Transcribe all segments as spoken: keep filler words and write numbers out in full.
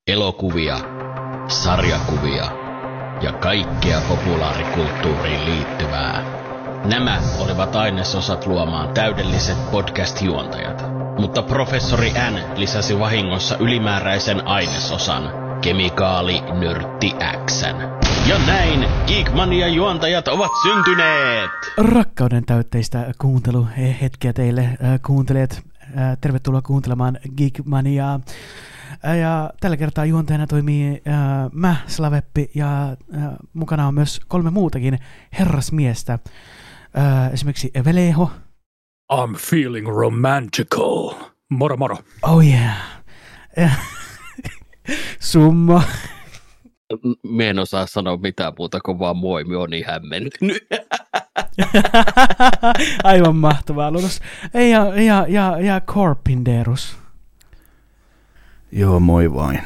elokuvia, sarjakuvia ja kaikkea populaarikulttuuriin liittyvää. Nämä olivat ainesosat luomaan täydelliset podcast-juontajat, mutta professori N lisäsi vahingossa ylimääräisen ainesosan, kemikaalinörtti X:n. Ja näin Geekmania-juontajat ovat syntyneet! Rakkauden täytteistä kuunteluhetkeä teille kuuntelijat. Tervetuloa kuuntelemaan Geekmaniaa. Ja tällä kertaa juontajana toimii äh, mä, Slaveppi, ja äh, mukana on myös kolme muutakin herrasmiestä. Äh, esimerkiksi Veleho. I'm feeling romantical. Moro moro. Oh yeah. Summa. Mä en osaa sanoa mitään muuta kuin vaan moi, mä oon niin hämmentynyt. Aivan mahtavaa, Lunos. Ja, ja, ja, ja Corpinderus. Joo, moi vain.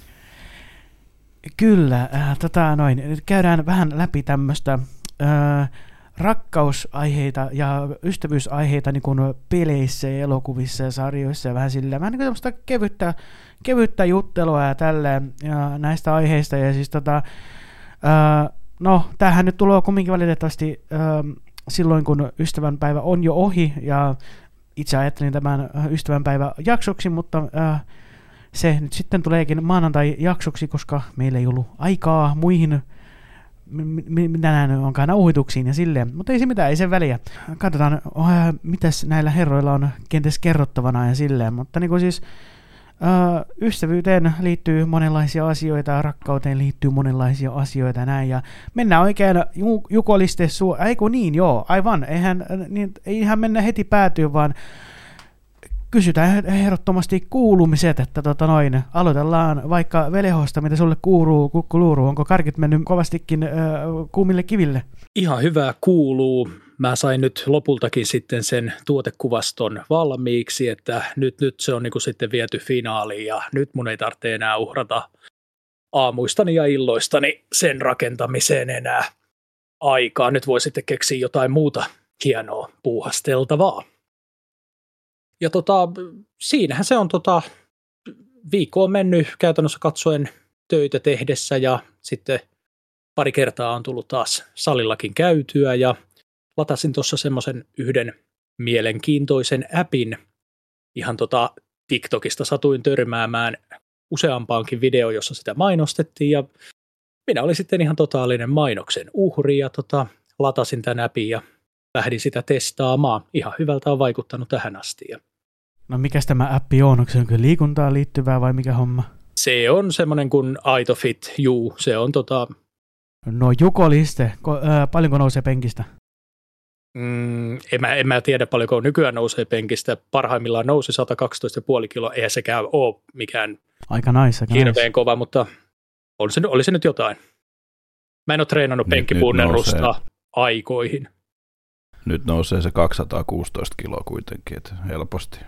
Kyllä, äh, tota noin. Nyt käydään vähän läpi tämmöistä äh, rakkausaiheita ja ystävyysaiheita niin kuin peleissä ja elokuvissa ja sarjoissa ja vähän sillä. Vähän niin kuin tämmöistä kevyttä, kevyttä juttelua ja tälleen ja näistä aiheista. Ja siis tota, äh, no, tämähän nyt tulee kumminkin valitettavasti äh, silloin, kun ystävänpäivä on jo ohi ja itse ajattelin tämän ystävänpäivä jaksoksi, mutta äh, se nyt sitten tuleekin maanantai-jaksoksi, koska meillä ei ollut aikaa muihin, mitä näin onkaan, nauhoituksiin ja silleen. Mutta ei se mitään, ei sen väliä. Katsotaan, oh, mitäs näillä herroilla on kenties kerrottavana ja silleen. Mutta niin kuin siis äh, ystävyyteen liittyy monenlaisia asioita, rakkauteen liittyy monenlaisia asioita näin. Ja mennään oikein ju- jukoliste su- Eiku niin, joo, aivan. Eihän, niin, eihän mennä heti päätyyn, vaan kysytään ehdottomasti kuulumiset, että tota noin, aloitellaan vaikka Velehosta, mitä sulle kuuluu, kukkuluuru, onko karkit mennyt kovastikin ö, kuumille kiville? Ihan hyvää kuuluu. Mä sain nyt lopultakin sitten sen tuotekuvaston valmiiksi, että nyt, nyt se on niin kuin sitten viety finaaliin ja nyt mun ei tarvitse enää uhrata aamuistani ja illoistani sen rakentamiseen enää aikaa. Nyt voi sitten keksiä jotain muuta hienoa puuhasteltavaa. Ja tota, siinähän se on, tota, viikko on mennyt käytännössä katsoen töitä tehdessä ja sitten pari kertaa on tullut taas salillakin käytyä ja latasin tuossa semmoisen yhden mielenkiintoisen appin. Ihan tota TikTokista satuin törmäämään useampaankin video, jossa sitä mainostettiin ja minä olin sitten ihan totaalinen mainoksen uhri ja tota, latasin tämän appin ja lähdin sitä testaamaan. Ihan hyvältä on vaikuttanut tähän asti. No mikäs tämä appi on? Onko se kyllä liikuntaan liittyvää vai mikä homma? Se on semmoinen kuin AitoFit, juu. Se on tota... No jukoliste. Ko, ää, paljonko nousee penkistä? Mm, en, mä, en mä tiedä paljonko nykyään nousee penkistä. Parhaimmillaan nousi sata kaksitoista pilkku viisi kiloa. Eihän sekään ole mikään aika nice, aika hirveän nice. kova, mutta oli se, oli se nyt jotain. Mä en ole treenannut penkkipunnerusta aikoihin. Nyt nousee se kaksisataakuusitoista kiloa kuitenkin, että helposti.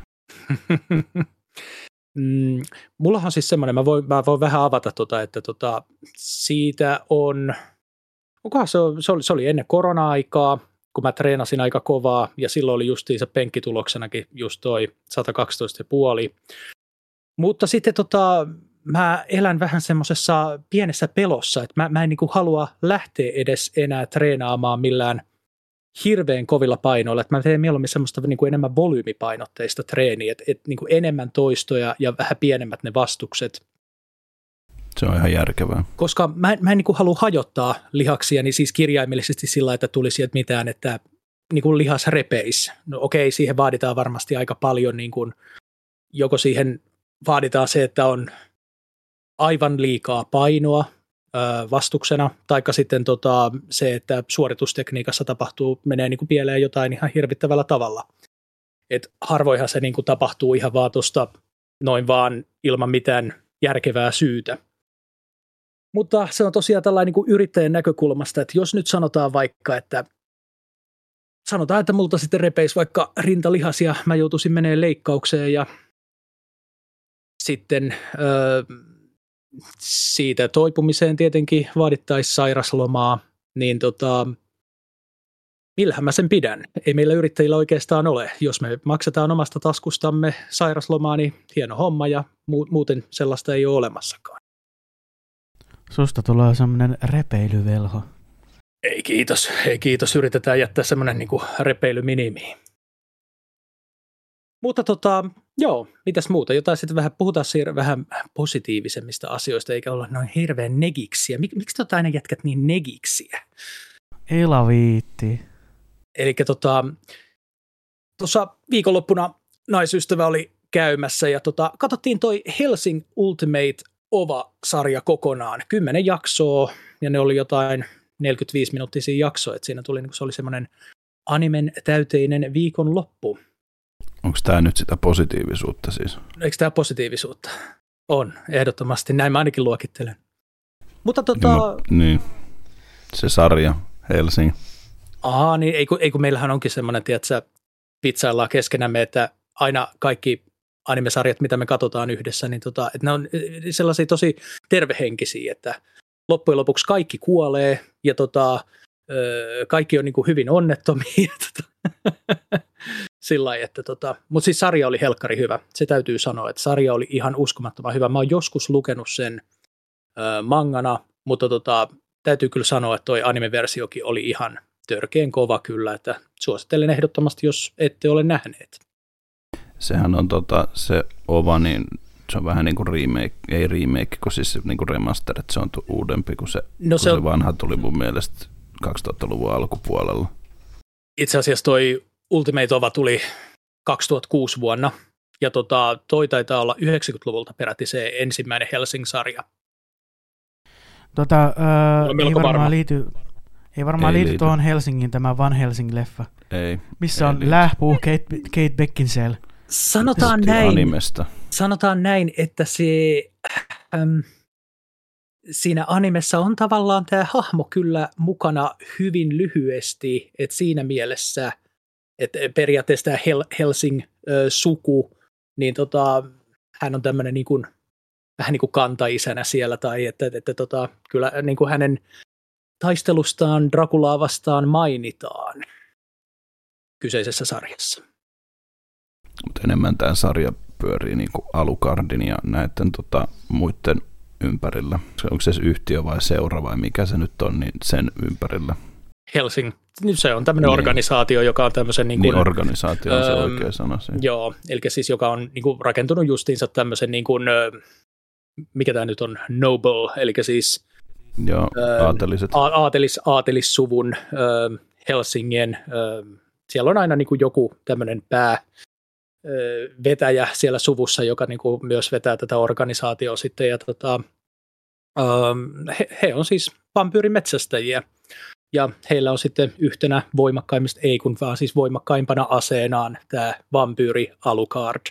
mm, mullahan on siis semmoinen, mä voin, mä voin vähän avata, tota, että tota, siitä on, onkohan se, se, oli, se oli ennen korona-aikaa, kun mä treenasin aika kovaa, ja silloin oli justiinsa penkkituloksenakin just toi sata kaksitoista pilkku viisi. Mutta sitten tota, mä elän vähän semmoisessa pienessä pelossa, että mä, mä en niin kuin halua lähteä edes enää treenaamaan millään hirveän kovilla painoilla, että mä teen mieluummin semmoista niin kuin enemmän volyymipainotteista treeniä, että, että niin kuin enemmän toistoja ja vähän pienemmät ne vastukset. Se on ihan järkevää. Koska mä, mä en niin kuin halua hajottaa lihaksia, niin siis kirjaimellisesti sillä, että tulisi sieltä mitään, että niin kuin lihas repeisi. No okei, siihen vaaditaan varmasti aika paljon, niin kuin, joko siihen vaaditaan se, että on aivan liikaa painoa vastuksena, taikka sitten tota, se, että suoritustekniikassa tapahtuu, menee niin kuin pieleen jotain ihan hirvittävällä tavalla. Et harvoinhan se niin kuin tapahtuu ihan vaan tuosta noin vaan ilman mitään järkevää syytä. Mutta se on tosiaan tällainen niin kuin yrittäjän näkökulmasta, että jos nyt sanotaan vaikka, että sanotaan, että multa sitten repeisi vaikka rintalihas ja mä joutuisin menee leikkaukseen ja sitten öö, siitä toipumiseen tietenkin vaadittaisiin sairaslomaa, niin tota, millähän mä sen pidän? Ei meillä yrittäjillä oikeastaan ole. Jos me maksetaan omasta taskustamme sairaslomaa, niin hieno homma ja muuten sellaista ei ole olemassakaan. Susta tulee semmoinen repeilyvelho. Ei kiitos, ei kiitos. Yritetään jättää semmoinen niinku repeily minimiin. Mutta tota, joo, mitäs muuta? Jotain sitten vähän, puhutaan siir- vähän positiivisemmista asioista, eikä olla noin hirveän negiksiä. Mik, miksi tota aina jätkät niin negiksiä? Ela viitti. Elikkä tota, tuossa viikonloppuna naisystävä oli käymässä ja tota, katsottiin toi Hellsing Ultimate Ova-sarja kokonaan. Kymmenen jaksoa ja ne oli jotain neljäkymmentäviisi minuuttisia jaksoja, että siinä tuli, niin se oli semmoinen animen täyteinen viikonloppu. Onko tämä nyt sitä positiivisuutta siis? Eikö tämä positiivisuutta? On, ehdottomasti. Näin mä ainakin luokittelen. Mutta tota... Niin, mä, niin. Se sarja, Helsing. Aha, niin ei kun, ei kun meillähän onkin semmoinen, tiedätkö, vitsaillaan keskenämme, että aina kaikki animesarjat, mitä me katsotaan yhdessä, niin tota, että ne on sellaisia tosi tervehenkisiä, että loppujen lopuksi kaikki kuolee ja tota, kaikki on niin kuin hyvin onnettomia. Sillä lailla, että tota, mutta siis sarja oli helkkari hyvä. Se täytyy sanoa, että sarja oli ihan uskomattoman hyvä. Mä oon joskus lukenut sen ö, mangana, mutta tota, täytyy kyllä sanoa, että toi anime-versiokin oli ihan törkeän kova kyllä, että suosittelen ehdottomasti, jos ette ole nähneet. Sehän on tota, se Ova, niin se on vähän niin kuin remake, ei remake, kun siis niin kuin remaster, että se on uudempi kuin se, no se, kun on... se vanha tuli mun mielestä kaksituhattaluvun alkupuolella. Itse asiassa toi Ultimate Ova tuli kaksituhattakuusi vuonna, ja tota, toi taitaa olla yhdeksänkymmentäluvulta peräti se ensimmäinen Hellsing-sarja. Tota, äh, ei, varmaan liity, ei varmaan ei liity tuohon Helsingin tämä Van Helsing-leffa. Ei. Missä ei on lähpuu Kate, Kate Beckinsale. Sanotaan näin, animesta. sanotaan näin, että se, ähm, siinä animessa on tavallaan tämä hahmo kyllä mukana hyvin lyhyesti, että siinä mielessä, että periaatteessa tämä Hel- Helsing-suku, niin tota, hän on tämmöinen niin kuin, vähän niin kuin kantaisänä siellä, tai että, että, että tota, kyllä niin kuin hänen taistelustaan Draculaa vastaan mainitaan kyseisessä sarjassa. Mutta enemmän tämä sarja pyörii niin kuin Alucardin ja näiden tota, muiden ympärillä. Onko se yhtiö vai seura vai mikä se nyt on, niin sen ympärillä. Helsing. Se on tämmöinen niin. organisaatio, joka on tämmöisen... Niin, kuin, niin organisaatio on se öö, oikea sana siinä. Joo, eli siis joka on niin kuin, rakentunut justiinsa tämmöisen, niin kuin, mikä tämä nyt on, noble, eli siis... Joo, öö, aateliset. A- aatelis, aatelissuvun öö, Helsingin. Öö, siellä on aina niin kuin joku tämmöinen pää... vetäjä siellä suvussa, joka niin kuin myös vetää tätä organisaatiota sitten, ja tota, he, he on siis vampyyrimetsästäjiä, ja heillä on sitten yhtenä voimakkaimmista, ei kun vaan siis voimakkaimpana aseenaan tämä vampyyri Alucard.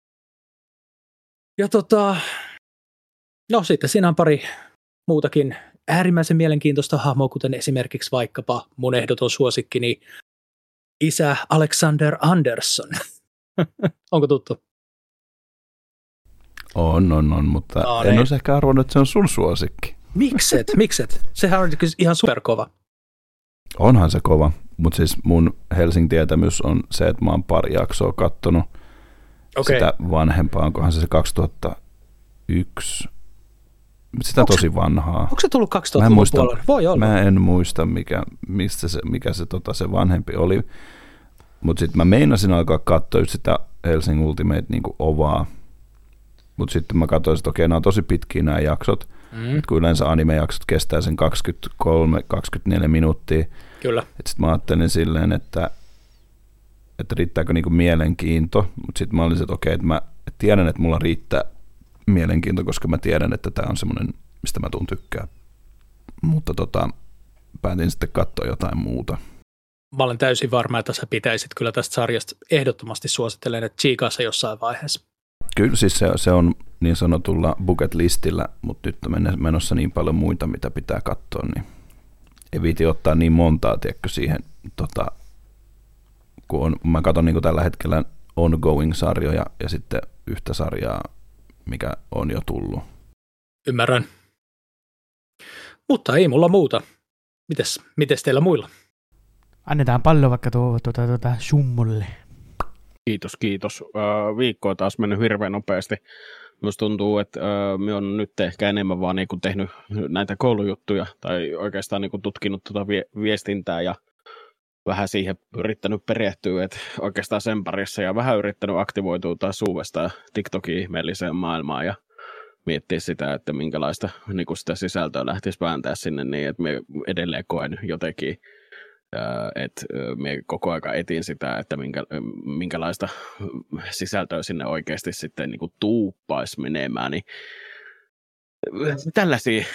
Ja tota, no sitten siinä on pari muutakin äärimmäisen mielenkiintoista hahmoa, kuten esimerkiksi vaikkapa mun ehdoton suosikkini isä Alexander Andersson. Onko tuttu? On, on, on, mutta no, en olisi ehkä arvannut, että se on sun suosikki. Mikset, mikset? Sehän on ihan superkova. Onhan se kova, mutta siis mun Helsing-tietämys on se, että mä oon pari jaksoa kattonut okay. Sitä vanhempaa, onkohan se se kaksituhattayksi, sitä onko tosi vanhaa. Onko se tullut kaksituhattaluvun puolella? Voi olla. Mä en muista, mikä, mistä se, mikä se, tota, se vanhempi oli. Mutta sitten mä meinasin alkaa katsoa just sitä Helsing Ultimate niinku Ovaa. Mutta sitten mä katsoin, että okei, nämä on tosi pitkiä nämä jaksot. Mm. Kun yleensä anime-jaksot kestää sen kaksikymmentäkolme kaksikymmentäneljä minuuttia. Kyllä. Sitten mä ajattelin silleen, että, että riittääkö niinku mielenkiinto. Mutta sitten mä olin että okei, että mä tiedän, että mulla riittää mielenkiinto, koska mä tiedän, että tämä on semmoinen, mistä mä tuun tykkää. Mutta tota, päätin sitten katsoa jotain muuta. Mä olen täysin varma, että sä pitäisit kyllä tästä sarjasta ehdottomasti suosittelen, että tsiikaa se jossain vaiheessa. Kyllä siis se, se on niin sanotulla bucket listillä, mutta nyt on menossa niin paljon muita, mitä pitää katsoa, niin ei viiti ottaa niin montaa, tiedätkö, siihen, tota, kun on, mä katson niin kuin tällä hetkellä ongoing-sarjoja ja sitten yhtä sarjaa, mikä on jo tullut. Ymmärrän. Mutta ei mulla muuta. Mites, mites teillä muilla? Annetaan pallo vaikka tuo, tuota, tuota, Summolle. Kiitos, kiitos. Viikko on taas mennyt hirveän nopeasti. Musta tuntuu, että öö, me on nyt ehkä enemmän vaan niinku tehnyt näitä koulujuttuja tai oikeastaan niinku tutkinut tuota vie- viestintää ja vähän siihen yrittänyt perehtyä, että oikeastaan sen parissa ja vähän yrittänyt aktivoitua taas uudestaan TikTokin ihmeelliseen maailmaan ja miettiä sitä, että minkälaista niinku sitä sisältöä lähtisi vääntää sinne niin, että me edelleen koen jotenkin, että me koko ajan etin sitä, että minkä, minkälaista sisältöä sinne oikeasti sitten niin kuin tuuppaisi menemään, niin tällaisia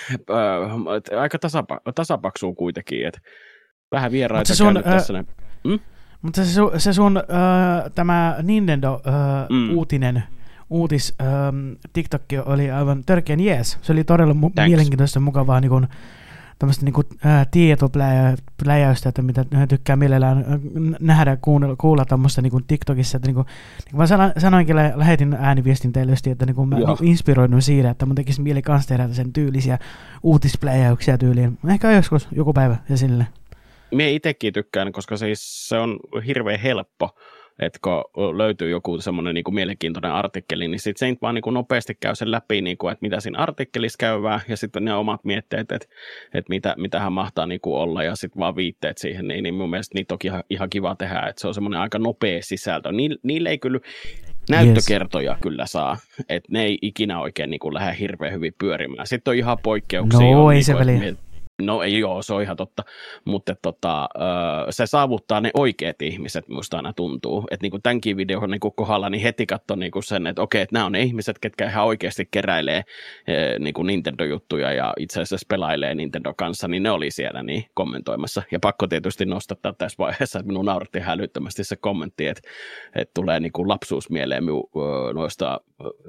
äh, aika tasapa, tasapaksua kuitenkin, että vähän vieraita sun, käynyt tässä. Äh, hmm? Mutta se, se sun äh, tämä Nintendo-uutinen, äh, mm. uutis äh, TikTok oli aivan törkeän jees. Se oli todella mu- mielenkiintoista mukavaa niin kun, tämmöistä niin kuin, ää, tietopläjäystä, että mitä tykkää mielellään nähdä ja kuulla, kuulla tämmöistä niin kuin TikTokissa. Että, niin kuin, niin kuin mä sanoinkin, lähetin ääniviestin teille just, että niin kuin mä niin inspiroidun siitä, että mun tekisi mieli kanssa tehdä sen tyylisiä uutispläjäyksiä tyyliin. Ehkä joskus joku päivä ja silleen. Mie itsekin tykkään, koska siis se on hirveän helppo. Että kun löytyy joku semmoinen niin kuin mielenkiintoinen artikkeli, niin sitten se vaan niin kuin nopeasti käy sen läpi, niin kuin, että mitä siinä artikkelissa käyvää, ja sitten ne omat mietteet, että, että mitä, mitähän mahtaa niin kuin olla, ja sitten vaan viitteet siihen, niin, niin mun mielestä niitä on ihan, ihan kiva tehdä, että se on semmoinen aika nopea sisältö. Niille, niille ei kyllä näyttökertoja yes. kyllä saa, että ne ei ikinä oikein niin kuin lähde hirveän hyvin pyörimään. Sitten on ihan poikkeuksia. No on, ei niin se kuin, väliä. No ei joo, se on ihan totta, mutta tota, se saavuttaa ne oikeat ihmiset, musta aina tuntuu. Että niinku tämänkin videon niinku kohdalla niin heti katsoi niinku sen, että okei, että nämä on ne ihmiset, ketkä ihan oikeasti keräilee niinku Nintendo-juttuja ja itse asiassa pelailee Nintendo kanssa, niin ne oli siellä niin kommentoimassa. Ja pakko tietysti nostattaa tässä vaiheessa, että minun nauratti hälyttömästi se kommentti, että, että tulee niinku lapsuus mieleen noista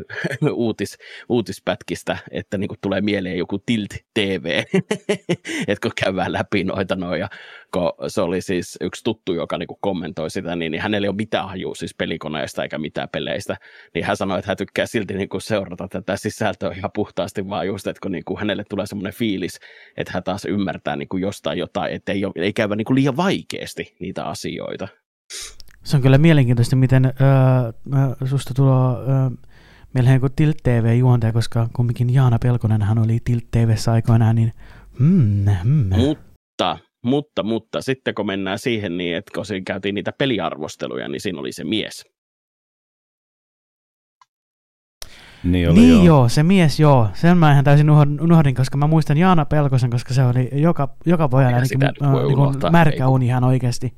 uutis, uutispätkistä, että niinku tulee mieleen joku Tilt T V. Että kun käydään läpi noita noja, kun se oli siis yksi tuttu, joka niinku kommentoi sitä, niin, niin hänellä ei ole mitään hajua siis pelikoneesta eikä mitään peleistä, niin hän sanoi, että hän tykkää silti niinku seurata tätä sisältöä ihan puhtaasti vaan just, että kun niinku hänelle tulee semmoinen fiilis, että hän taas ymmärtää niinku jostain jotain, että ei, ole, ei käydä niinku liian vaikeasti niitä asioita. Se on kyllä mielenkiintoista, miten öö, susta tulee öö, meillä joku Tilt T V-juontaja, koska kumminkin Jaana Pelkonen hän oli Tilt T V:ssä aikoinaan, niin Mm, mm. Mutta, mutta, mutta sitten kun mennään siihen niin, että kun siinä käytiin niitä peliarvosteluja, niin siinä oli se mies. Niin, oli niin joo. joo, se mies joo. Sen mä ihan täysin unohdin, koska mä muistan Jaana Pelkosen, koska se oli joka, joka pojalla niin niin märkä uni ihan oikeasti.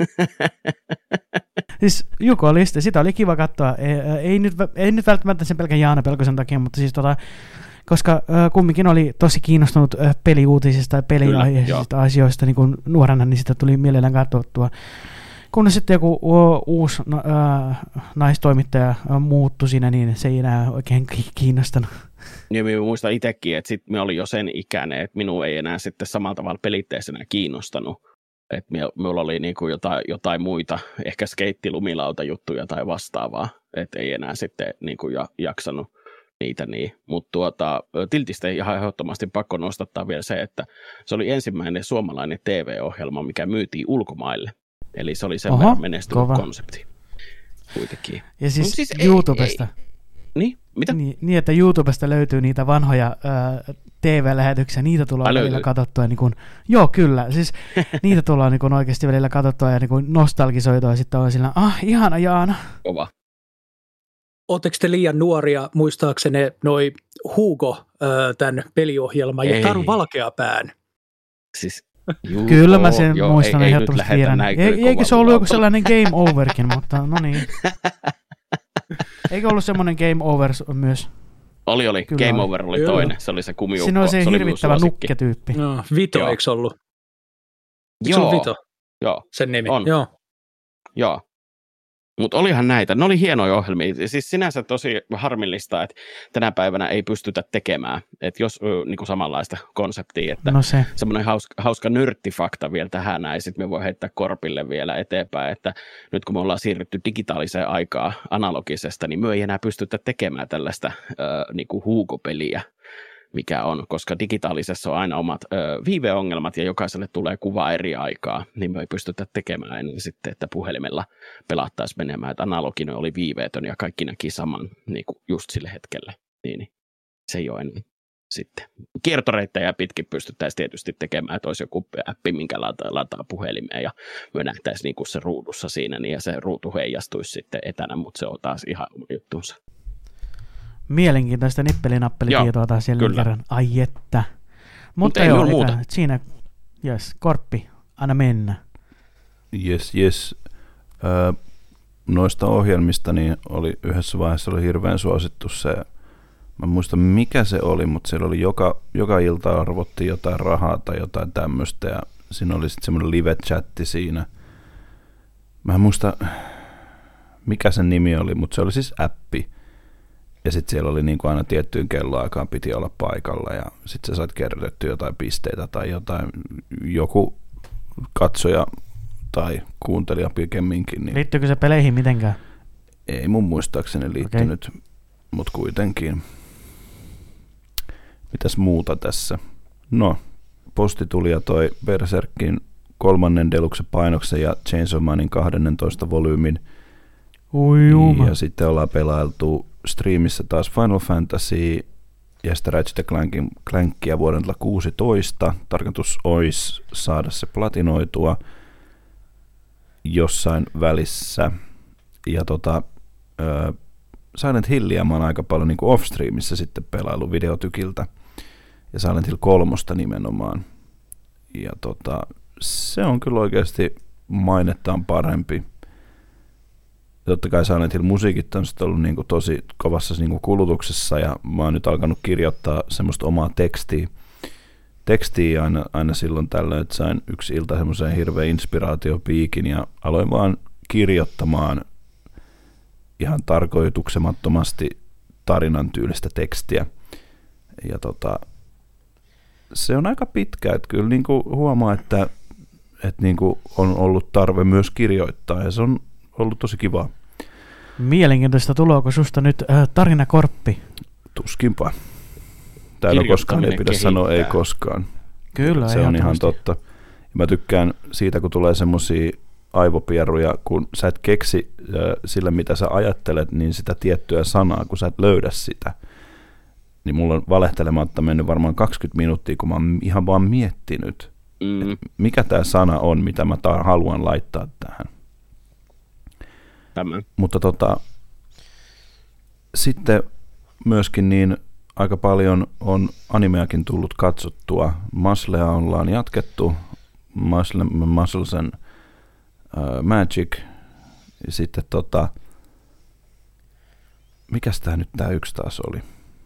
Siis Juko oli sitä, sitä oli kiva katsoa. Ei, ei, nyt, ei nyt välttämättä sen pelkän Jaana Pelkosen takia, mutta siis tota... Koska äh, kumminkin oli tosi kiinnostunut äh, peliuutisista ja peliaiheisista asioista niin kuin nuorena, niin sitä tuli mielellään katsottua. Kun sitten joku uh, uusi äh, naistoimittaja äh, muuttui siinä, niin se ei enää oikein kiinnostanut. Ja minä muistan itsekin, että sitten minä olin jo sen ikäinen, että minua ei enää sitten samalla tavalla pelitteisenä kiinnostanut. Että minulla oli niin kuin jotain, jotain muita, ehkä skeittilumilauta juttuja tai vastaavaa, että ei enää sitten niin kuin jaksanut niitä niin, mutta tuota, Tiltistä ihan ehdottomasti pakko nostattaa vielä se, että se oli ensimmäinen suomalainen T V-ohjelma, mikä myytiin ulkomaille. Eli se oli sen Oho, verran menestynyt kova konsepti kuitenkin. Ja siis, siis YouTubesta. Ei, ei. Niin, mitä? Niin, niin, että YouTubesta löytyy niitä vanhoja äh, T V-lähetyksiä, niitä tullaan välillä löytyy. katsottua. Niin kun, joo, kyllä, siis niitä tullaan niin kun oikeasti välillä katsottua ja niin kun nostalgisoitua ja sitten on sillä, ah, ihana Jaana. Kova. Oletteko te liian nuoria muistaakseni noi Hugo, tämän peliohjelman ja Taru Valkeapään? Siis, juu, kyllä mä sen joo, muistan ei, ehdottomasti tiedän. Eikö se ollut joku sellainen game overkin, mutta no niin. Eikö ollut semmoinen game over myös? Oli, oli. Kyllä game oli. Over oli toinen. Se oli se kumiukko. Siinä oli se, se hirvittävä nukketyyppi. No, Vito, joo. Eikö ollut? Eikö joo. ollut Vito? Joo. Sen nimi? On. Joo. Joo. Mutta olihan näitä, ne oli hienoja ohjelmia, siis sinänsä tosi harmillista, että tänä päivänä ei pystytä tekemään, että jos niinku samanlaista konseptia, että no se. semmoinen hauska, hauska nörttifakta vielä tähän näin, sitten me voi heittää korpille vielä eteenpäin, että nyt kun me ollaan siirrytty digitaaliseen aikaan analogisesta, niin me ei enää pystytä tekemään tällaista äh, niinku huukopeliä, mikä on, koska digitaalisessa on aina omat ö, viiveongelmat ja jokaiselle tulee kuva eri aikaa, niin me ei pystytä tekemään ennen sitten, että puhelimella pelattaisiin menemään, että analoginen oli viiveetön ja kaikki näki saman niin kuin just sille hetkelle. niin, niin se ei ole enää sitten. Kiertoreittejä pitkin pystyttäisiin tietysti tekemään, että olisi joku appi, minkä lataa, lataa puhelimeen ja me nähtäisiin niin kuin se ruudussa siinä niin ja se ruutu heijastuisi sitten etänä, mutta se on taas ihan oma juttuunsa. Mielenkiintoista nippelinappelitietoa taas jälleen kerran. Ai että. Mutta Mut ei joo, ole muuta. Siinä, jes, Korppi, anna mennä. Jes, jes. Öö, noista ohjelmista niin oli yhdessä vaiheessa oli hirveän suosittu se, mä en muista mikä se oli, mutta siellä oli joka, joka ilta arvottiin jotain rahaa tai jotain tämmöistä ja siinä oli sitten semmoinen live-chatti siinä. Mä en muista mikä sen nimi oli, mutta se oli siis appi. Ja sitten siellä oli niin kuin aina tiettyyn kelloaikaan piti olla paikalla ja sitten sä sait kerrytettyä jotain pisteitä tai jotain, joku katsoja tai kuuntelija pikemminkin. Niin liittyykö se peleihin mitenkään? ei mun muistaakseni liittynyt, okay. Mutta kuitenkin. Mitäs muuta tässä? No, posti tuli ja toi Berserkin kolmannen deluxe painoksen ja Chainsaw Manin kahdennentoista volyymin. Ui juma. Ja sitten ollaan pelailtu striimissä taas Final Fantasy ja sitten Ratchet Clankin, Clankia vuodelta kuusitoista. Tarkoitus olisi saada se platinoitua jossain välissä. Ja tota, äh, Silent Hillia mä oon aika paljon niin kuin off-streamissa sitten pelailu videotykiltä. Ja Silent Hill kolmosta nimenomaan. Ja tota, se on kyllä oikeasti mainettaan parempi. Totta kai Silent Hill musiikit on sitten ollut niin kuin tosi kovassa niin kuin kulutuksessa ja mä oon nyt alkanut kirjoittaa semmoista omaa tekstiä. Tekstiä aina, aina silloin tällöin, että sain yksi ilta semmoisen hirveän inspiraatiopiikin ja aloin vaan kirjoittamaan ihan tarkoituksemattomasti tarinan tyylistä tekstiä. Ja tota, se on aika pitkä, että kyllä niin kuin huomaa, että, että niin kuin on ollut tarve myös kirjoittaa ja se on ollut tosi kivaa. Mielenkiintoista, tuloako susta nyt äh, tarinakorppi? Tuskinpa. Täällä koskaan ei pidä kehittää. Sanoa ei koskaan. Kyllä, se on ihan totta. Ja mä tykkään siitä, kun tulee semmosia aivopieruja, kun sä et keksi äh, sillä, mitä sä ajattelet, niin sitä tiettyä sanaa, kun sä et löydä sitä. Niin mulla on valehtelematta mennyt varmaan kaksikymmentä minuuttia, kun mä oon ihan vaan miettinyt, mm. että mikä tää sana on, mitä mä ta- haluan laittaa tähän. Tämän. Mutta tota, sitten myöskin niin aika paljon on animeakin tullut katsottua. Muslea ollaan jatkettu, Muscle, Muscles and uh, Magic. Ja sitten tota, mikäs tää nyt tää yksi taas oli?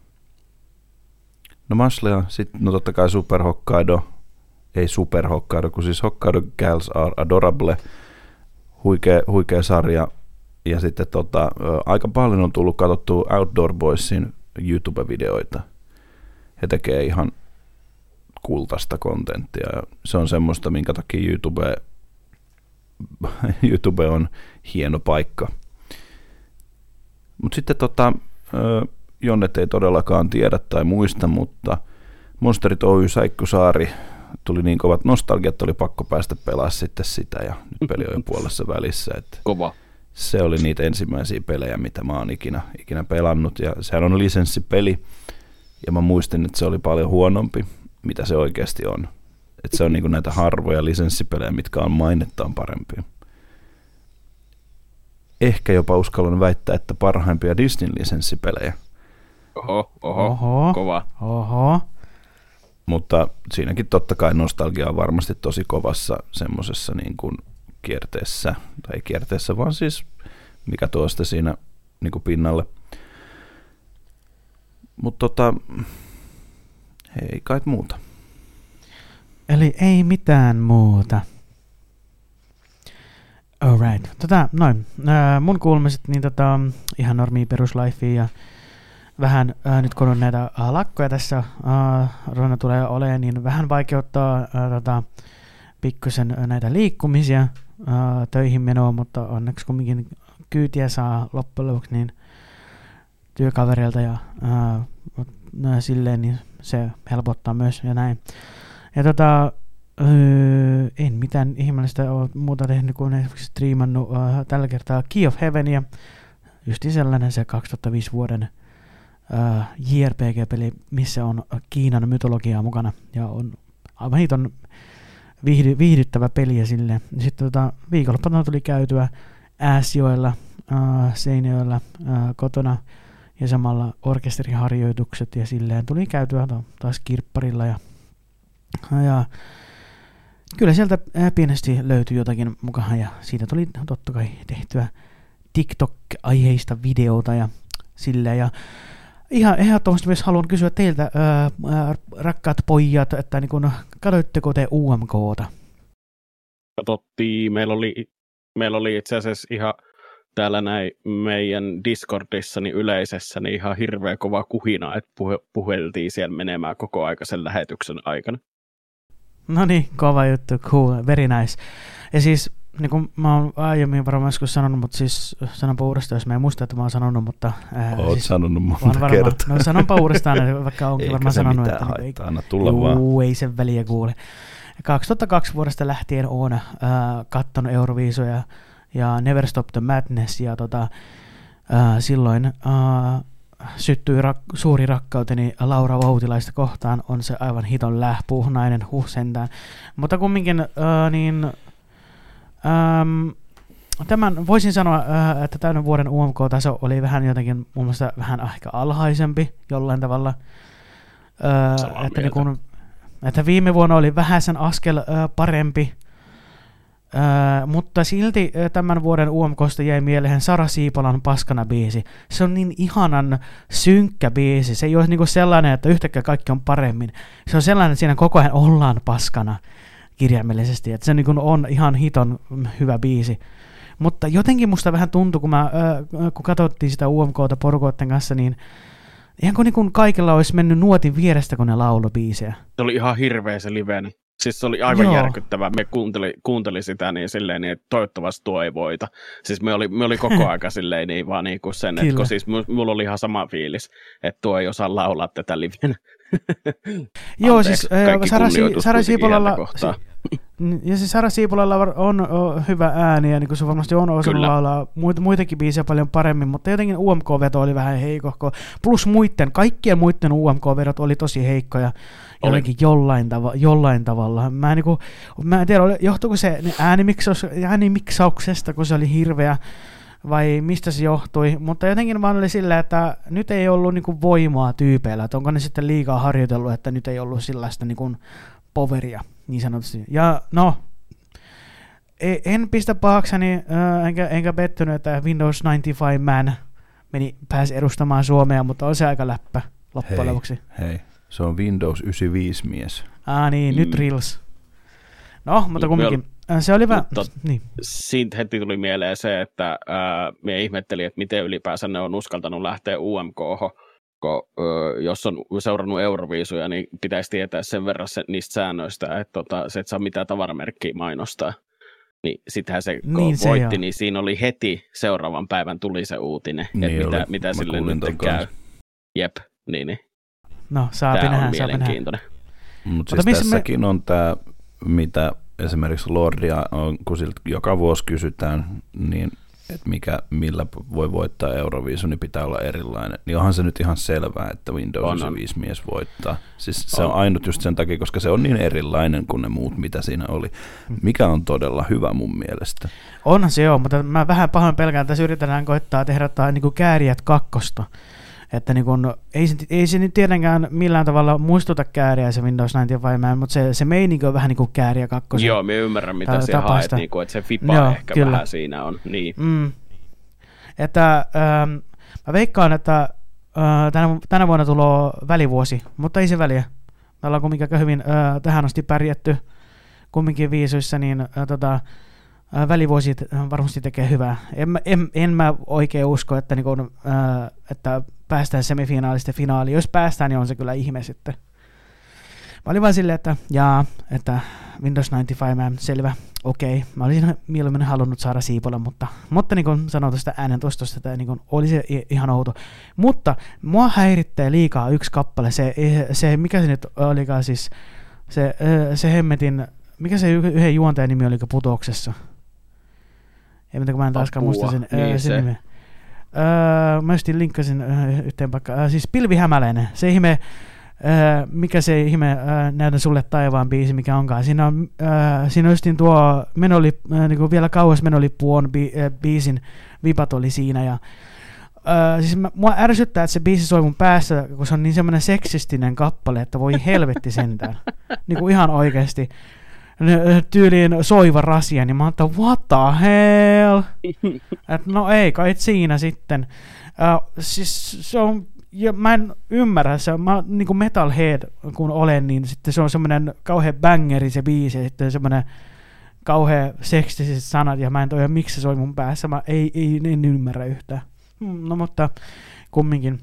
No Muslea, sitten no totta kai Super Hokkaido, ei Super Hokkaido, kun siis Hokkaido Girls Are Adorable, huikea, huikea sarja. Ja sitten tota, aika paljon on tullut katsottua Outdoor Boysin YouTube-videoita. He tekee ihan kultaista kontenttia. Ja se on semmoista, minkä takia YouTube, YouTube on hieno paikka. Mutta sitten tota, Jonnet ei todellakaan tiedä tai muista, mutta Monsterit Oy Säikkysaari tuli niin kovat nostalgiat, oli pakko päästä pelaamaan sitten sitä ja nyt peli on jo puolessa välissä. Että kova. Se oli niitä ensimmäisiä pelejä, mitä mä oon ikinä, ikinä pelannut, ja sehän on lisenssipeli, ja mä muistin, että se oli paljon huonompi, mitä se oikeasti on. Että se on niinku näitä harvoja lisenssipelejä, mitkä on mainettaan parempia. Ehkä jopa uskallan väittää, että parhaimpia Disney-lisenssipelejä. Oho, oho, oho, kova. Oho. Mutta siinäkin totta kai nostalgia on varmasti tosi kovassa semmosessa niin kuin kierteessä, tai kierteessä, vaan siis mikä tuo sitten siinä niin kuin pinnalle. Mutta tota, ei kai muuta. Eli ei mitään muuta. Alright. Tota, noin. Äh, mun kuulumiset, niin tota, ihan normia peruslifea ja vähän äh, nyt kun on näitä äh, lakkoja tässä äh, ruvennut tulee olemaan, niin vähän vaikeuttaa äh, tota, pikkusen äh, näitä liikkumisia äh, töihin menoa, mutta onneksi kumminkin kyytiä saa loppujen lopuksi niin työkavereilta ja äh, silleen, niin se helpottaa myös ja näin. Ja tota, öö, en mitään ihmeellistä ole muuta tehnyt kuin esimerkiksi striimannut äh, tällä kertaa Key of Heavenia, justi sellainen se kaksituhattaviisi vuoden äh, J R P G-peli, missä on Kiinan mytologiaa mukana, ja on aivan hiton viihdy, viihdyttävä peli ja silleen. Sitten tota, viikonloppuna tuli käytyä Ääsjoella, äh, Seinäjoella äh, kotona, ja samalla orkesteriharjoitukset, ja silleen tuli käytyä to, taas kirpparilla, ja, ja kyllä sieltä pienesti löytyi jotakin mukaan, ja siitä tuli totta kai tehtyä TikTok-aiheista videota, ja silleen, ja ihan ehdottomasti myös haluan kysyä teiltä, ää, ää, rakkaat pojat, että niin kun, katsoitteko te U M K:ta? Katsottiin, meillä oli, meillä oli itse asiassa ihan täällä näin meidän Discordissa niin yleisessä niin ihan hirveä kova kuhina, että puhe, puheltiin siellä menemään koko aika sen lähetyksen aikana. No niin, kova juttu, cool, very nice. Ja siis, niin kuin mä oon aiemmin varmaan joskus sanonut, mutta siis sanonpa uudestaan, jos mä en muista, että mä oon sanonut, mutta... Ää, Oot siis, sanonut monta kertaa. No sanonpa uudestaan, vaikka onkin eikä varmaan se sanonut, mitään että... haittaa, ei, anna tulla juu, vaan. ei sen väliä kuule. kaksituhattakaksi vuodesta lähtien oon äh, kattonut Euroviisoja ja Never Stop the Madness, ja tota, äh, silloin äh, syttyi rak- suuri rakkauteni Laura Voutilaista kohtaan, on se aivan hiton lähpuh, nainen huh sentään. Mutta kumminkin äh, niin... Ähm, tämän voisin sanoa, äh, että tämän vuoden U M K-taso oli vähän jotenkin mun mielestä vähän ehkä alhaisempi jollain tavalla. Äh, että, niin kun, että viime vuonna oli vähäisen askel äh, parempi, äh, mutta silti äh, tämän vuoden U M K:sta jäi mieleen Sara Siipolan Paskana biisi. Se on niin ihanan synkkä biisi. Se ei ole niin sellainen, että yhtäkkiä kaikki on paremmin. Se on sellainen, että siinä koko ajan ollaan paskana kirjaimellisesti, että se niin on ihan hiton hyvä biisi. Mutta jotenkin musta vähän tuntui, kun, mä, äh, kun katsottiin sitä U M K:ta porukoiden kanssa, niin ihan kun, niin kuin kaikilla olisi mennyt nuotin vierestä, kun ne lauloi biisejä. Se oli ihan hirveä se livenä. Siis se oli aivan Joo. järkyttävää. Me kuunteli, kuunteli sitä niin silleen, niin, että toivottavasti tuo ei voita. Siis me oli, me oli koko aika silleen niin vaan niin kuin sen, että kun siis mulla oli ihan sama fiilis, että tuo ei osaa laulaa tätä livenä. Joo, Anteeksi, siis äh, Sara, si- Sara Siipolalla... Ja siis Sara Siipolalla on o, hyvä ääni, ja niin se varmasti on osannut laulaa muita, muitakin biisejä paljon paremmin, mutta jotenkin U M K-veto oli vähän heikohko. Plus muiden, kaikkien muiden U M K-vedot oli tosi heikkoja jotenkin jollain, tava, jollain tavalla. Mä en, niin kuin, mä en tiedä, johtuiko se äänimiksaus, äänimiksauksesta, kun se oli hirveä, vai mistä se johtui, mutta jotenkin vaan oli sillä, että nyt ei ollut niin kuin voimaa tyypeillä, että onko ne sitten liikaa harjoitellut, että nyt ei ollut sellaista niin kuin poveria, niin sanotusti. Ja no, en pistä pahakseni, enkä, enkä pettynyt, että Windows yhdeksänkymmentäviisi Man meni, pääsi edustamaan Suomea, mutta on se aika läppä loppujen lopuksi. Hei, se on Windows yhdeksänkymmentäviisi mies. Ah niin, mm. nyt Reels. No, mutta kumminkin. Se oli vähän... Niin. Siitä heti tuli mieleen se, että ää, me ihmettelin, että miten ylipäänsä ne on uskaltanut lähteä U M K:hon, kun ö, jos on seurannut Euroviisuja, niin pitäisi tietää sen verran se, niistä säännöistä, että tota, se et saa mitään tavaramerkkiä mainostaa. Niin sittenhän se, kun niin se voitti, jo. Niin siinä oli heti seuraavan päivän tuli se uutinen, niin että mitä, mitä sille nyt käy. Jep, niin, niin. No, saapi nähdä, saapi nähdä. Mutta siis tässäkin me... on tämä, mitä esimerkiksi Lordia on, kun siltä joka vuosi kysytään, niin että mikä, millä voi voittaa Euroviisun, niin pitää olla erilainen. Niin onhan se nyt ihan selvää, että Windows yhdeksänkymmentäviisi mies voittaa. Siis se on. on ainut just sen takia, koska se on niin erilainen kuin ne muut, mitä siinä oli. Mikä on todella hyvä mun mielestä. Onhan se joo, mutta mä vähän pahoin pelkään, että tässä yritetään koittaa tehdä niin kuin Käärijät kakkosta. Että niin kun, ei, se, ei se nyt tietenkään millään tavalla muistuta Kääriä se Windows yhdeksänkymmentäviisi, mutta se, se meininki on vähän niin kuin Kääriä kakkosen. Joo, me ymmärrän mitä se haet, niin kuin, että se fipa joo, ehkä kyllä. Vähän siinä on. Niin. Mm. Että ähm, mä veikkaan, että äh, tänä, tänä vuonna tulee välivuosi, mutta ei se väliä. Me ollaan kumminkin aika hyvin äh, tähän asti pärjätty kumminkin viisuissa, niin äh, tota, äh, välivuosi varmasti tekee hyvää. En, en, en mä oikein usko, että, niin kun, äh, että päästään semifinaalista finaaliin. Jos päästään, niin on se kyllä ihme sitten. Mä olin vaan silleen, että jaa, että Windows yhdeksänkymmentäviisi, mä, selvä, okei. Okay. Mä olisin mieluummin halunnut saada Siipola, mutta, mutta niin kuin sanoin tuosta äänentoistosta, että niin kuin oli se ihan outo. Mutta mua häirittää liikaa yksi kappale, se, se mikä se nyt olikaan siis, se, se hemmetin, mikä se yhden juontajan nimi olikaan Putoksessa? Ei mitään, kun mä en taaskaan muista sen, niin sen nimeä. öö, mä just linkkasin öö, yhteen paikkaan, öö, siis Pilvi Hämäläinen, se ihme, öö, mikä se ihme, öö, näytän sulle taivaan biisi, mikä onkaan, siinä on, öö, siinä on justiin tuo menolip, öö, niin kuin vielä kauas menolippu on bi, öö, biisin vipat oli siinä, ja öö, siis mä, mua ärsyttää, että se biisi soi mun päässä, kun se on niin semmoinen seksistinen kappale, että voi helvetti sentään, niin kuin ihan oikeasti. Tyyliin soiva rasia, niin mä oon, että what the hell? Et no ei kai siinä sitten. Uh, siis se on, ja mä en ymmärrä, se on, mä niinku metalhead kun olen, niin sitten se on semmoinen kauhean bangeri se biisi, ja sitten semmoinen kauhean seksiset sanat, ja mä en toivoa, miksi se soi mun päässä, mä ei, ei, en ymmärrä yhtään. No mutta kumminkin.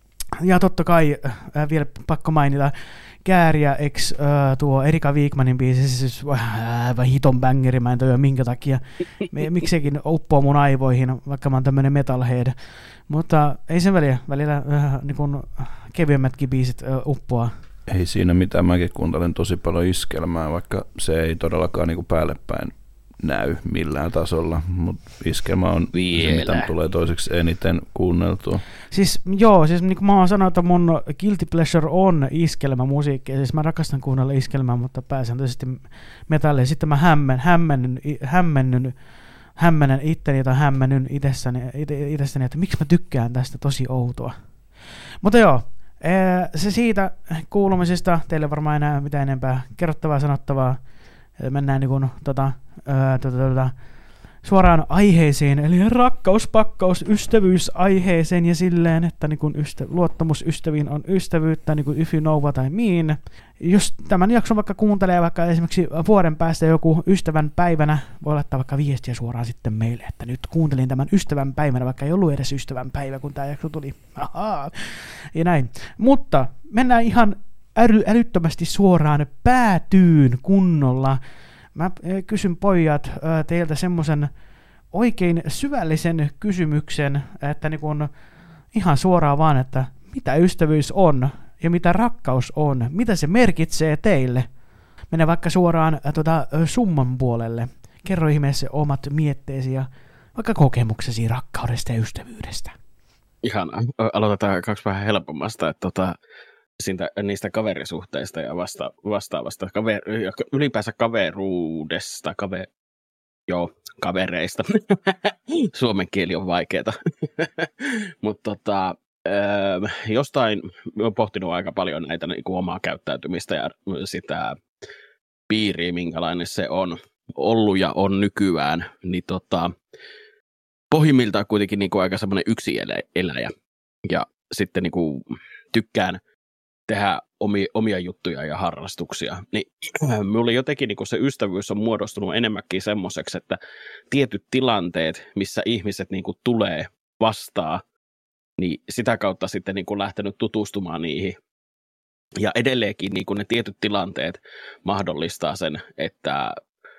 Ja totta kai äh, vielä pakko mainita, Kääriä, ex äh, tuo Erika Wigmanin biisi, siis äh, hiton bangeri, mä en tiedä minkä takia, miksekin uppoo mun aivoihin, vaikka mä oon tämmönen metalhead, mutta ei sen väliä, välillä äh, niin kun kevyemmätkin biisit äh, uppoaa. Ei siinä mitään, mäkin kuuntelen tosi paljon iskelmää, vaikka se ei todellakaan niin kuin päälle päin näy millään tasolla, mutta iskelmä on Vielä. se, mitä tulee toiseksi eniten kuunneltua. Siis joo, siis niin kuin mä oon sanonut, että mun guilty pleasure on iskelmämusiikki, siis mä rakastan kuunnella iskelmää, mutta pääsääntöisesti metallia. Sitten mä hämmen, hämmennyn, hämmennyn, hämmennän itteni tai hämmennyn itsessäni, itsessäni, että miksi mä tykkään tästä, tosi outoa. Mutta joo, se siitä kuulumisesta, teille varmaan enää mitään enempää kerrottavaa, sanottavaa. Mennään niin kuin, tota, ää, tota, tota, suoraan aiheeseen, eli rakkaus, pakkaus, ystävyys aiheeseen ja silleen, että niin kuin ystä, luottamus ystäviin on ystävyyttä, niin kuin if you know what I mean. Jos tämän jakson vaikka kuuntelee vaikka esimerkiksi vuoden päästä joku ystävän päivänä, voi laittaa vaikka viestiä suoraan sitten meille, että nyt kuuntelin tämän ystävän päivänä, vaikka ei ollut edes ystävän päivä, kun tämä jakso tuli. Ahaa. Ja näin. Mutta mennään ihan Äly, älyttömästi suoraan päätyyn kunnolla. Mä kysyn pojat teiltä semmoisen oikein syvällisen kysymyksen, että niin kun ihan suoraan vaan, että mitä ystävyys on ja mitä rakkaus on, mitä se merkitsee teille. Mene vaikka suoraan äh, tuota, summan puolelle. Kerro ihmeessä omat mietteesi ja vaikka kokemuksesi rakkaudesta ja ystävyydestä. Ihana. Aloitetaan kaksi vähän helpommasta, että tota, siitä, niistä kaverisuhteista ja vasta, vastaavasta, kaver, ylipäänsä kaveruudesta, kaver, joo, kavereista. Suomen kieli on vaikeeta. Mutta tota, jostain olen pohtinut aika paljon näitä niin kuin omaa käyttäytymistä ja sitä piiriä, minkälainen se on ollut ja on nykyään, niin tota, pohjimmiltaan kuitenkin niin kuin aika semmoinen yksin-eläjä. Ja sitten niin kuin tykkään tehdä omia, omia juttuja ja harrastuksia. Niin minulle jotenkin niin kuin se ystävyys on muodostunut enemmänkin semmoiseksi, että tietyt tilanteet, missä ihmiset niin kuin tulee vastaan, niin sitä kautta sitten niin kuin lähtenyt tutustumaan niihin. Ja edelleenkin niin kuin ne tietyt tilanteet mahdollistaa sen, että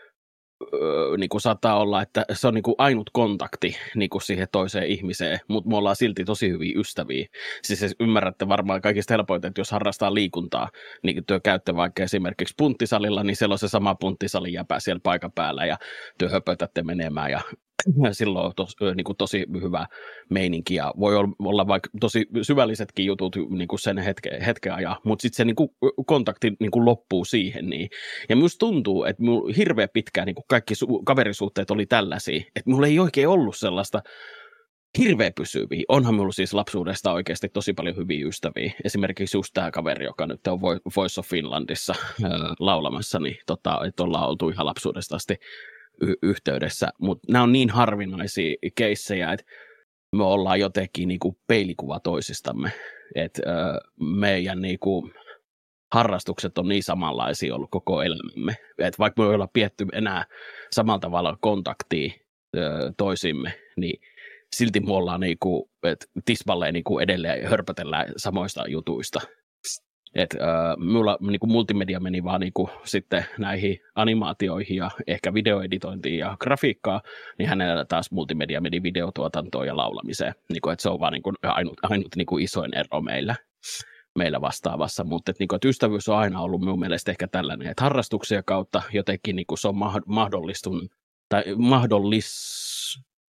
öö, niin kuin saattaa olla, että se on niin kuin ainut kontakti niin kuin siihen toiseen ihmiseen, mutta me ollaan silti tosi hyviä ystäviä. Siis ymmärrätte varmaan kaikista helpointa, että jos harrastaa liikuntaa, niin työ käytte vaikka esimerkiksi punttisalilla, niin siellä on se sama punttisalin jäpä siellä paikan päällä ja työ höpötätte menemään ja silloin on tos, niin kuin tosi hyvä meininki ja voi olla vaikka tosi syvällisetkin jutut niin kuin sen hetken, hetken ajan, mutta sitten se niin kuin, kontakti niin kuin loppuu siihen. Niin. Ja minusta tuntuu, että minulla hirveän pitkään niin kuin kaikki su- kaverisuhteet oli tällaisia, että minulla ei oikein ollut sellaista hirveän pysyviä. Onhan minulla siis lapsuudesta oikeasti tosi paljon hyviä ystäviä. Esimerkiksi just tämä kaveri, joka nyt on Voice of Finlandissa ää, laulamassa, niin tota, että ollaan oltu ihan lapsuudesta asti y- yhteydessä, mutta nämä on niin harvinaisia keissejä, että me ollaan jotenkin niinku peilikuva toisistamme, että äh, meidän niinku harrastukset on niin samanlaisia ollut koko elämämme, että vaikka me ei olla pietty enää samalla tavalla kontaktia äh, toisimme, niin silti me ollaan niinku, et tismalleen niinku edelleen hörpötellään samoista jutuista. Että äh, minulla niinku multimedia meni vaan niinku sitten näihin animaatioihin ja ehkä videoeditointiin ja grafiikkaan, niin hänellä taas multimedia meni videotuotantoon ja laulamiseen. Niinku, että se on vaan niinku ainut, ainut niinku isoin ero meillä, meillä vastaavassa. Mutta et niinku, et ystävyys on aina ollut minun mielestä ehkä tällainen, että harrastuksia kautta jotenkin niinku se on mahdollistunut tai mahdollis,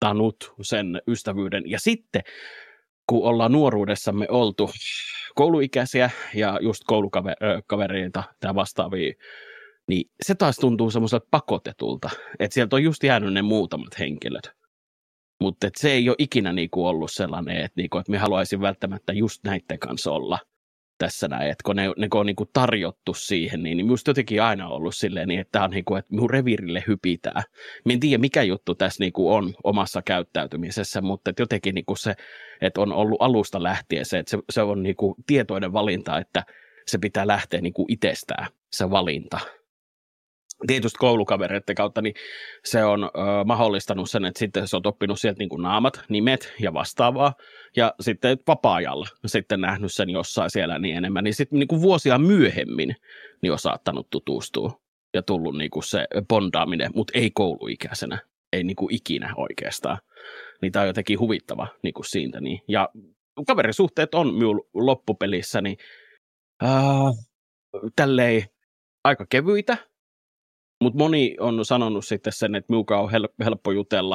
rakentanut sen ystävyyden. Ja sitten, kun ollaan nuoruudessamme oltu kouluikäisiä ja just koulukavereita tai vastaavia, niin se taas tuntuu semmoiselta pakotetulta, että sieltä on just jäänyt ne muutamat henkilöt. Mutta se ei ole ikinä niinku ollut sellainen, että, niinku, että me haluaisin välttämättä just näiden kanssa olla tässä näin, että kun ne, ne kun on niinku tarjottu siihen, niin, niin minusta jotenkin aina ollut silleen, niin, että tämä on niinku, että minun revirille hypitään. Minä en tiedä, mikä juttu tässä niinku on omassa käyttäytymisessä, mutta että jotenkin niinku se, että on ollut alusta lähtien se, että se, se on niinku tietoinen valinta, että se pitää lähteä niinku itsestään, se valinta. Tietysti koulukavereiden kautta, niin se on ö, mahdollistanut sen, että sitten se on oppinut sieltä niin kuin naamat, nimet ja vastaavaa, ja sitten vapaa-ajalla sitten nähnyt sen jossain siellä niin enemmän, niin sitten niin kuin vuosia myöhemmin niin on saattanut tutustua ja tullut niin kuin se bondaaminen, mutta ei kouluikäisenä, ei niin kuin ikinä oikeastaan. Niin tämä on jotenkin huvittava niin kuin siitä. Niin. Ja kaverisuhteet on minulla loppupelissä niin, äh, tälleen aika kevyitä. Mutta moni on sanonut sitten sen, että minuka on helppo jutella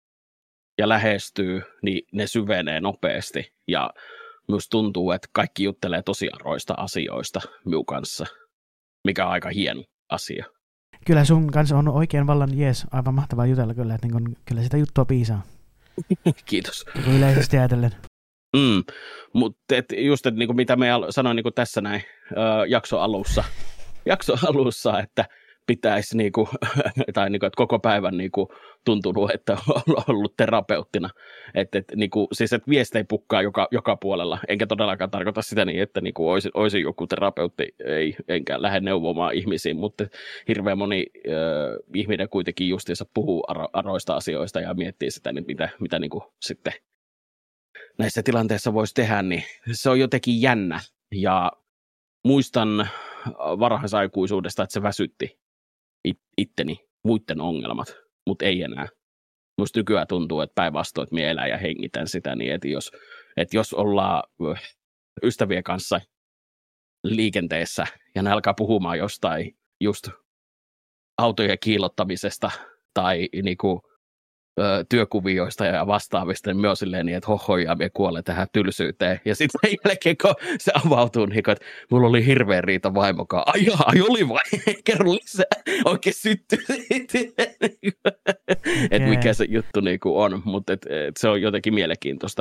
ja lähestyy, niin ne syvenee nopeasti. Ja minusta tuntuu, että kaikki juttelee tosi aroista asioista minun kanssa, mikä on aika hieno asia. Kyllä sun kanssa on oikein vallan jees, aivan mahtavaa jutella kyllä, että niin kyllä sitä juttua piisaa. Kiitos. Yleisesti ajatellen. Mm, mutta just, että niinku, mitä me sanoin niinku tässä näin ö, jakso alussa, jakso alussa, että pitäisi, niinku, tai niinku, että koko päivän niinku, tuntunut, että on ollut terapeuttina. Että et, niinku, siis, et viesti ei pukkaa joka, joka puolella, enkä todellakaan tarkoita sitä niin, että niinku, olisi, olisi joku terapeutti, ei, enkä lähde neuvomaan ihmisiin, mutta hirveän moni äh, ihminen kuitenkin justiinsa puhuu aro, aroista asioista ja miettii sitä, niin mitä, mitä niinku, sitten näissä tilanteissa voisi tehdä, niin se on jotenkin jännä. Ja muistan varhaisaikuisuudesta, että se väsytti it- itteni, muiden ongelmat, mutta ei enää. Musta nykyään tuntuu, että päinvastoin, että minä elän ja hengitän sitä, niin että jos, että jos ollaan ystävien kanssa liikenteessä ja ne alkaa puhumaan jostain just autojen kiillottamisesta tai niinku, ö, työkuvioista ja vastaavista, niin me on silleen niin, että hohoja, me kuolee tähän tylsyyteen. Ja sitten sen jälkeen, kun se avautuu, niin että mulla oli hirveä riita vaimokaan. Ai jaa, ai oli vai? Kerro lisää. Oikein sytty. Että mikä se juttu niinku on, mutta et, et se on jotenkin mielenkiintoista.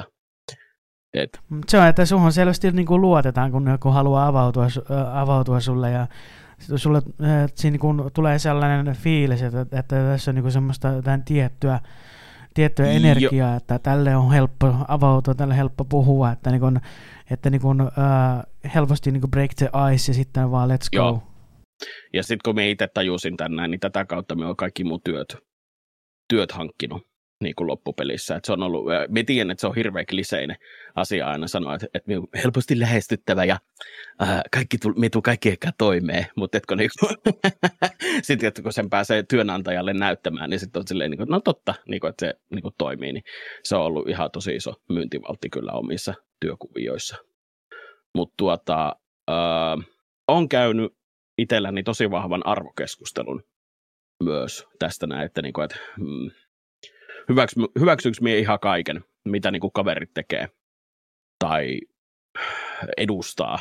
Et. Se on, että suhun selvästi niinku luotetaan, kun joku haluaa avautua, avautua sulle ja sulle siinä kun tulee sellainen fiilis, että, että tässä on niinku semmoista jotain tiettyä, tiettyä energiaa, jo. Että tälle on helppo avautua, tälle on helppo puhua, että, niinku, että niinku, uh, helposti niinku break the ice ja sitten vaan let's go. Joo. Ja sitten kun me itse tajusin tänään, niin tätä kautta me on kaikki mun työt, työt hankkinut niin kuin loppupelissä. Et se on ollut, me tiedän, että se on hirveän kliseinen asia aina sanoa, että, että me on helposti lähestyttävä ja äh, kaikki tul, me tuu kaikki ehkä toimeen, mutta niinku, sitten kun sen pääsee työnantajalle näyttämään, niin sitten on silleen, niin kuin, no totta, niin kuin, että se niin kuin toimii, niin se on ollut ihan tosi iso myyntivaltti kyllä omissa työkuvioissa. Mutta tuota, äh, on käynyt itselläni tosi vahvan arvokeskustelun myös tästä näin, että, niinku, että mm, hyväksy, hyväksyykö minä ihan kaiken, mitä niinku kaverit tekee tai edustaa.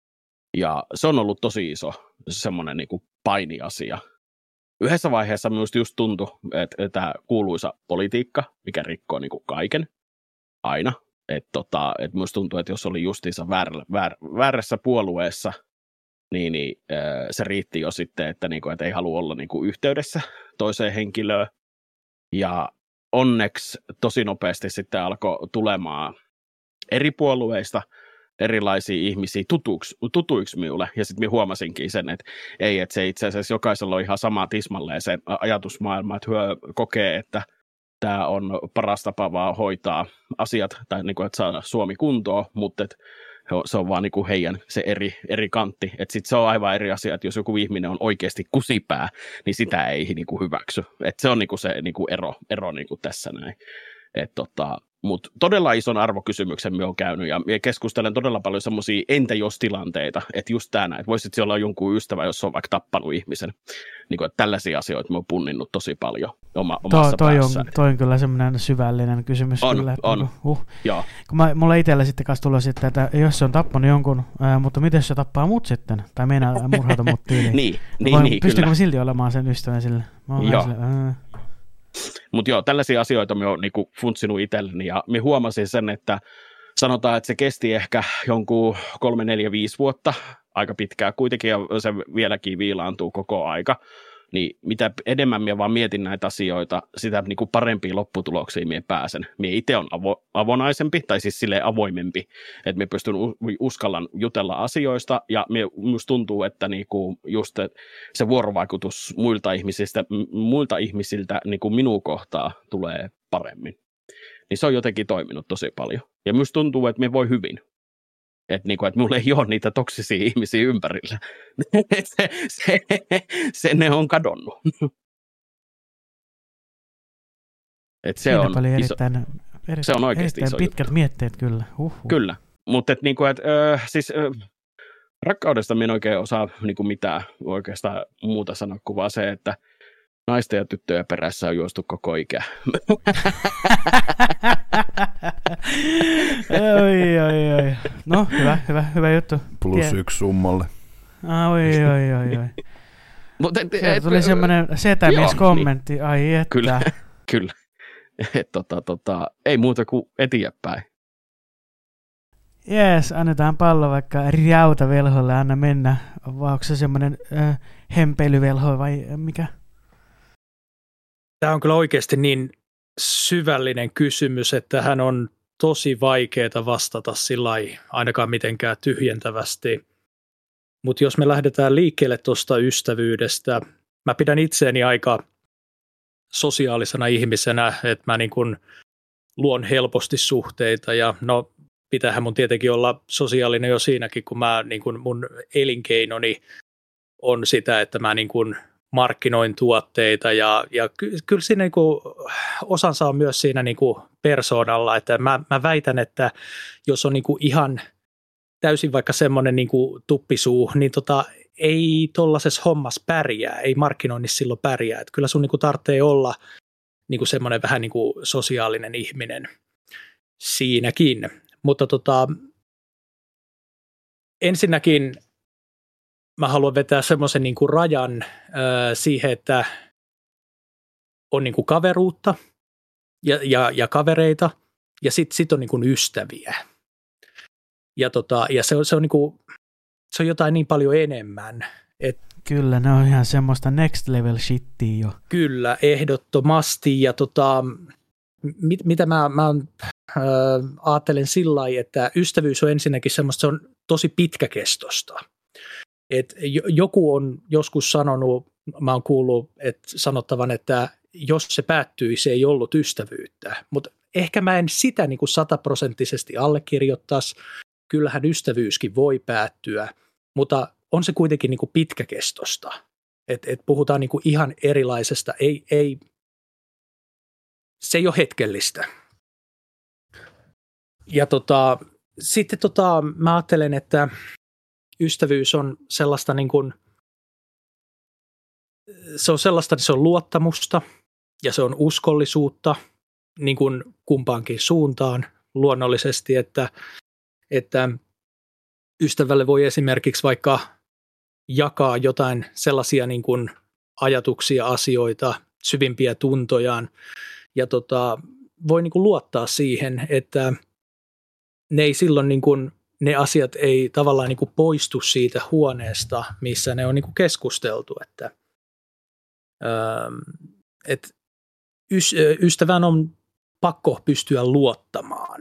Ja se on ollut tosi iso semmoinen niinku painiasia. Yhdessä vaiheessa minusta just tuntui, että tämä kuuluisa politiikka, mikä rikkoo niinku kaiken aina. Että tota, et minusta tuntuu, että jos oli justiinsa väär, väär, väärässä puolueessa, niin, niin se riitti jo sitten, että, niinku, että ei halua olla niinku yhteydessä toiseen henkilöön. Ja onneksi tosi nopeasti sitten alkoi tulemaan eri puolueista erilaisia ihmisiä tutuiksi, tutuiksi minulle. Ja sitten minä huomasinkin sen, että ei, että se itse asiassa jokaisella on ihan sama tismalleen se ajatusmaailma, että hyö kokee, että tämä on paras tapa vaan hoitaa asiat, tai niin kuin, että saada Suomi kuntoon, mutta että se on vaan niinku heidän se eri, eri kantti. Että sitten se on aivan eri asia, että jos joku ihminen on oikeasti kusipää, niin sitä ei niinku hyväksy. Että se on niinku se niinku ero, ero niinku tässä näin. Että tota, Mutta todella ison arvokysymyksen me on käynyt, ja me keskustelen todella paljon semmoisia entä jos tilanteita, että just tämä, että voisit olla jonkun ystävä, jos on vaikka tappanut ihmisen. Niin kuin, että tällaisia asioita me on punninnut tosi paljon oma, omassa to, toi päässä. On, toi on kyllä semmoinen syvällinen kysymys. On, kyllä, on. Niin kuin, uh. Joo. Kun mä, mulla itsellä sitten kanssa tullut sitten, että jos se on tappanut jonkun, ää, mutta miten jos se tappaa mut sitten, tai meinaa murhata mut tyyliin. niin, niin, Voin, niin pystykö kyllä. silti olemaan sen ystävän sille? Joo. Sille, ää. Mutta joo, tällaisia asioita me oon niinku funtsinut itselleni, ja me huomasin sen, että sanotaan, että se kesti ehkä jonkun kolme, neljä, viisi vuotta, aika pitkään kuitenkin, ja se vieläkin viilaantuu koko aika. Niin mitä enemmän minä vaan mietin näitä asioita, sitä niinku parempia lopputuloksia minä pääsen. Minä itse olen avo, avonaisempi, tai siis silleen avoimempi, että minä pystyn uskallan jutella asioista, ja minusta tuntuu, että niinku just se vuorovaikutus muilta ihmisistä, muilta ihmisiltä niinku minua kohtaa tulee paremmin. Niin se on jotenkin toiminut tosi paljon. Ja minusta tuntuu, että minä voi hyvin. Että niinku, et mulla ei ole niitä toksisia ihmisiä ympärillä. se, se, se ne on kadonnut. Et se, on oli iso, erittäin, erittäin, se on oikeasti erittäin iso pitkät juttu. Mietteet kyllä. Huhhuh. Kyllä, mutta et, niinku, et, äh, siis, äh, rakkaudesta minä en oikein osaa niinku, mitään oikeastaan muuta sanoa kuin vaan se, että naisten ja tyttöjen perässä on juostu koko ikä. oi, oi, oi. No, hyvä, hyvä, hyvä juttu. Plus Tie- yksi summalle. Oi, oi, oi, oi. Mut, et, Se et, tuli semmoinen setämies-kommentti, niin. ai että. Kyllä, kyllä. Et, tota, tota, ei muuta kuin eteenpäin. Jees, annetaan pallo vaikka riautavelholle, anna mennä. Vai onko se semmoinen äh, hempeilyvelho vai mikä? Tämä on kyllä oikeasti niin syvällinen kysymys, että hän on tosi vaikeaa vastata sillai ainakaan mitenkään tyhjentävästi. Mutta jos me lähdetään liikkeelle tuosta ystävyydestä, mä pidän itseäni aika sosiaalisena ihmisenä, että mä niin kun luon helposti suhteita ja no pitäähän mun tietenkin olla sosiaalinen jo siinäkin, kun mä niin kun mun elinkeinoni on sitä, että mä niin kun markkinoin tuotteita ja, ja ky- kyllä siinä niin kuin osansa on myös siinä niin kuin persoonalla, että mä, mä väitän, että jos on niin kuin ihan täysin vaikka semmoinen niin kuin tuppisuu, niin tota, ei tollaisessa hommassa pärjää, ei markkinoinnissa silloin pärjää, että kyllä sun niin kuin tarvitsee olla niin kuin semmoinen vähän niin kuin sosiaalinen ihminen siinäkin, mutta tota, ensinnäkin mä haluan vetää semmoisen niin kuin rajan äh, siihen, että on niin kuin kaveruutta ja, ja, ja kavereita ja sitten sit on niin kuin ystäviä. Ja, tota, ja se, on, se, on niin kuin, se on jotain niin paljon enemmän. Et kyllä, ne on ihan semmoista next level shittiä jo. Kyllä, ehdottomasti. Ja tota, mit, mitä mä, mä äh, ajattelen sillä lailla, että ystävyys on ensinnäkin semmoista, se on tosi pitkäkestosta. Et joku on joskus sanonut, mä oon kuullut että sanottavan, että jos se päättyi, se ei ollut ystävyyttä. Mutta ehkä mä en sitä niin kuin sataprosenttisesti allekirjoittaisi. Kyllähän ystävyyskin voi päättyä, mutta on se kuitenkin niin kuin pitkäkestosta. Et, et puhutaan niin kuin ihan erilaisesta, ei, ei, se ei ole hetkellistä. Ja tota, sitten tota, mä ajattelen, että ystävyys on sellaista niin kuin, se on sellaista, se on luottamusta ja se on uskollisuutta niin kuin kumpaankin suuntaan luonnollisesti, että, että ystävälle voi esimerkiksi vaikka jakaa jotain sellaisia niin kuin ajatuksia, asioita, syvimpiä tuntojaan ja tota, voi niin kuin luottaa siihen, että ne ei silloin niin kuin ne asiat ei tavallaan niin kuin poistu siitä huoneesta, missä ne on niin kuin keskusteltu, että, ähm, että ystävän on pakko pystyä luottamaan.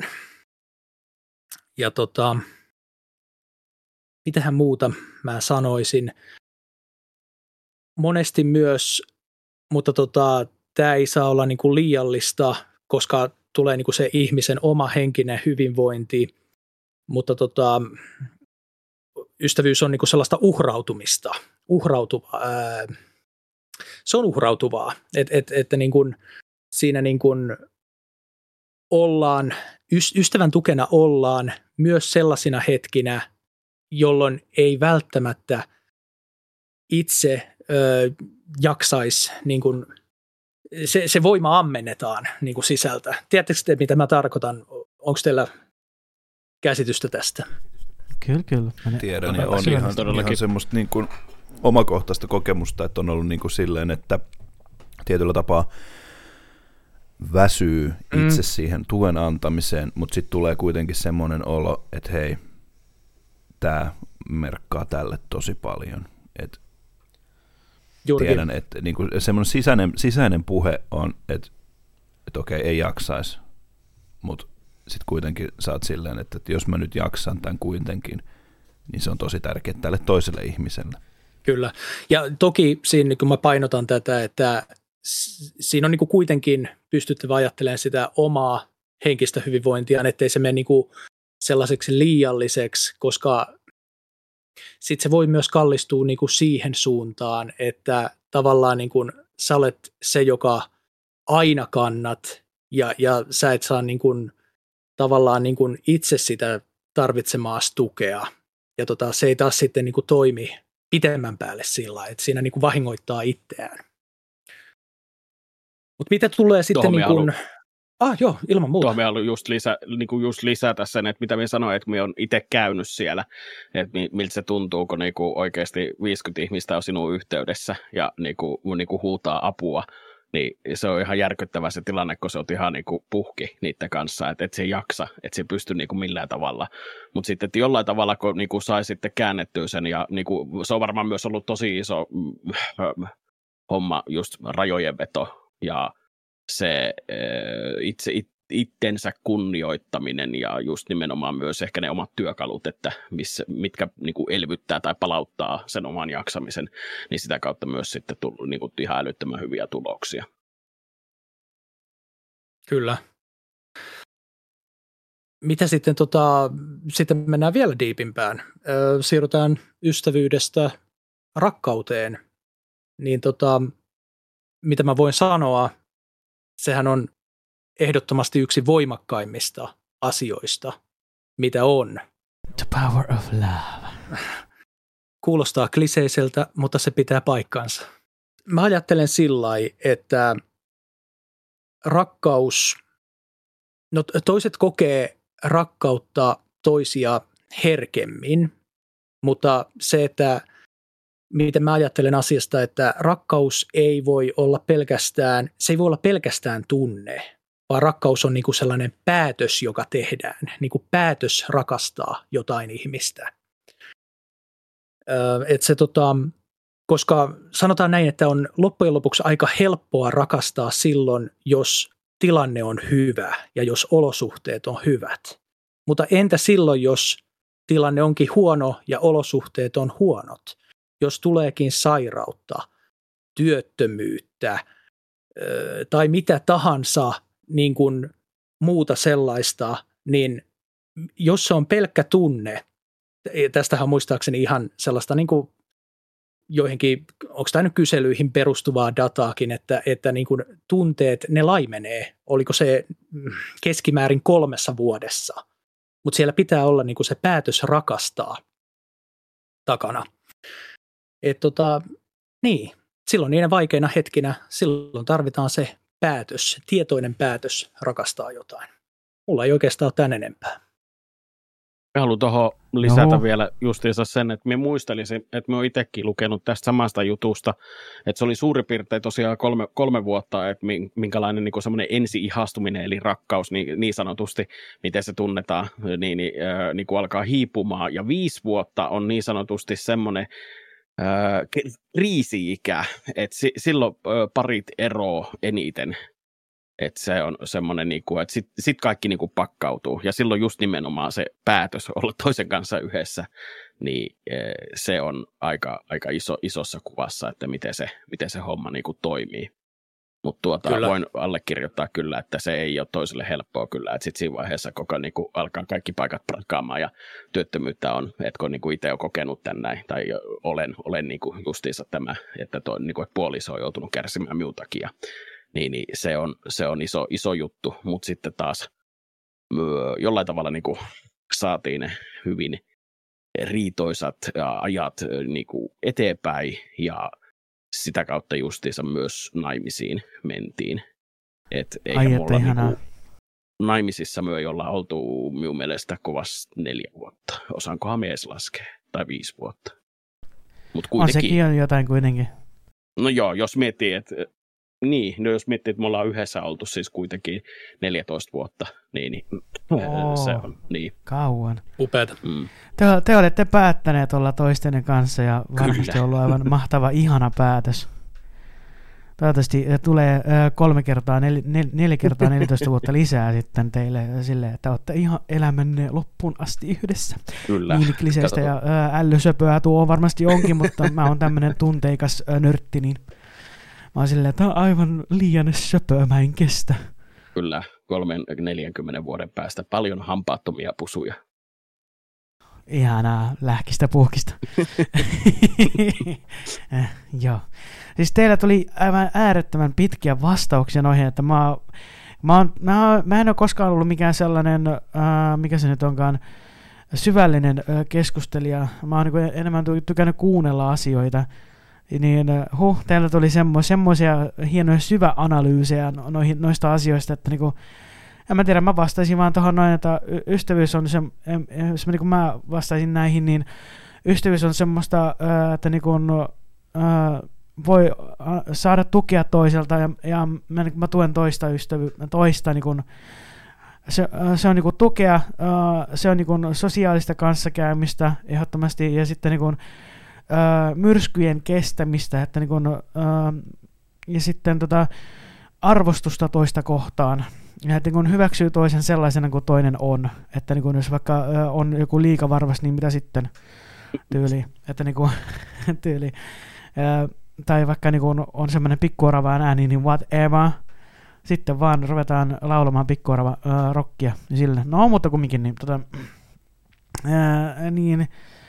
Ja tota, mitähän muuta mä sanoisin. Monesti myös, mutta tota, tämä ei saa olla niin kuin liiallista, koska tulee niin kuin se ihmisen oma henkinen hyvinvointi, mutta tota, ystävyys on niinku sellaista uhrautumista, uhrautuvaa, ää, se on uhrautuvaa, että et, et, niin siinä niin ollaan, ystävän tukena ollaan myös sellaisina hetkinä, jolloin ei välttämättä itse ö, jaksaisi, niin kuin, se, se voima ammennetaan niin kuin sisältä. Tiedättekö te, mitä mä tarkoitan? Onko teillä käsitystä tästä? Kyllä, kyllä. Mä tiedän, ja on ihan, ihan semmoista niin kuin omakohtaista kokemusta, että on ollut niin kuin silleen, että tietyllä tapaa väsyy itse mm. siihen tuen antamiseen, mutta sitten tulee kuitenkin semmoinen olo, että hei, tämä merkkaa tälle tosi paljon. Et tiedän, että niinku semmoinen sisäinen, sisäinen puhe on, että et okei, ei jaksaisi, mutta sitten kuitenkin sä oot silleen, että, että jos mä nyt jaksan tämän kuitenkin, niin se on tosi tärkeää tälle toiselle ihmiselle. Kyllä, ja toki siinä kun mä painotan tätä, että siinä on niin kuin kuitenkin pystyttävä ajattelemaan sitä omaa henkistä hyvinvointia, ettei se mene niin kuin sellaiseksi liialliseksi, koska sitten se voi myös kallistua niin kuin siihen suuntaan, että tavallaan niin kuin sä olet se, joka aina kannat ja, ja sä et saa niin kuin, tavallaan niin kuin itse sitä tarvitsemaasi tukea. Ja tota, se ei taas sitten niin kuin toimi pitemmän päälle sillä, että siinä niin kuin vahingoittaa itseään. Mutta mitä tulee sitten niin kuin... Ah joo, ilman muuta. Tuohon me haluan just, lisä, niin kuin just lisätä sen, että mitä minä sanoin, että minä olen itse käynyt siellä, että miltä se tuntuu, kun niin kuin oikeasti viisikymmentä ihmistä on sinun yhteydessä ja niin kuin, niin kuin huutaa apua, niin se on ihan järkyttävä se tilanne, kun se on ihan niin kuin puhki niiden kanssa, että et se ei jaksa, että se ei pysty niin kuin millään tavalla. Mutta sitten että jollain tavalla, kun niin kuin sai sitten käännettyä sen, ja niin kuin, se on varmaan myös ollut tosi iso mm, homma, just rajojen veto ja se itse it, itsensä kunnioittaminen ja just nimenomaan myös ehkä ne omat työkalut, että missä, mitkä niin kuin elvyttää tai palauttaa sen oman jaksamisen, niin sitä kautta myös sitten tullut niin kuin ihan älyttömän hyviä tuloksia. Kyllä. Mitä sitten, tota, sitten mennään vielä diipimpään. Ö, siirrytään ystävyydestä rakkauteen. Niin tota, mitä mä voin sanoa, sehän on ehdottomasti yksi voimakkaimmista asioista, mitä on. The power of love. Kuulostaa kliseiseltä, mutta se pitää paikkansa. Mä ajattelen sillai, että rakkaus, no toiset kokee rakkautta toisia herkemmin, mutta se, että miten mä ajattelen asiasta, että rakkaus ei voi olla pelkästään, se ei voi olla pelkästään tunne, vaan rakkaus on niin kuin sellainen päätös, joka tehdään, niin kuin päätös rakastaa jotain ihmistä. Öö, et se, tota, koska sanotaan näin, että on loppujen lopuksi aika helppoa rakastaa silloin, jos tilanne on hyvä ja jos olosuhteet on hyvät. Mutta entä silloin, jos tilanne onkin huono ja olosuhteet on huonot? Jos tuleekin sairautta, työttömyyttä öö, tai mitä tahansa niin kuin muuta sellaista, niin jos se on pelkkä tunne, tästähän muistaakseni ihan sellaista niin kuin joihinkin, onko tämä nyt kyselyihin perustuvaa dataakin, että, että niin kuin tunteet, ne laimenee, oliko se keskimäärin kolmessa vuodessa, mutta siellä pitää olla niin kuin se päätös rakastaa takana. Et tota, niin, silloin niinä vaikeina hetkinä, silloin tarvitaan se päätös, tietoinen päätös rakastaa jotain. Mulla ei oikeastaan ole tämän enempää. Mä haluan tuohon lisätä no. vielä justiinsa sen, että mä muistelisin, että mä oon itsekin lukenut tästä samasta jutusta, että se oli suurin piirtein tosiaan kolme, kolme vuotta, että minkälainen niin semmoinen ensi-ihastuminen, eli rakkaus niin, niin sanotusti, miten se tunnetaan, niin, niin, äh, niin kuin alkaa hiipumaan, ja viisi vuotta on niin sanotusti semmoinen äh, kriisi-ikä, että si, silloin äh, parit eroo eniten. Että se on semmoinen, että sitten sit kaikki niinku pakkautuu. Ja silloin just nimenomaan se päätös olla toisen kanssa yhdessä, niin se on aika, aika iso, isossa kuvassa, että miten se, miten se homma niinku toimii. Mutta tuota, voin allekirjoittaa kyllä, että se ei ole toiselle helppoa kyllä. Että sitten siinä vaiheessa koko niinku alkaa kaikki paikat prakkaamaan ja työttömyyttä on, että kun niinku itse on kokenut tän näin, tai olen, olen niinku justiinsa tämä, että, toi, niinku, että puoliso on joutunut kärsimään minun takia. Niin, niin se on, se on iso, iso juttu, mutta sitten taas jollain tavalla niin kuin saatiin ne hyvin riitoisat ajat niin kuin eteenpäin ja sitä kautta justiinsa myös naimisiin mentiin. Et eihän Ai, mulla ihanaa. niinku, naimisissa me ei olla oltu minun mielestä kovasti neljä vuotta. Osaankohan mies laskea, tai viisi vuotta. Mut On kuitenkin. sekin on jotain kuitenkin. No joo, jos miettii, että niin, no jos miettii, että me ollaan yhdessä oltu siis kuitenkin neljätoista vuotta, niin, niin Oo. se on niin. Kauan. Upeata. Mm. Te, te olette päättäneet olla toistenne kanssa ja varmasti Kyllä. ollut aivan mahtava, ihana päätös. Toivottavasti tulee kolme kertaa, nel, nel, neljä kertaa neljätoista vuotta lisää sitten teille silleen, että olette ihan elämänne loppuun asti yhdessä. Kyllä. Niin kliseistä ja ää, ällysöpöä tuo varmasti onkin, mutta mä oon tämmönen tunteikas ää, nörtti, niin mä oon silleen, että on aivan liian söpöä, mä en kestä. Kyllä, kolmen neljänkymmenen vuoden päästä paljon hampaattomia pusuja. Ihanaa lähkistä puhkista. eh, joo. Siis teillä tuli aivan äärettömän pitkiä vastauksia noihin, että mä, oon, mä, oon, mä, oon, mä en ole koskaan ollut mikään sellainen, äh, mikä se nyt onkaan, syvällinen äh, keskustelija. Mä oon niin enemmän tykännyt kuunnella asioita. Niin huh, teillä tuli semmo, semmoisia hienoja syväanalyysejä noihin, noista asioista, että niinku, en mä tiedä, mä vastaisin vaan tuohon noin, että ystävyys on se, jos mä, niin mä vastaisin näihin, niin ystävyys on semmoista, että niin kuin, voi saada tukea toiselta ja, ja mä, mä tuen toista ystävyyttä, toista niin kuin, se, se on niin kuin tukea, se on niin kuin sosiaalista kanssakäymistä ehdottomasti ja sitten niin kuin, myrskyjen kestämistä, että niin kuin, ja sitten tota, arvostusta toista kohtaan. Ja että niin hyväksyy toisen sellaisena kuin toinen on. Että niin jos vaikka on joku liikavarvas, niin mitä sitten tyyli. Että niin kuin, tyyli. Tai vaikka niin on semmoinen pikkuoravaan ääni, niin whatever. Sitten vaan ruvetaan laulamaan pikkuorava ää, rockia. Sille. No mutta kumminkin. Niin, tota, ää, niin.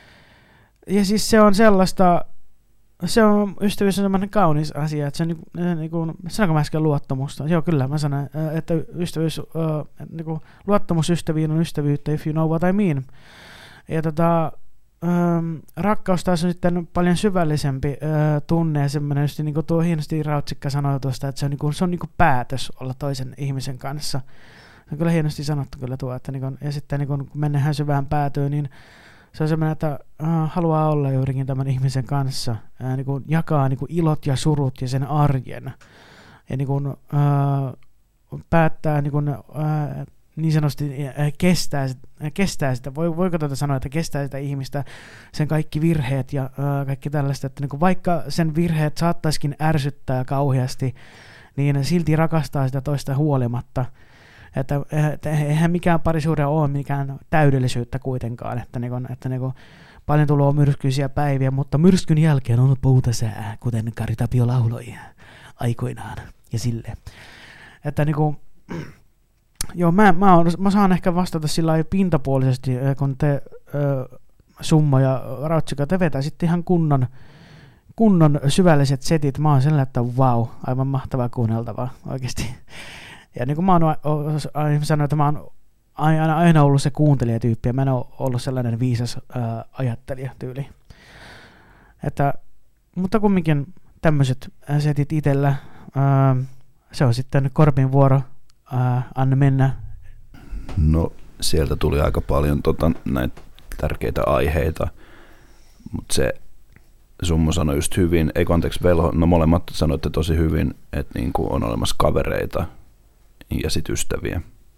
Ja siis se on sellaista, se on, ystävyys on semmoinen kaunis asia, että se on niin, niin kuin, sanonko mä äsken luottamusta? Joo, kyllä mä sanon, että ystävyys, äh, niin kuin, luottamus ystäviin on ystävyyttä, if you know what I mean. Ja tota, ähm, rakkaus taas on sitten paljon syvällisempi äh, tunne ja semmoinen, just niin kuin tuo hienosti Rautsikka sanoi tuosta, että se on, niin kuin, se on niin kuin päätös olla toisen ihmisen kanssa. Se on kyllä hienosti sanottu kyllä tuo, että niin kuin, ja sitten niin kuin, kun mennään syvään päätyyn, niin se on semmoinen, että äh, haluaa olla juurikin tämän ihmisen kanssa, äh, niin kuin jakaa niin kuin ilot ja surut ja sen arjen. Ja niin kuin, äh, päättää niin, kuin, äh, niin sanotusti äh, kestää, äh, kestää sitä, Voi, voiko tätä sanoa, että kestää sitä ihmistä, sen kaikki virheet ja äh, kaikki tällaista, että niin kuin vaikka sen virheet saattaisikin ärsyttää kauheasti, niin silti rakastaa sitä toista huolimatta. Että, että eihän mikään parisuhde ole mikään täydellisyyttä kuitenkaan, että, niin kun, että niin kun paljon tulee myrskyisiä päiviä, mutta myrskyn jälkeen on poutasää, kuten Kari Tapio lauloi aikoinaan ja silleen. Että niin kun, joo, mä, mä, on, mä saan ehkä vastata sillä lailla pintapuolisesti, kun te äh, Summa ja Rautsika, te vetää sitten ihan kunnon, kunnon syvälliset setit. Mä oon sellainen, että vau, aivan mahtavaa kuunneltavaa oikeasti. Ja niin kuin mä oon sanonut, että mä oon aina, aina ollut se kuuntelijatyyppi, ja mä en ole ollut sellainen viisas ää, ajattelijatyyli. Että, mutta kumminkin tämmöiset setit itsellä. Ää, se on sitten Korpin vuoro. Ää, anna mennä. No sieltä tuli aika paljon tota, näitä tärkeitä aiheita, mutta se Summo sanoi just hyvin, ei konteksi Velho, no molemmat sanoitte tosi hyvin, että niin kuin on olemassa kavereita ja sit ystäviä.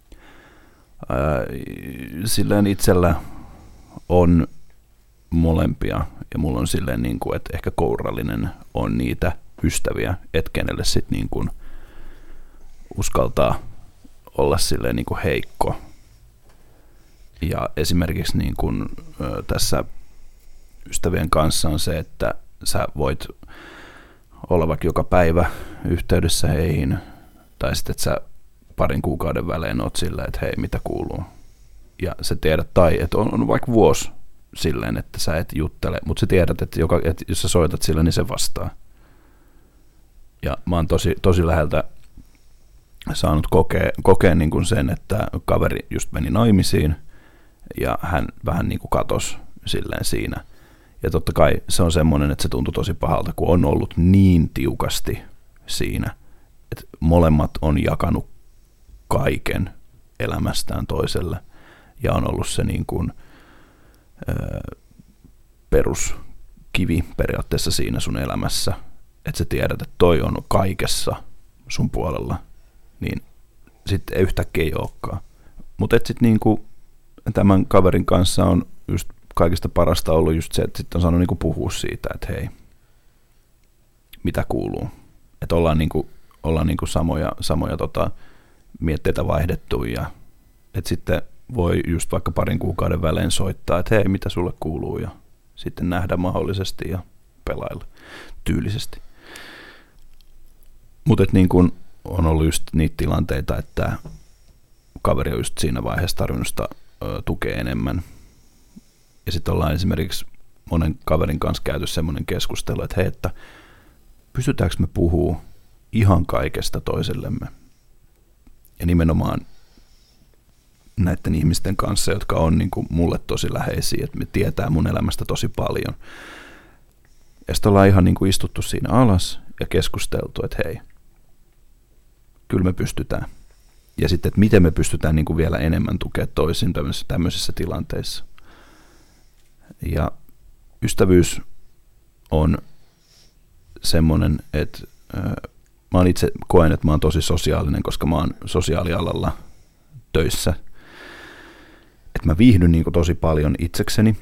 Ää, silleen itsellä on molempia ja mulla on silleen, niin kuin, että ehkä kourallinen on niitä ystäviä, et kenelle sit niin kuin uskaltaa olla silleen niin kuin heikko. Ja esimerkiksi niin kuin, ä, tässä ystävien kanssa on se, että sä voit olla vaikka joka päivä yhteydessä heihin, tai sitten että sä parin kuukauden välein oot silleen, että hei, mitä kuuluu. Ja sä tiedät, tai että on, on vaikka vuosi silleen, että sä et juttele, mutta sä tiedät, että, joka, että jos sä soitat sille, niin se vastaa. Ja mä oon tosi, tosi läheltä saanut kokea, kokea niin kuin sen, että kaveri just meni naimisiin ja hän vähän niin kuin katosi silleen siinä. Ja totta kai se on semmoinen, että se tuntui tosi pahalta, kun on ollut niin tiukasti siinä, että molemmat on jakanut kaiken elämästään toiselle ja on ollut se niin kuin, ö, peruskivi periaatteessa siinä sun elämässä, että sä tiedät, että toi on kaikessa sun puolella, niin sitten yhtäkkiä ei olekaan. Mutta sitten niinku tämän kaverin kanssa on just kaikista parasta ollut just se, että sitten on saanut niinku puhua siitä, että hei, mitä kuuluu. Että ollaan, niinku, ollaan niinku samoja, samoja tota, mietteitä vaihdettu ja että sitten voi just vaikka parin kuukauden välein soittaa, että hei, mitä sulle kuuluu ja sitten nähdä mahdollisesti ja pelailla tyylisesti. Mutta niin kun on ollut just niitä tilanteita, että kaveri on just siinä vaiheessa tarvinnut sitä ö, tukea enemmän. Ja sitten ollaan esimerkiksi monen kaverin kanssa käyty semmoinen keskustelu, että hei, että pystytäänkö me puhua ihan kaikesta toisellemme. Ja nimenomaan näiden ihmisten kanssa, jotka on niin kuin mulle tosi läheisiä, että me tietää mun elämästä tosi paljon. Ja sitten ollaan ihan niin kuin istuttu siinä alas ja keskusteltu, että hei, kyllä me pystytään. Ja sitten, että miten me pystytään niin kuin vielä enemmän tukea toisin tämmöisissä, tämmöisissä tilanteissa. Ja ystävyys on semmoinen, että äh, mä oon itse koen, että mä oon tosi sosiaalinen, koska mä oon sosiaalialalla töissä. Että mä viihdyn niin kuin tosi paljon itsekseni.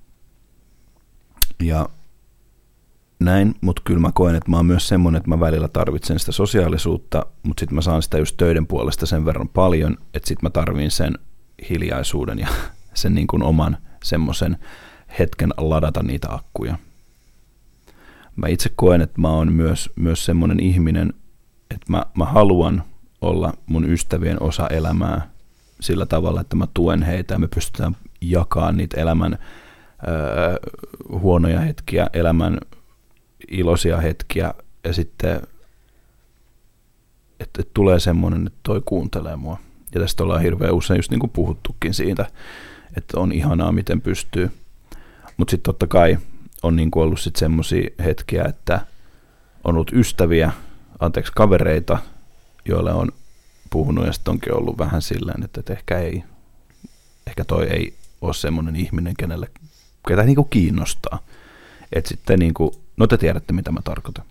Ja näin, mutta kyllä mä koen, että mä oon myös semmoinen, että mä välillä tarvitsen sitä sosiaalisuutta, mutta sitten mä saan sitä just töiden puolesta sen verran paljon, että sitten mä tarvin sen hiljaisuuden ja sen niin kuin oman semmoisen hetken ladata niitä akkuja. Mä itse koen, että mä oon myös, myös semmoinen ihminen, että mä, mä haluan olla mun ystävien osa elämää sillä tavalla, että mä tuen heitä ja me pystytään jakamaan niitä elämän öö, huonoja hetkiä, elämän iloisia hetkiä ja sitten, että, että tulee semmoinen, että toi kuuntelee mua. Ja tästä ollaan hirveän usein just niin kuin puhuttukin siitä, että on ihanaa, miten pystyy. Mutta sitten totta kai on niin kuin ollut sitten semmoisia hetkiä, että on ollut ystäviä, anteeksi kavereita, joille on puhunut ja sitten onkin ollut vähän silleen, että, että ehkä ei, ehkä toi ei ole semmoinen ihminen, kenelle, ketä niin kuin kiinnostaa. Että sitten niin kuin, no te tiedätte mitä mä tarkoitan.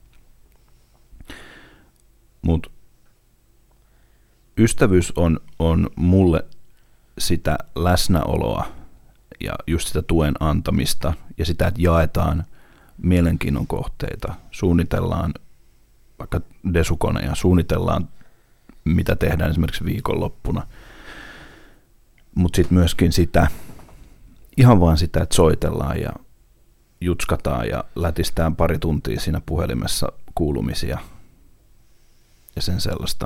Mutta ystävyys on, on mulle sitä läsnäoloa ja just sitä tuen antamista ja sitä, että jaetaan mielenkiinnon kohteita, suunnitellaan vaikka desukoneja, suunnitellaan mitä tehdään esimerkiksi viikonloppuna, mutta sitten myöskin sitä, ihan vaan sitä, että soitellaan ja jutskataan ja lätistään pari tuntia siinä puhelimessa kuulumisia ja sen sellaista.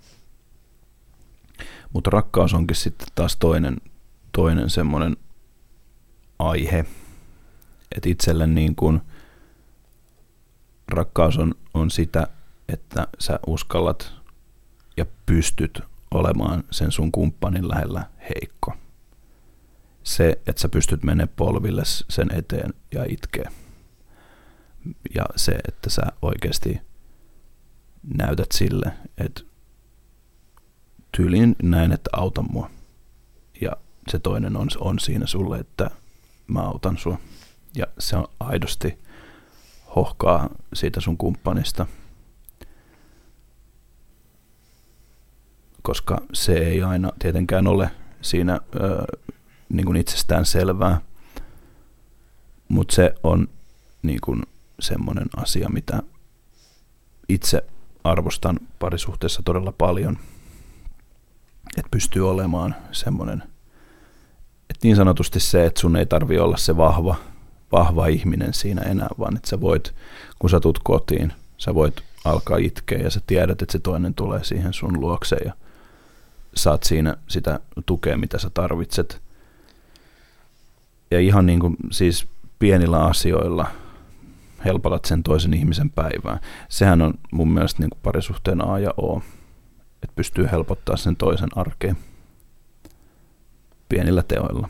Mutta rakkaus onkin sitten taas toinen, toinen semmoinen aihe, että itselle niin kuin rakkaus on, on sitä, että sä uskallat ja pystyt olemaan sen sun kumppanin lähellä heikko. Se, että sä pystyt menemään polville sen eteen ja itkee. Ja se, että sä oikeasti näytät sille, että tyyliin näin, että auta mua. Ja se toinen on, on siinä sulle, että mä autan sua. Ja se on aidosti hohkaa siitä sun kumppanista. Koska se ei aina tietenkään ole siinä ö, niin kuin itsestään selvää, mutta se on niin kuin semmoinen asia, mitä itse arvostan parisuhteessa todella paljon, että pystyy olemaan semmoinen, että niin sanotusti se, että sun ei tarvitse olla se vahva, vahva ihminen siinä enää, vaan että sä voit, kun sä tulet kotiin, sä voit alkaa itkeä ja sä tiedät, että se toinen tulee siihen sun luokse ja saat siinä sitä tukea, mitä sä tarvitset. Ja ihan niin kuin siis pienillä asioilla helpotat sen toisen ihmisen päivää. Sehän on mun mielestä niin kuin parisuhteen A ja O. että pystyy helpottaa sen toisen arkeen pienillä teoilla.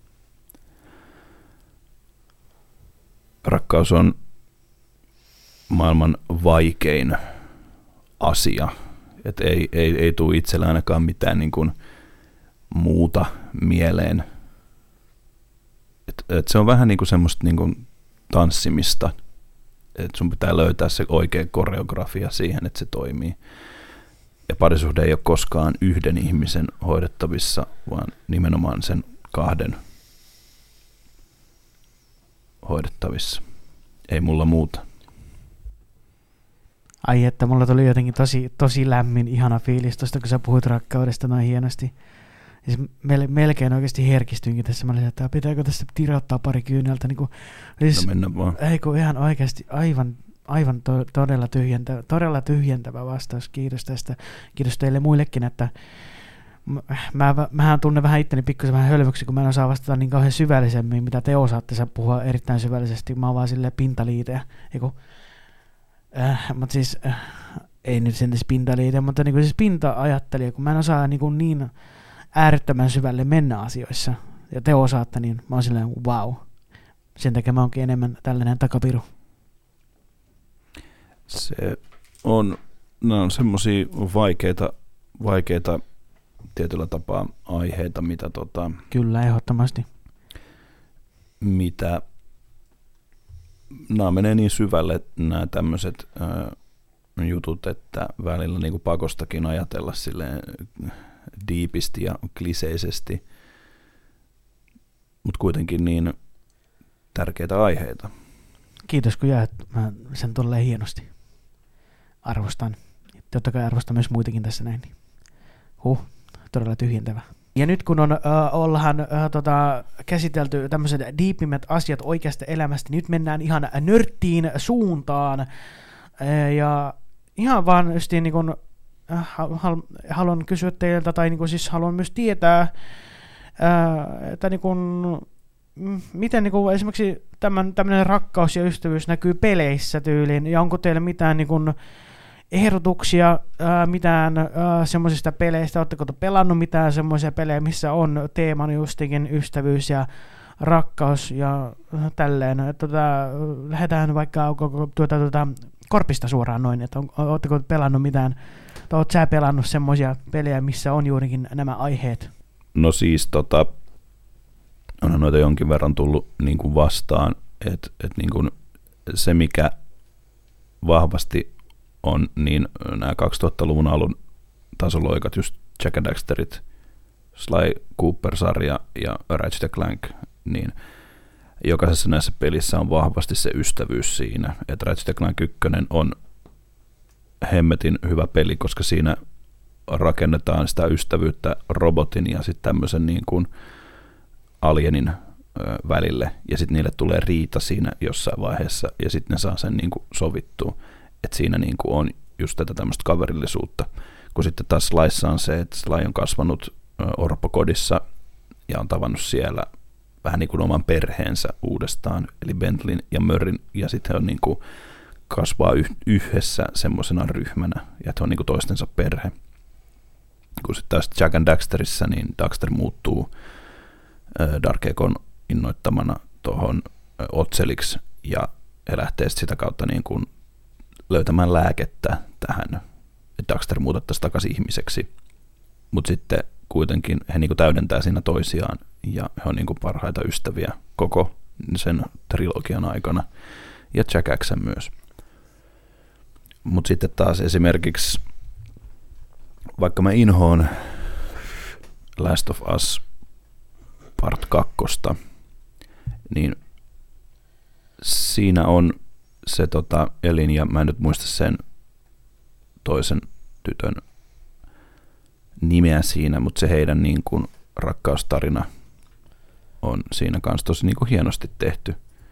Rakkaus on maailman vaikein asia, että ei, ei, ei tule itsellä ainakaan mitään niin kuin muuta mieleen. Et, et se on vähän niin kuin semmoista niin kuin tanssimista, että sun pitää löytää se oikea koreografia siihen, että se toimii. Ja parisuhde ei ole koskaan yhden ihmisen hoidettavissa, vaan nimenomaan sen kahden hoidettavissa. Ei mulla muuta. Ai että, mulla tuli jotenkin tosi, tosi lämmin, ihana fiilis tuosta, kun sä puhuit rakkaudesta noin hienosti. Siis mel- melkein oikeasti herkistyinkin tässä. Mä olin, että pitääkö tästä tirottaa pari kyyneltä. Niin kuin, siis, no mennä vaan. Ei kun ihan oikeasti aivan, aivan to- todella, tyhjentävä, todella tyhjentävä vastaus. Kiitos tästä. Kiitos teille muillekin, että mä, mähän tunnen vähän itteni pikkusen vähän hölmöksi, kun mä en osaa vastata niin kauhean syvällisemmin, mitä te osaatte sä puhua erittäin syvällisesti. Mä oon vaan silleen pintaliite. Eiku, äh, mutta siis, äh, ei nyt sen pintaliite, mutta niin kuin siis pinta-ajattelija, kun mä en osaa niin, kuin niin äärettömän syvälle mennä asioissa, ja te osaatte, niin mä oon silleen wow. Sen takia mä oonkin enemmän tällainen takapiru. Se on, nämä on semmosia vaikeita, vaikeita tietyllä tapaa aiheita, mitä tota... Kyllä, ehdottomasti. Mitä... Nämä menee niin syvälle, nämä tämmöiset äh, jutut, että välillä niin kuin pakostakin ajatella silleen diipisti ja kliseisesti, mutta kuitenkin niin tärkeitä aiheita. Kiitos, kun jäät. Mä sen tolleen hienosti. Arvostan. Totta kai arvostan myös muitakin tässä näin. Huh, todella tyhjentävä. Ja nyt kun on, äh, ollaan äh, tota, käsitelty tämmöiset diipimmät asiat oikeasta elämästä, niin nyt mennään ihan nörttiin suuntaan. Äh, ja ihan vaan justiin niin kun, äh, hal- haluan kysyä teiltä, tai niin kun, siis haluan myös tietää, äh, että niin kun, miten niin kun, esimerkiksi tämän, tämmöinen rakkaus ja ystävyys näkyy peleissä tyyliin, ja onko teillä mitään niin kun, ehdotuksia ää, mitään semmoisista peleistä, oletteko te pelannut mitään semmoisia pelejä, missä on teemana justikin ystävyys ja rakkaus ja tälleen. Tota, lähdetään vaikka tuota, tuota, Korpista suoraan noin, että on, oletteko pelannut mitään, tai oletko sä pelannut semmoisia pelejä, missä on juurikin nämä aiheet? No siis tota, onhan noita jonkin verran tullut niin kuin vastaan, että et niin kuin se mikä vahvasti on, niin nämä kaksituhattaluvun alun tasoloikat, just Jack and Daxterit, Sly Cooper-sarja ja Ratchet and Clank, niin jokaisessa näissä pelissä on vahvasti se ystävyys siinä, että Ratchet and Clank yksi on hemmetin hyvä peli, koska siinä rakennetaan sitä ystävyyttä robotin ja sitten tämmöisen niin kuin alienin ö, välille, ja sitten niille tulee riita siinä jossain vaiheessa, ja sitten ne saa sen niin kuin sovittua. Että siinä niin kuin on just tätä tämmöistä kaverillisuutta, kun sitten taas Slyssa on se, että Sly on kasvanut orpokodissa ja on tavannut siellä vähän niin kuin oman perheensä uudestaan, eli Bentleyn ja Murrayn, ja sitten he on niin kuin kasvaa yhdessä semmoisena ryhmänä, ja että he on niin kuin toistensa perhe. Kun sitten taas Jack and Daxterissä, niin Daxter muuttuu Dark Egon innoittamana tuohon Otseliksi, ja he lähtee sitä kautta niin kuin löytämään lääkettä tähän, että Daxter muutettaisiin takaisin ihmiseksi. Mutta sitten kuitenkin he niinku täydentää siinä toisiaan, ja he on niinku parhaita ystäviä koko sen trilogian aikana, ja Jack X myös. Mutta sitten taas esimerkiksi, vaikka mä inhoon Last of Us Part kakkosta, niin siinä on se tota, Elin, ja mä en nyt muista sen toisen tytön nimeä siinä, mutta se heidän niin kuin rakkaustarina on siinä kanssa tosi niin kuin hienosti tehty.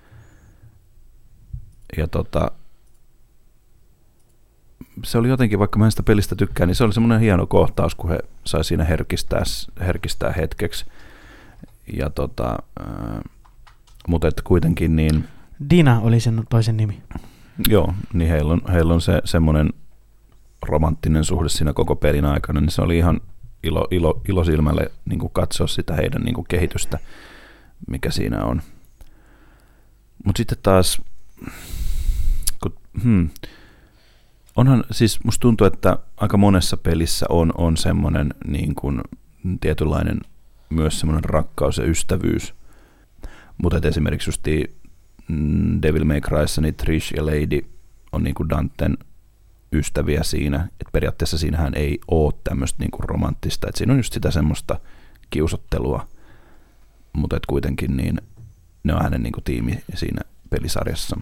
Ja tota, se oli jotenkin, vaikka mä en sitä pelistä tykkään, niin se oli semmoinen hieno kohtaus, kun he sai siinä herkistää, herkistää hetkeksi. Ja tota, äh, mutta että kuitenkin niin... Dina oli sen toisen nimi. Joo, niin heillä on, heillä on se semmoinen romanttinen suhde siinä koko pelin aikana, niin se oli ihan ilo, ilo, ilo silmälle niin kuin katsoa sitä heidän niin kuin kehitystä, mikä siinä on. Mutta sitten taas, kun, hmm, onhan, siis musta tuntuu, että aika monessa pelissä on, on semmoinen niin kuin tietynlainen myös semmoinen rakkaus ja ystävyys, mutta esimerkiksi just Devil May Cryssa niin Trish ja Lady on niin kuin Danten ystäviä siinä, että periaatteessa siinähän ei ole tämmöistä niin kuin romanttista, että siinä on just sitä semmoista kiusottelua, mutta et kuitenkin niin ne on hänen niin kuin tiimi siinä pelisarjassa.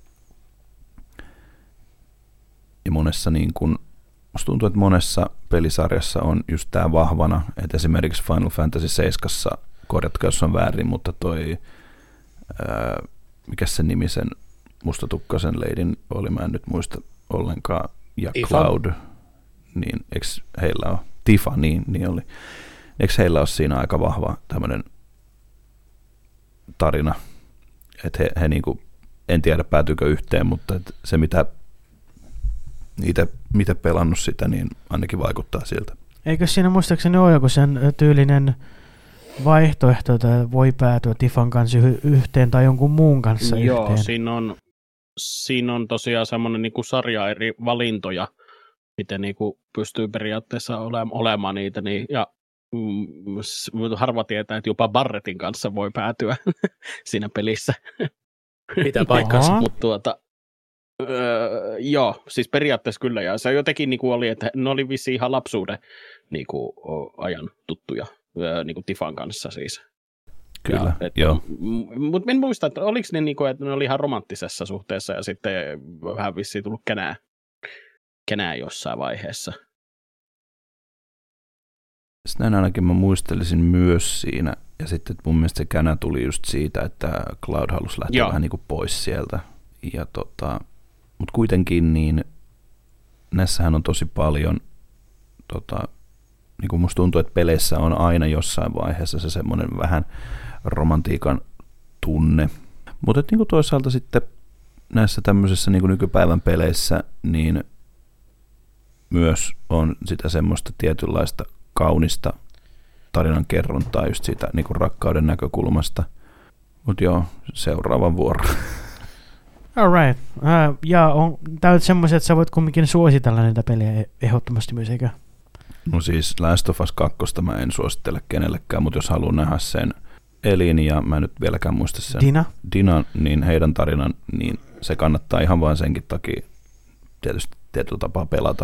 Ja monessa niin kuin, musta tuntuu, että monessa pelisarjassa on just tää vahvana, että esimerkiksi Final Fantasy seitsemän, korjatkaa jos on väärin, mutta toi, ää, mikä sen nimi sen mustatukkaisen leidin oli, mä en nyt muista ollenkaan, ja Tifa. Cloud, niin eikö heillä ole, Tifa, niin, niin oli, eikö heillä ole siinä aika vahva tämmöinen tarina, että he, he niinku, en tiedä päätyykö yhteen, mutta et se mitä itse, mitä pelannut sitä, niin ainakin vaikuttaa siltä. Eikö siinä muistaakseni ole joku sen tyylinen vaihtoehto, että voi päätyä Tifan kanssa y- yhteen tai jonkun muun kanssa Joo, yhteen? siinä on, siinä on tosiaan semmoinen niin kuin sarja eri valintoja, miten niin kuin pystyy periaatteessa ole, olemaan niitä, niin, ja mm, harva tietää, että jopa Barrettin kanssa voi päätyä siinä pelissä. Pitää paikkansa. Aha. Mutta tuota, öö, joo, siis periaatteessa kyllä, ja se jotenkin niin kuin oli, että ne oli vissiin ihan lapsuuden niin kuin, ajan tuttuja öö, niin kuin Tifan kanssa siis. Kyllä, ja, joo. Mutta en muista, että oliko ne, niin kuin, että ne oli ihan romanttisessa suhteessa, ja sitten vähän vissiin tullut kenää, kenää jossain vaiheessa. Näin ainakin mä muistelisin myös siinä, ja sitten mun mielestä se känä tuli just siitä, että Cloud halusi lähteä Joo. vähän niin kuin pois sieltä. Ja tota, mutta kuitenkin niin näissähän on tosi paljon, tota, niin kuin musta tuntuu, että peleissä on aina jossain vaiheessa se semmoinen vähän romantiikan tunne. Mutta niin kuin toisaalta sitten näissä tämmöisissä niin kuin nykypäivän peleissä niin myös on sitä semmoista tietynlaista kaunista tarinan kerrontaa just siitä niin kuin rakkauden näkökulmasta. Mutta joo, seuraavan vuoro. All right. Uh, ja on, tää on semmoiset, että sä voit kumminkin suositella näitä pelejä ehdottomasti myös, eikö? No siis Last of Us kaksi mä en suosittele kenellekään, mutta jos haluaa nähdä sen Elin ja mä en nyt vieläkään muista sen Dina. Dina, niin heidän tarinan, niin se kannattaa ihan vain senkin takia tietysti tietyllä tapaa pelata.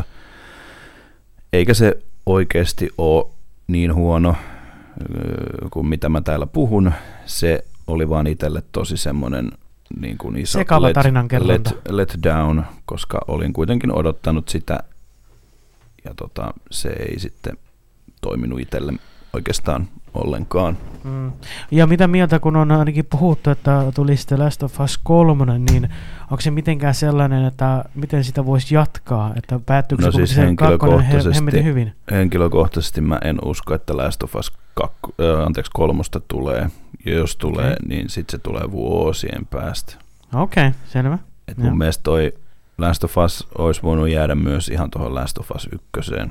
Eikä se oikeasti ole niin huono kuin mitä mä täällä puhun. Se oli vaan itselle tosi semmoinen niin kuin iso sekava let, tarinankerronta. let, let down, koska olin kuitenkin odottanut sitä ja tota, se ei sitten toiminut itselle oikeastaan ollenkaan. Mm. Ja mitä mieltä, kun on ainakin puhuttu, että tuli sitten Last of Us kolme, niin onko se mitenkään sellainen, että miten sitä voisi jatkaa, että päättyykö No se siis se kakkonen he- hemmetin hyvin? Henkilökohtaisesti mä en usko, että Last of Us kakku, äh, anteeksi, kolmosta tulee. Ja jos tulee, Okay. niin sitten se tulee vuosien päästä. Okei, okay, selvä. Et Joo. mun mielestä toi Last of Us olisi voinut jäädä myös ihan tuohon Last of Us ykköseen.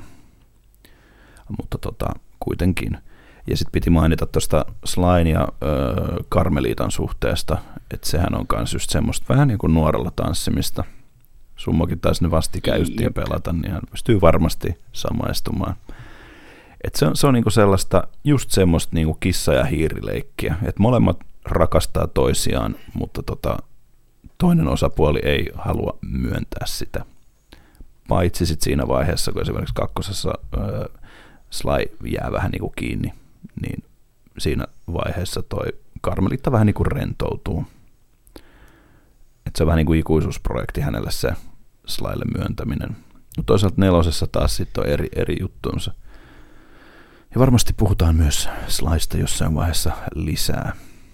Mutta tota, kuitenkin. Ja sitten piti mainita tuosta Slyn ja öö, Carmelitan suhteesta, että sehän on myös just semmoista vähän niin kuin nuorella tanssimista. Summakin taas ne vastikään justiin pelata, niin hän pystyy varmasti samaistumaan. Et se on, se on niinku sellaista, just semmoista niinku kissa- ja hiirileikkiä, että molemmat rakastaa toisiaan, mutta tota, toinen osapuoli ei halua myöntää sitä. Paitsi sit siinä vaiheessa, kun esimerkiksi kakkosessa öö, Sly jää vähän niinku kiinni, niin siinä vaiheessa toi Carmelita vähän niinku rentoutuu. Et se on vähän niin kuin ikuisuusprojekti hänelle se Slylle myöntäminen. No toisaalta nelosessa taas sitten on eri, eri juttuunsa. Ja varmasti puhutaan myös Slysta jossain vaiheessa lisää.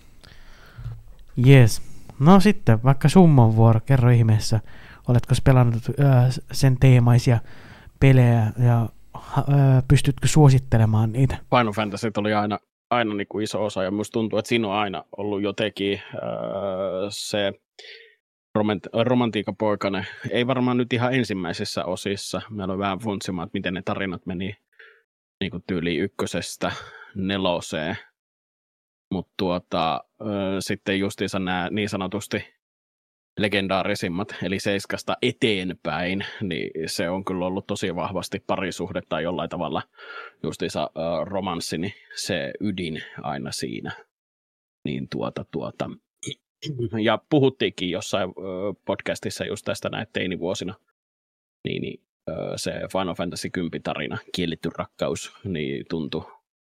Jees. No sitten, vaikka summan vuoro, kerro ihmeessä, oletko pelannut äh, sen teemaisia pelejä ja äh, pystytkö suosittelemaan niitä? Final Fantasy oli aina, aina niin kuin iso osa, ja musta tuntuu, että siinä on aina ollut jotenkin äh, se romant- romantiikapoikainen. Ei varmaan nyt ihan ensimmäisissä osissa. Meillä on vähän funtsimaa, että miten ne tarinat meni niin kuin tyyliin ykkösestä neloseen. Mutta tuota, sitten justiinsa nämä niin sanotusti legendaarisimmat, eli seiskasta eteenpäin, niin se on kyllä ollut tosi vahvasti parisuhde tai jollain tavalla justiinsa uh, romanssi, niin se ydin aina siinä. Niin tuota, tuota. Ja puhuttiinkin jossain uh, podcastissa just tästä näin teinivuosina, niin, niin uh, se Final Fantasy kymmenen tarina, kielletty rakkaus, niin tuntui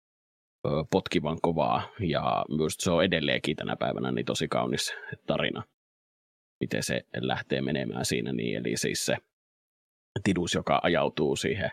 uh, potkivan kovaa, ja myös se on edelleenkin tänä päivänä niin tosi kaunis tarina. Miten se lähtee menemään siinä, niin eli siis se Tidus, joka ajautuu siihen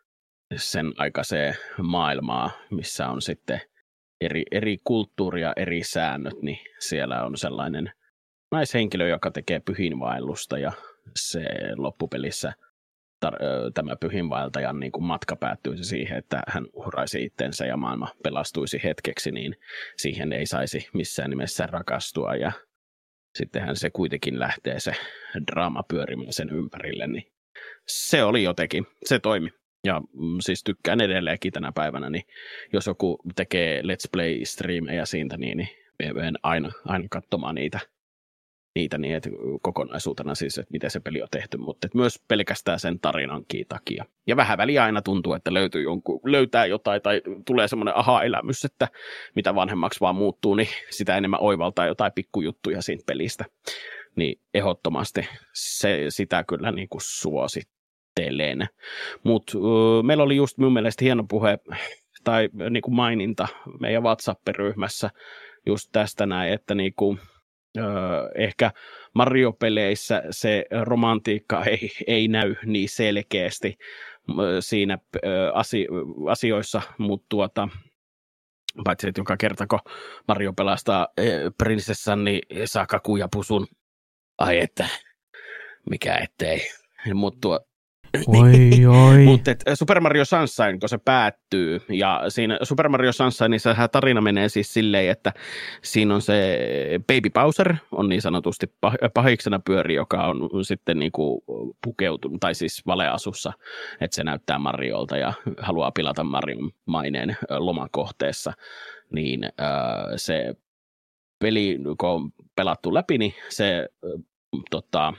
sen aikaiseen maailmaan, missä on sitten eri, eri kulttuuria, eri säännöt, niin siellä on sellainen naishenkilö, joka tekee pyhinvaellusta, ja se loppupelissä tar- tämä pyhinvaeltajan niin kuin matka päättyisi siihen, että hän uhraisi itsensä ja maailma pelastuisi hetkeksi, niin siihen ei saisi missään nimessä rakastua, ja sittenhän se kuitenkin lähtee se draama pyörimään sen ympärille, niin se oli jotenkin, se toimi. Ja mm, siis tykkään edelleenkin tänä päivänä, niin jos joku tekee Let's Play-striimejä siitä, niin, niin menen aina, aina katsomaan niitä, niitä niin, että kokonaisuutena siis, että miten se peli on tehty, mutta myös pelkästään sen tarinankin takia. Ja vähän väliä aina tuntuu, että löytyy jonkun, löytää jotain tai tulee semmoinen aha-elämys, että mitä vanhemmaksi vaan muuttuu, niin sitä enemmän oivaltaa jotain pikkujuttuja siitä pelistä. Niin ehdottomasti se, sitä kyllä niin kuin suosittelen. Mutta uh, meillä oli just mun mielestä hieno puhe tai niin kuin maininta meidän WhatsApp-ryhmässä just tästä näin, että niin kuin Öö, ehkä Mario-peleissä se romantiikka ei, ei näy niin selkeästi siinä öö, asio- asioissa, mutta tuota, paitsi että joka kerta, kun Mario pelastaa öö, prinsessan, niin saa kakun ja pusun. Ai että, mikä ettei. Mutta Oi, oi. Mutta Super Mario Sunshine, kun se päättyy, ja siinä Super Mario Sunshineissa tarina menee siis silleen, että siinä on se Baby Bowser, on niin sanotusti pahiksena pyöri, joka on sitten niinku pukeutunut, tai siis valeasussa, että se näyttää Mariolta ja haluaa pilata Marion maineen lomakohteessa, niin äh, se peli, kun on pelattu läpi, niin se äh, tota,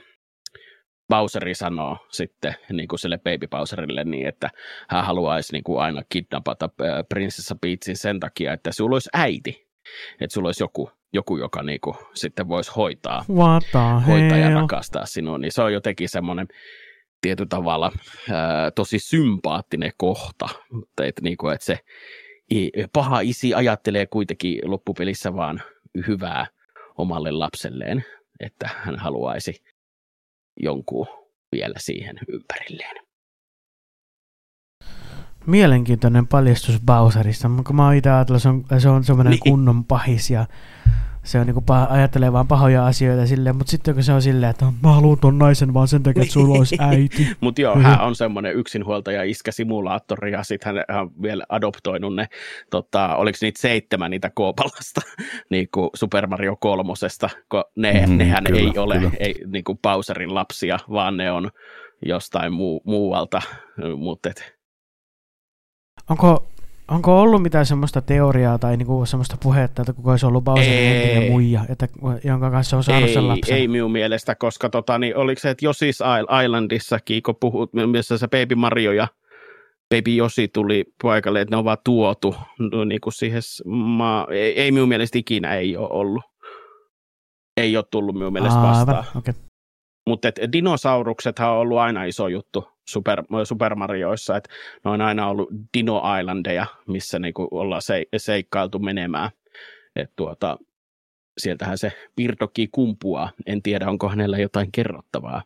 Bowseri sanoo sitten niin kuin sille Baby Bowserille niin, että hän haluaisi niin kuin aina kidnappata Prinsessa Peachin sen takia, että sulla olisi äiti. Että sulla olisi joku, joku joka niin kuin sitten voisi hoitaa, hoitaa ja rakastaa sinua. Niin se on jotenkin semmoinen tietyllä tavalla ää, tosi sympaattinen kohta. Että, niin kuin, että se paha isi ajattelee kuitenkin loppupelissä vaan hyvää omalle lapselleen, että hän haluaisi jonkun vielä siihen ympärilleen. Mielenkiintoinen paljastus Bowserista, kun mä oon itse ajatellut, se on, se on semmoinen niin. kunnon pahis ja se on niinku paha, ajattelee vaan pahoja asioita silleen, mutta sitten kun se on silleen, että mä haluan ton naisen vaan sen takia, että sulla olisi äiti. Mutta joo, hän on semmoinen yksinhuoltaja iskä-simulaattori ja sitten hän on vielä adoptoinut ne, tota, oliko niitä seitsemän niitä Koopalasta niin kuin Super Mario kolmosesta, kun ne, mm, nehän kyllä, ei ole ei, niin kuin Bowserin lapsia, vaan ne on jostain muu, muualta. Mut et. Onko... Onko ollut mitään semmoista teoriaa tai niinku semmoista puhetta, että kuka olisi ollut Bowserin entinen muija, että, jonka kanssa on saanut ei, sen lapsen? Ei minun mielestä, koska tota, niin, oliko se, että Yoshi's Islandissakin, kun puhut, missä se Baby Mario ja Baby Yoshi tuli paikalle, että ne on vaan tuotu niin kuin siihen maa. Ei, ei minun mielestä ikinä ei ole ollut. Ei ole tullut minun mielestä vastaan. Okay. Mutta dinosauruksethan on ollut aina iso juttu Super, Super Marioissa, että ne on aina ollut Dino Islandeja, missä niinku ollaan se, seikkailtu menemään. Et tuota, sieltähän se Pirdokki kumpuaa. En tiedä, onko hänellä jotain kerrottavaa.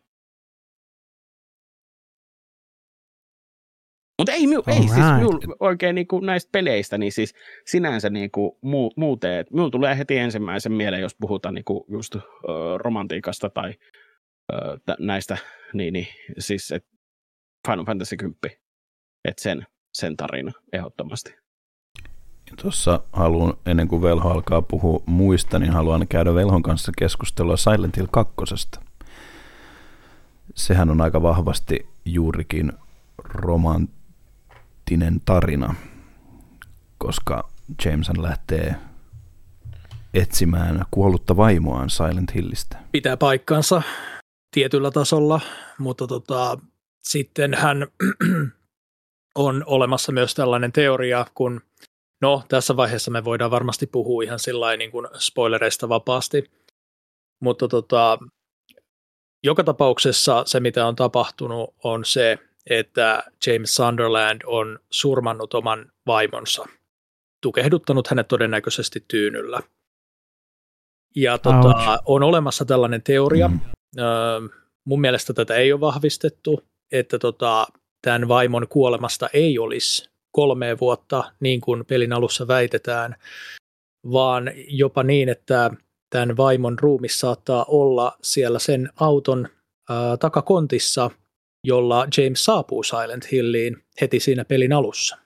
Mutta ei, ei right. siis minulla oikein niinku näistä peleistä, niin siis sinänsä niinku muu, muuten, minulla tulee heti ensimmäisen mieleen, jos puhutaan niinku just ö, romantiikasta tai ö, näistä, niin, niin siis et Final Fantasy kymmenen, että sen, sen tarina ehdottomasti. Tuossa haluan, ennen kuin Velho alkaa puhua muista, niin haluan käydä Velhon kanssa keskustelua Silent Hill kakkosesta. Sehän on aika vahvasti juurikin romanttinen tarina, koska Jameshan lähtee etsimään kuollutta vaimoaan Silent Hillistä. Pitää paikkansa tietyllä tasolla, mutta tota, sitten hän on olemassa myös tällainen teoria, kun no tässä vaiheessa me voidaan varmasti puhua ihan sillain niin kuin spoilereista vapaasti, mutta tota, joka tapauksessa se, mitä on tapahtunut, on se, että James Sunderland on surmannut oman vaimonsa, tukehduttanut hänet todennäköisesti tyynyllä. Ja tota, on olemassa tällainen teoria, mm. öö, mun mielestä tätä ei ole vahvistettu, että tota, tämän vaimon kuolemasta ei olisi kolme vuotta, niin kuin pelin alussa väitetään, vaan jopa niin, että tämän vaimon ruumis saattaa olla siellä sen auton ää, takakontissa, jolla James saapuu Silent Hilliin heti siinä pelin alussa.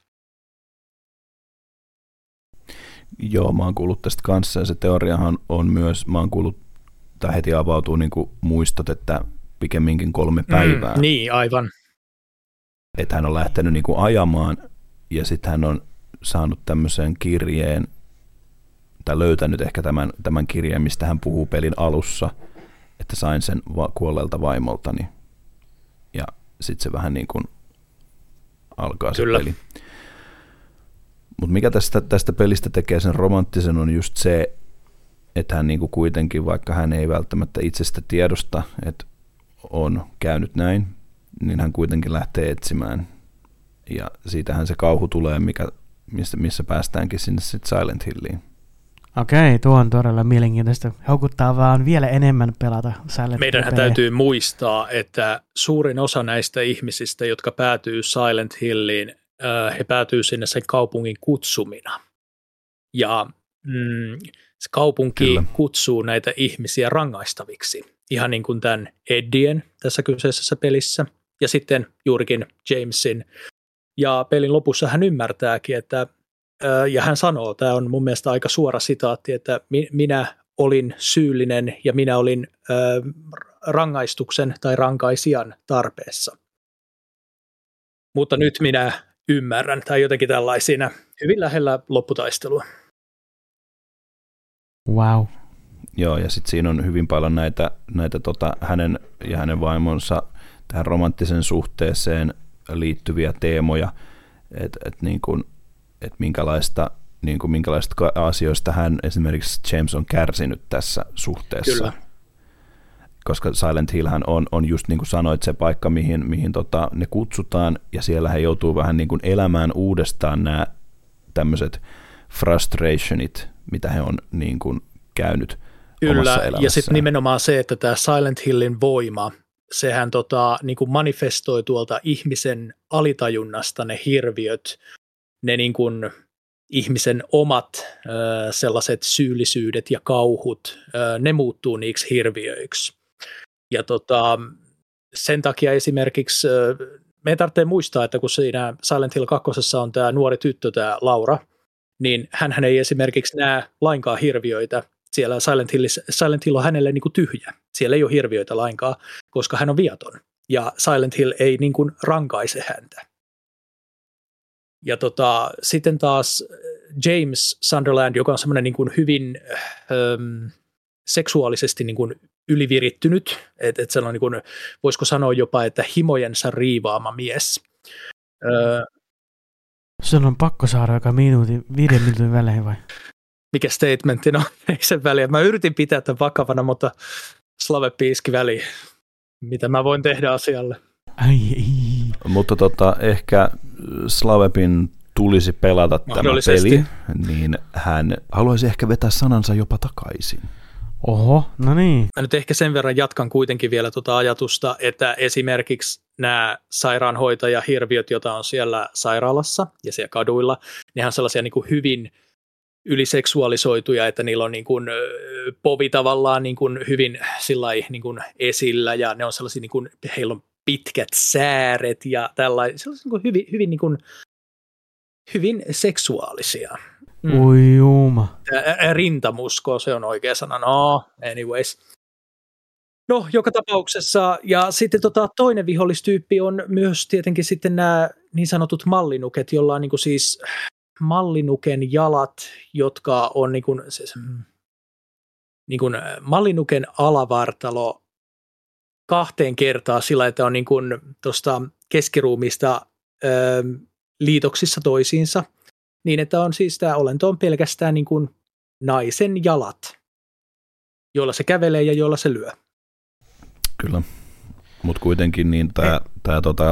Joo, mä oon kuullut tästä kanssa, ja se teoriahan on myös, mä oon kuullut, tai heti avautuu niin kuin muistot, että pikemminkin kolme päivää. Mm, niin, aivan. Että hän on lähtenyt niin kuin ajamaan, ja sitten hän on saanut tämmöisen kirjeen, tai löytänyt ehkä tämän, tämän kirjeen, mistä hän puhuu pelin alussa, että sain sen va- kuolleelta vaimoltani. Ja sitten se vähän niin kuin alkaa se Kyllä. peli. Mutta mikä tästä, tästä pelistä tekee sen romanttisen on just se, että hän niin kuin kuitenkin, vaikka hän ei välttämättä itsestä tiedosta, että on käynyt näin, niin hän kuitenkin lähtee etsimään. Ja siitähän se kauhu tulee, mikä, missä, missä päästäänkin sinne sitten Silent Hilliin. Okei, tuo on todella mielenkiintoista. Houkuttaa vaan vielä enemmän pelata Silent Hill. Meidänhän täytyy muistaa, että suurin osa näistä ihmisistä, jotka päätyy Silent Hilliin, he päätyy sinne sen kaupungin kutsumina. Ja mm, se kaupunki Kyllä. kutsuu näitä ihmisiä rangaistaviksi. Ihan niin kuin tämän Eddien tässä kyseisessä pelissä. Ja sitten juurikin Jamesin. Ja pelin lopussa hän ymmärtääkin, että, ja hän sanoo, tämä on mun mielestä aika suora sitaatti, että minä olin syyllinen ja minä olin rangaistuksen tai rankaisijan tarpeessa. Mutta nyt minä ymmärrän, tai jotenkin tällaisina hyvin lähellä lopputaistelua. Wow. Joo, ja sitten siinä on hyvin paljon näitä, näitä tota, hänen ja hänen vaimonsa tähän romanttisen suhteeseen liittyviä teemoja, että et niin kuin, et minkälaista, niin kuin minkälaista asioista hän esimerkiksi James on kärsinyt tässä suhteessa. Kyllä. Koska Silent Hillhän on, on just niin kuin sanoit, se paikka, mihin, mihin tota, ne kutsutaan, ja siellä he joutuu vähän niin kuin elämään uudestaan nämä tämmöiset frustrationit, mitä he on niin kuin käynyt Kyllä, omassa elämässään. Ja sitten nimenomaan se, että tämä Silent Hillin voima, sehän tota, niin kuin manifestoi tuolta ihmisen alitajunnasta ne hirviöt, ne niin kuin ihmisen omat äh, sellaiset syyllisyydet ja kauhut, äh, ne muuttuu niiksi hirviöiksi. Ja tota, sen takia esimerkiksi, äh, meidän tarvitsee muistaa, että kun siinä Silent Hill kakkosessa on tämä nuori tyttö, tämä Laura, niin hänhän ei esimerkiksi näe lainkaan hirviöitä. Siellä Silent Hill, Silent Hill on hänelle niin kuin tyhjä. Siellä ei ole hirviöitä lainkaan, koska hän on viaton. Ja Silent Hill ei niin kuin rankaise häntä. Ja tota, sitten taas James Sunderland, joka on semmoinen niin kuin hyvin ähm, seksuaalisesti niin kuin ylivirittynyt, että et sellainen, niin kuin, voisiko sanoa jopa, että himojensa riivaama mies. Öö, Sun on pakko saada joka minuutin, viiden minuutin välein vai? Mikä statementti? No ei sen väliä. Mä yritin pitää tämän vakavana, mutta Slave piiski väliin. Mitä mä voin tehdä asialle? Ai, ai. Mutta tota, ehkä Slavepin tulisi pelata tämä peli, niin hän haluaisi ehkä vetää sanansa jopa takaisin. Oho, no niin. Mä nyt ehkä sen verran jatkan kuitenkin vielä tuota ajatusta, että esimerkiksi nämä sairaanhoitajahirviöt, joita on siellä sairaalassa ja siellä kaduilla, ne on sellaisia niin kuin hyvin yliseksuaalisoituja, että niillä on niin kuin povi tavallaan niin kuin hyvin sillai, niin kuin esillä ja ne on sellaisia, niin kuin, heillä on pitkät sääret ja tällaisia, sellaisia niin kuin hyvin, hyvin, niin kuin, hyvin seksuaalisia. Mm. Ui juma. Rintamusko, se on oikea sana. No, anyways. No, joka tapauksessa. Ja sitten tota, toinen vihollistyyppi on myös tietenkin sitten nämä niin sanotut mallinuket, jolla on niin kuin siis mallinuken jalat, jotka on niin kuin, siis, niin kuin mallinuken alavartalo kahteen kertaan sillä, että on niin kuin tuosta keskiruumista ö, liitoksissa toisiinsa, niin että on siis tämä olento on pelkästään niin kuin naisen jalat, joilla se kävelee ja joilla se lyö. Kyllä, mutta kuitenkin niin tämä, tämä tota,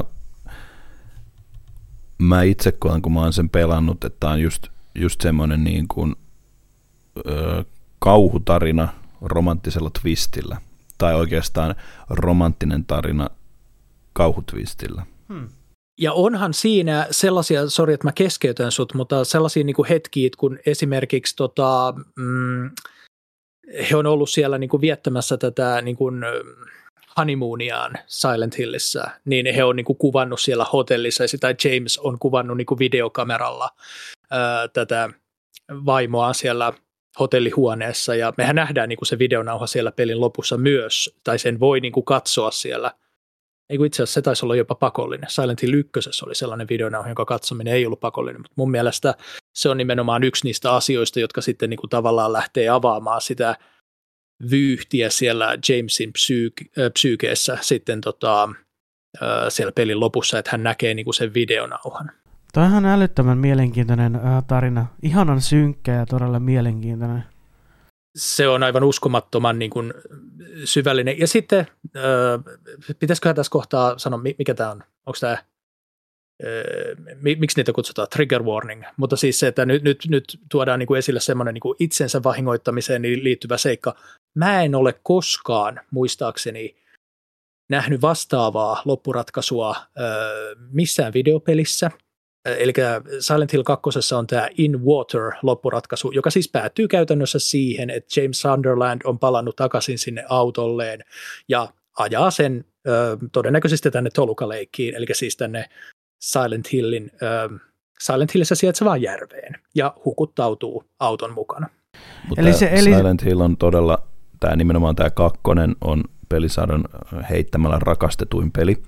mä itse koen, kun mä oon sen pelannut, että tämä on just, just semmoinen niin kuin ö, kauhutarina romanttisella twistillä, tai oikeastaan romanttinen tarina kauhutvistillä. Hmm. Ja onhan siinä sellaisia, sori että mä keskeytän sut, mutta sellaisia niin kuin hetkiä, kun esimerkiksi tota, mm, he on ollut siellä niin kuin viettämässä tätä niin kuin honeymooniaan Silent Hillissä, niin he on niin kuin kuvannut siellä hotellissa, tai James on kuvannut niin kuin videokameralla ää, tätä vaimoa siellä hotellihuoneessa, ja mehän nähdään niin kuin se videonauha siellä pelin lopussa myös, tai sen voi niin kuin katsoa siellä. Ei kun itse asiassa se taisi olla jopa pakollinen. Silent Hill ykkösessä oli sellainen videonauha, jonka katsominen ei ollut pakollinen, mutta mun mielestä se on nimenomaan yksi niistä asioista, jotka sitten niin kuin tavallaan lähtee avaamaan sitä vyyhtiä siellä Jamesin psyyk- äh, psyykeessä sitten tota, äh, siellä pelin lopussa, että hän näkee niin kuin sen videonauhan. Toihan on älyttömän mielenkiintoinen äh, tarina. Ihanan synkkä ja todella mielenkiintoinen. Se on aivan uskomattoman niin kuin syvällinen. Ja sitten, äh, pitäisiköhän tässä kohtaa sanoa, mikä tämä on? Onko tämä, äh, miksi niitä kutsutaan? Trigger warning. Mutta siis se, että nyt, nyt, nyt tuodaan niin kuin esille semmoinen niin kuin itsensä vahingoittamiseen liittyvä seikka. Mä en ole koskaan, muistaakseni, nähnyt vastaavaa loppuratkaisua äh, missään videopelissä. Eli Silent Hill kaksi on tämä In Water-loppuratkaisu, joka siis päättyy käytännössä siihen, että James Sunderland on palannut takaisin sinne autolleen ja ajaa sen ö, todennäköisesti tänne Toluca-leikkiin, eli siis tänne Silent Hillin, ö, Silent Hillissä sijaitsevaan järveen ja hukuttautuu auton mukana. Mutta eli se, eli... Silent Hill on todella, tämä nimenomaan tämä kakkonen on pelisarjan heittämällä rakastetuin peli,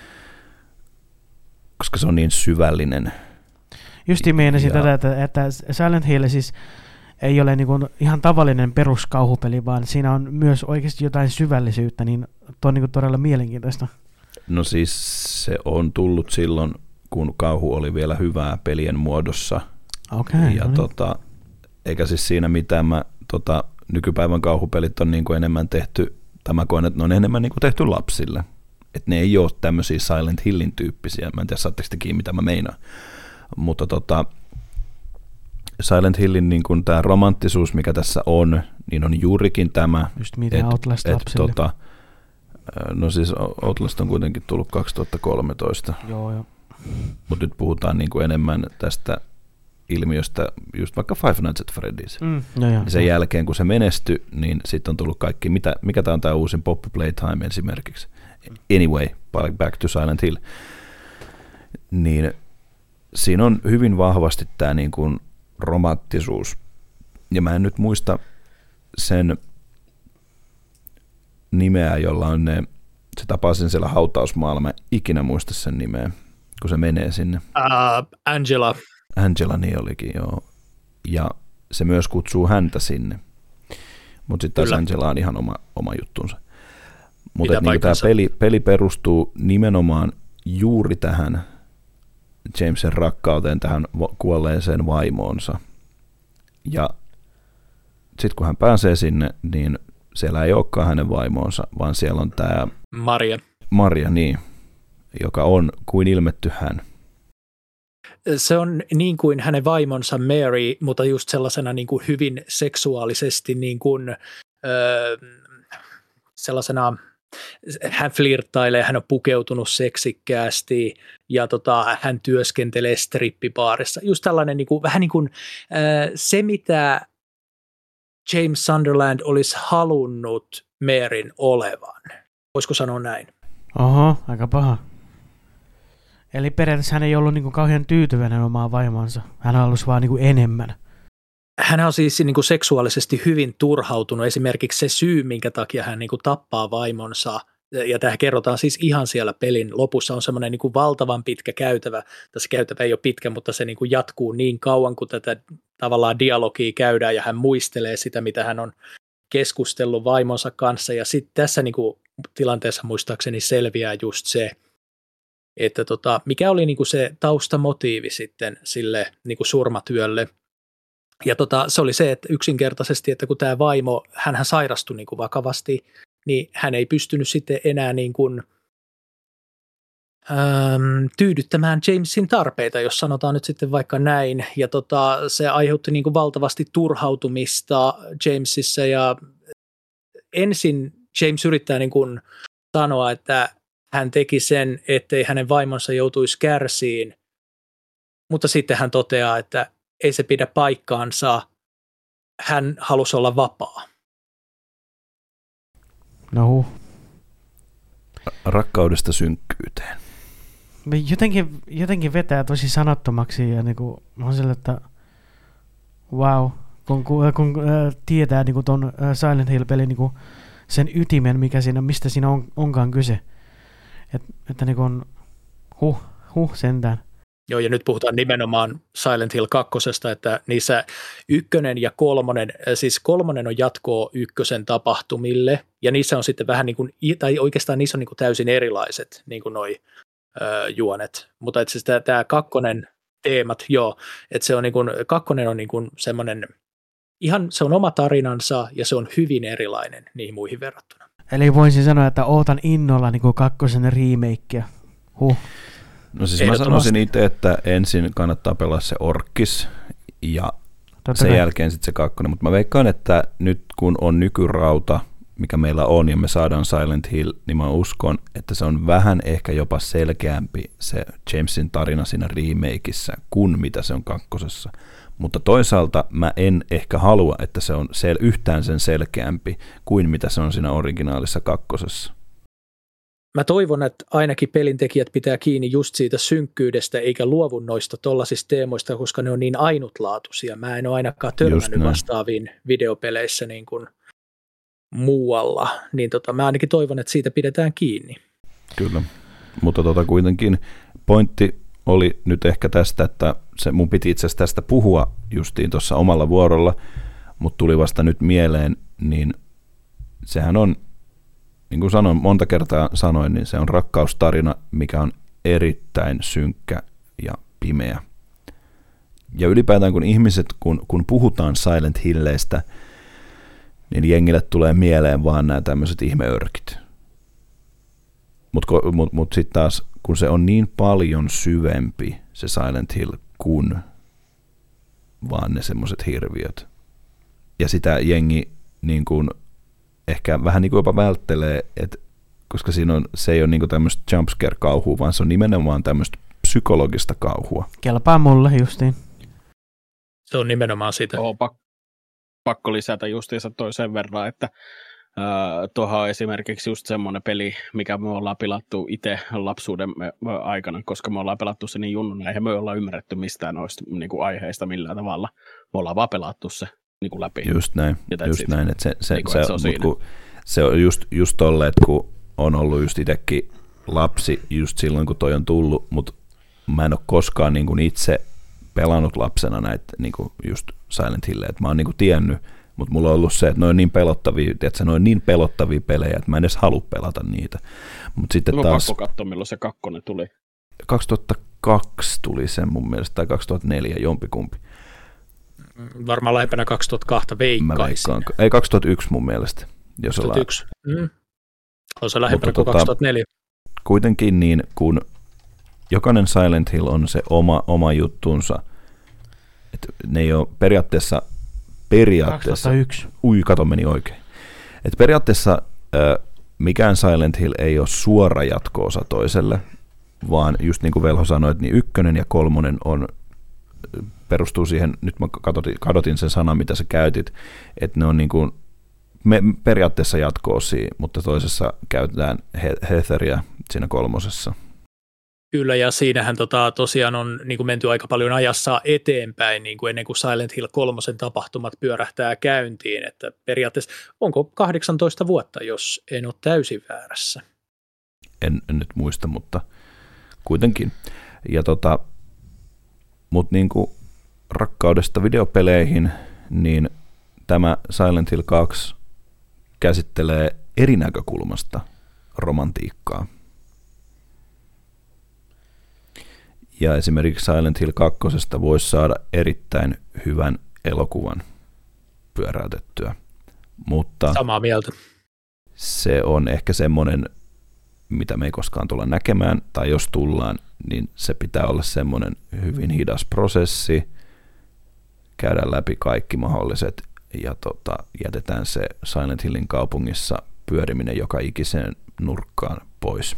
koska se on niin syvällinen. Justiin meinasin ja... tätä, että, että Silent Hill siis ei ole niin kuin ihan tavallinen peruskauhupeli, vaan siinä on myös oikeasti jotain syvällisyyttä, niin tuo on niin kuin todella mielenkiintoista. No siis se on tullut silloin, kun kauhu oli vielä hyvää pelien muodossa. Okay, ja no niin. tota, eikä siis siinä mitään, mä, tota, nykypäivän kauhupelit on niin kuin enemmän tehty, tämä koen, että ne on enemmän niin kuin tehty lapsille. Että ne ei ole tämmöisiä Silent Hillin tyyppisiä. Mä en tiedä, saatteko te kiinni, mitä mä meinaan. Mutta tota, Silent Hillin niin kun tämä romanttisuus, mikä tässä on, niin on juurikin tämä. Just miten Outlast lapsille. Tota, no siis Outlast on kuitenkin tullut kaksituhattakolmetoista. Joo, joo. Mutta nyt puhutaan niin kuin enemmän tästä ilmiöstä, just vaikka Five Nights at Freddy's. Mm, no joo, sen joo. jälkeen, kun se menestyi, niin sitten on tullut kaikki, mitä, mikä tämä on tämä uusin Poppy Playtime esimerkiksi. Anyway, back to Silent Hill. Niin siinä on hyvin vahvasti tämä niin kuin romanttisuus. Ja mä en nyt muista sen nimeä, jolla on ne, se tapasin siellä hautausmaalla, mä ikinä muista sen nimeä, kun se menee sinne. Uh, Angela. Angela niin olikin, joo. Ja se myös kutsuu häntä sinne. Mutta sitten taas Angela on ihan oma, oma juttunsa. Mutta niin tämä peli, peli perustuu nimenomaan juuri tähän Jamesin rakkauteen, tähän kuolleeseen vaimoonsa. Ja sitten kun hän pääsee sinne, niin siellä ei olekaan hänen vaimonsa, vaan siellä on tämä Maria. Maria, niin, joka on kuin ilmetty hän. Se on niin kuin hänen vaimonsa Mary, mutta just sellaisena niin kuin hyvin seksuaalisesti niin kuin, öö, sellaisena, hän flirttailee, hän on pukeutunut seksikkäästi ja tota, hän työskentelee strippibaarissa. Just tällainen niin kuin, vähän niin kuin öö, se, mitä James Sunderland olisi halunnut Maryn olevan. Voisiko sanoa näin? Oho, aika paha. Eli periaatteessa hän ei ollut niin kuin kauhean tyytyväinen omaan vaimonsa. Hän halusi vaan niin kuin enemmän. hän on siis niin kuin seksuaalisesti hyvin turhautunut. Esimerkiksi se syy, minkä takia hän niin kuin tappaa vaimonsa, ja tämä kerrotaan siis ihan siellä pelin lopussa, on semmoinen niin kuin valtavan pitkä käytävä. Tässä käytävä ei ole pitkä, mutta se niin kuin jatkuu niin kauan, kun tätä tavallaan dialogia käydään, ja hän muistelee sitä, mitä hän on keskustellut vaimonsa kanssa. Ja sitten tässä niin kuin tilanteessa muistaakseni selviää just se, että tota, mikä oli niin kuin se taustamotiivi sitten sille niin kuin surmatyölle. Ja tota, se oli se, että yksinkertaisesti, että kun tämä vaimo, hänhän sairastui niin kuin vakavasti, niin hän ei pystynyt sitten enää niin kuin, äm, tyydyttämään Jamesin tarpeita, jos sanotaan nyt sitten vaikka näin. Ja tota, se aiheutti niin kuin valtavasti turhautumista Jamesissa, ja ensin James yrittää niin kuin sanoa, että hän teki sen, ettei hänen vaimonsa joutuisi kärsiin, mutta sitten hän toteaa, että ei se pidä paikkaansa, hän halusi olla vapaa. No huh. Rakkaudesta synkkyyteen. Jotenkin, jotenkin vetää tosi sanattomaksi ja niinku, on sille, että wow, kun, kun, kun äh, tietää niinku ton äh, Silent Hill-pelin niinku sen ytimen, mikä siinä, mistä siinä on, onkaan kyse. Et, että niinku on huh, huh sentään. Joo, ja nyt puhutaan nimenomaan Silent Hill kakkosesta, että niissä ykkönen ja kolmonen, siis kolmonen on jatkoa ykkösen tapahtumille, ja niissä on sitten vähän niin kuin, tai oikeastaan niissä on niin kuin täysin erilaiset niin kuin noi ö, juonet, mutta että siis tämä kakkonen teemat, joo, että se on niin kuin, kakkonen on niin kuin semmoinen, ihan se on oma tarinansa, ja se on hyvin erilainen niihin muihin verrattuna. Eli voisin sanoa, että ootan innolla niin kuin kakkosen remakeä. Huh. No siis mä sanoisin itse, että ensin kannattaa pelaa se Orkkis ja Totta sen kai. Jälkeen sitten se kakkonen, mutta mä veikkaan, että nyt kun on nykyrauta, mikä meillä on ja me saadaan Silent Hill, niin mä uskon, että se on vähän ehkä jopa selkeämpi se Jamesin tarina siinä remakeissa kuin mitä se on kakkosessa. Mutta toisaalta mä en ehkä halua, että se on sel- yhtään sen selkeämpi kuin mitä se on siinä originaalissa kakkosessa. Mä toivon, että ainakin pelintekijät pitää kiinni just siitä synkkyydestä eikä luovu noista tollaisista teemoista, koska ne on niin ainutlaatuisia. Mä en ole ainakaan törmännyt vastaaviin videopeleissä niin kuin muualla. Niin tota, mä ainakin toivon, että siitä pidetään kiinni. Kyllä, mutta tota kuitenkin pointti oli nyt ehkä tästä, että se mun piti itse asiassa tästä puhua justiin tuossa omalla vuorolla, mutta tuli vasta nyt mieleen, niin sehän on, niin kuin sanoin, monta kertaa sanoin, niin se on rakkaustarina, mikä on erittäin synkkä ja pimeä. Ja ylipäätään kun ihmiset, kun, kun puhutaan Silent Hilleistä, niin jengille tulee mieleen vaan nämä tämmöiset ihmeörkit. Mutta mut, mut sitten taas, kun se on niin paljon syvempi se Silent Hill kuin vaan ne semmoiset hirviöt. Ja sitä jengi niin kuin ehkä vähän niin kuin jopa välttelee, että koska siinä on, se ei ole niin tämmöistä jumpscare-kauhua, vaan se on nimenomaan tämmöistä psykologista kauhua. Kelpaa mulle justiin. Se on nimenomaan sitä. Oo, pak- pakko lisätä justiinsa toi sen verran, että äh, tuohon on esimerkiksi just semmoinen peli, mikä me ollaan pelattu itse lapsuuden aikana, koska me ollaan pelattu se niin junnuna, eihän me olla ymmärretty mistään noista niin kuin aiheista millään tavalla. Me ollaan vaan pelattu se niin kuin läpi. Just näin, just näin. Että se, se, niin kuin, se, se, on se, kun, se on just, just tolle, että kun on ollut just itsekin lapsi just silloin, kun toi on tullut, mutta mä en ole koskaan niin kuin itse pelannut lapsena näitä niin kuin just Silent Hillejä, että mä oon niin kuin tiennyt, mutta mulla on ollut se, että ne on niin pelottavia, että ne on niin pelottavia pelejä, että mä en edes halua pelata niitä. Mut sitten no, taas pakko katsoa, milloin se kakkonen tuli. kaksituhattakaksi tuli se mun mielestä, tai kaksituhattaneljä, jompikumpi. Varmaan lähempänä kaksituhattakaksi veikkaisin. Ei, kaksituhattayksi mun mielestä. Jos kaksituhattayksi. Mm. On se lähempänä kuin tota, kaksituhattaneljä. Kuitenkin niin, kun jokainen Silent Hill on se oma, oma juttunsa, että ne ei ole periaatteessa, periaatteessa kaksituhattayksi. Ui, kato, meni oikein. Että periaatteessa äh, mikään Silent Hill ei ole suora jatko-osa toiselle, vaan just niin kuin Velho sanoi, niin ykkönen ja kolmonen on, perustuu siihen, nyt mä kadotin, kadotin sen sanan, mitä sä käytit, että ne on niin kuin me, periaatteessa jatko-osia, mutta toisessa käytetään Heatheria siinä kolmosessa. Kyllä, ja siinähän tota, tosiaan on niin kuin menty aika paljon ajassa eteenpäin, niin kuin ennen kuin Silent Hill kolmosen tapahtumat pyörähtää käyntiin, että periaatteessa onko kahdeksantoista vuotta, jos en ole täysin väärässä? En, en nyt muista, mutta kuitenkin. Ja tota, mutta niin kuin rakkaudesta videopeleihin, niin tämä Silent Hill kaksi käsittelee eri näkökulmasta romantiikkaa. Ja esimerkiksi Silent Hill kaksi voisi saada erittäin hyvän elokuvan pyöräytettyä. Mutta samaa mieltä. Se on ehkä semmoinen, mitä me ei koskaan tulla näkemään, tai jos tullaan, niin se pitää olla semmoinen hyvin hidas prosessi, käydään läpi kaikki mahdolliset, ja tota, jätetään se Silent Hillin kaupungissa pyöriminen joka ikiseen nurkkaan pois.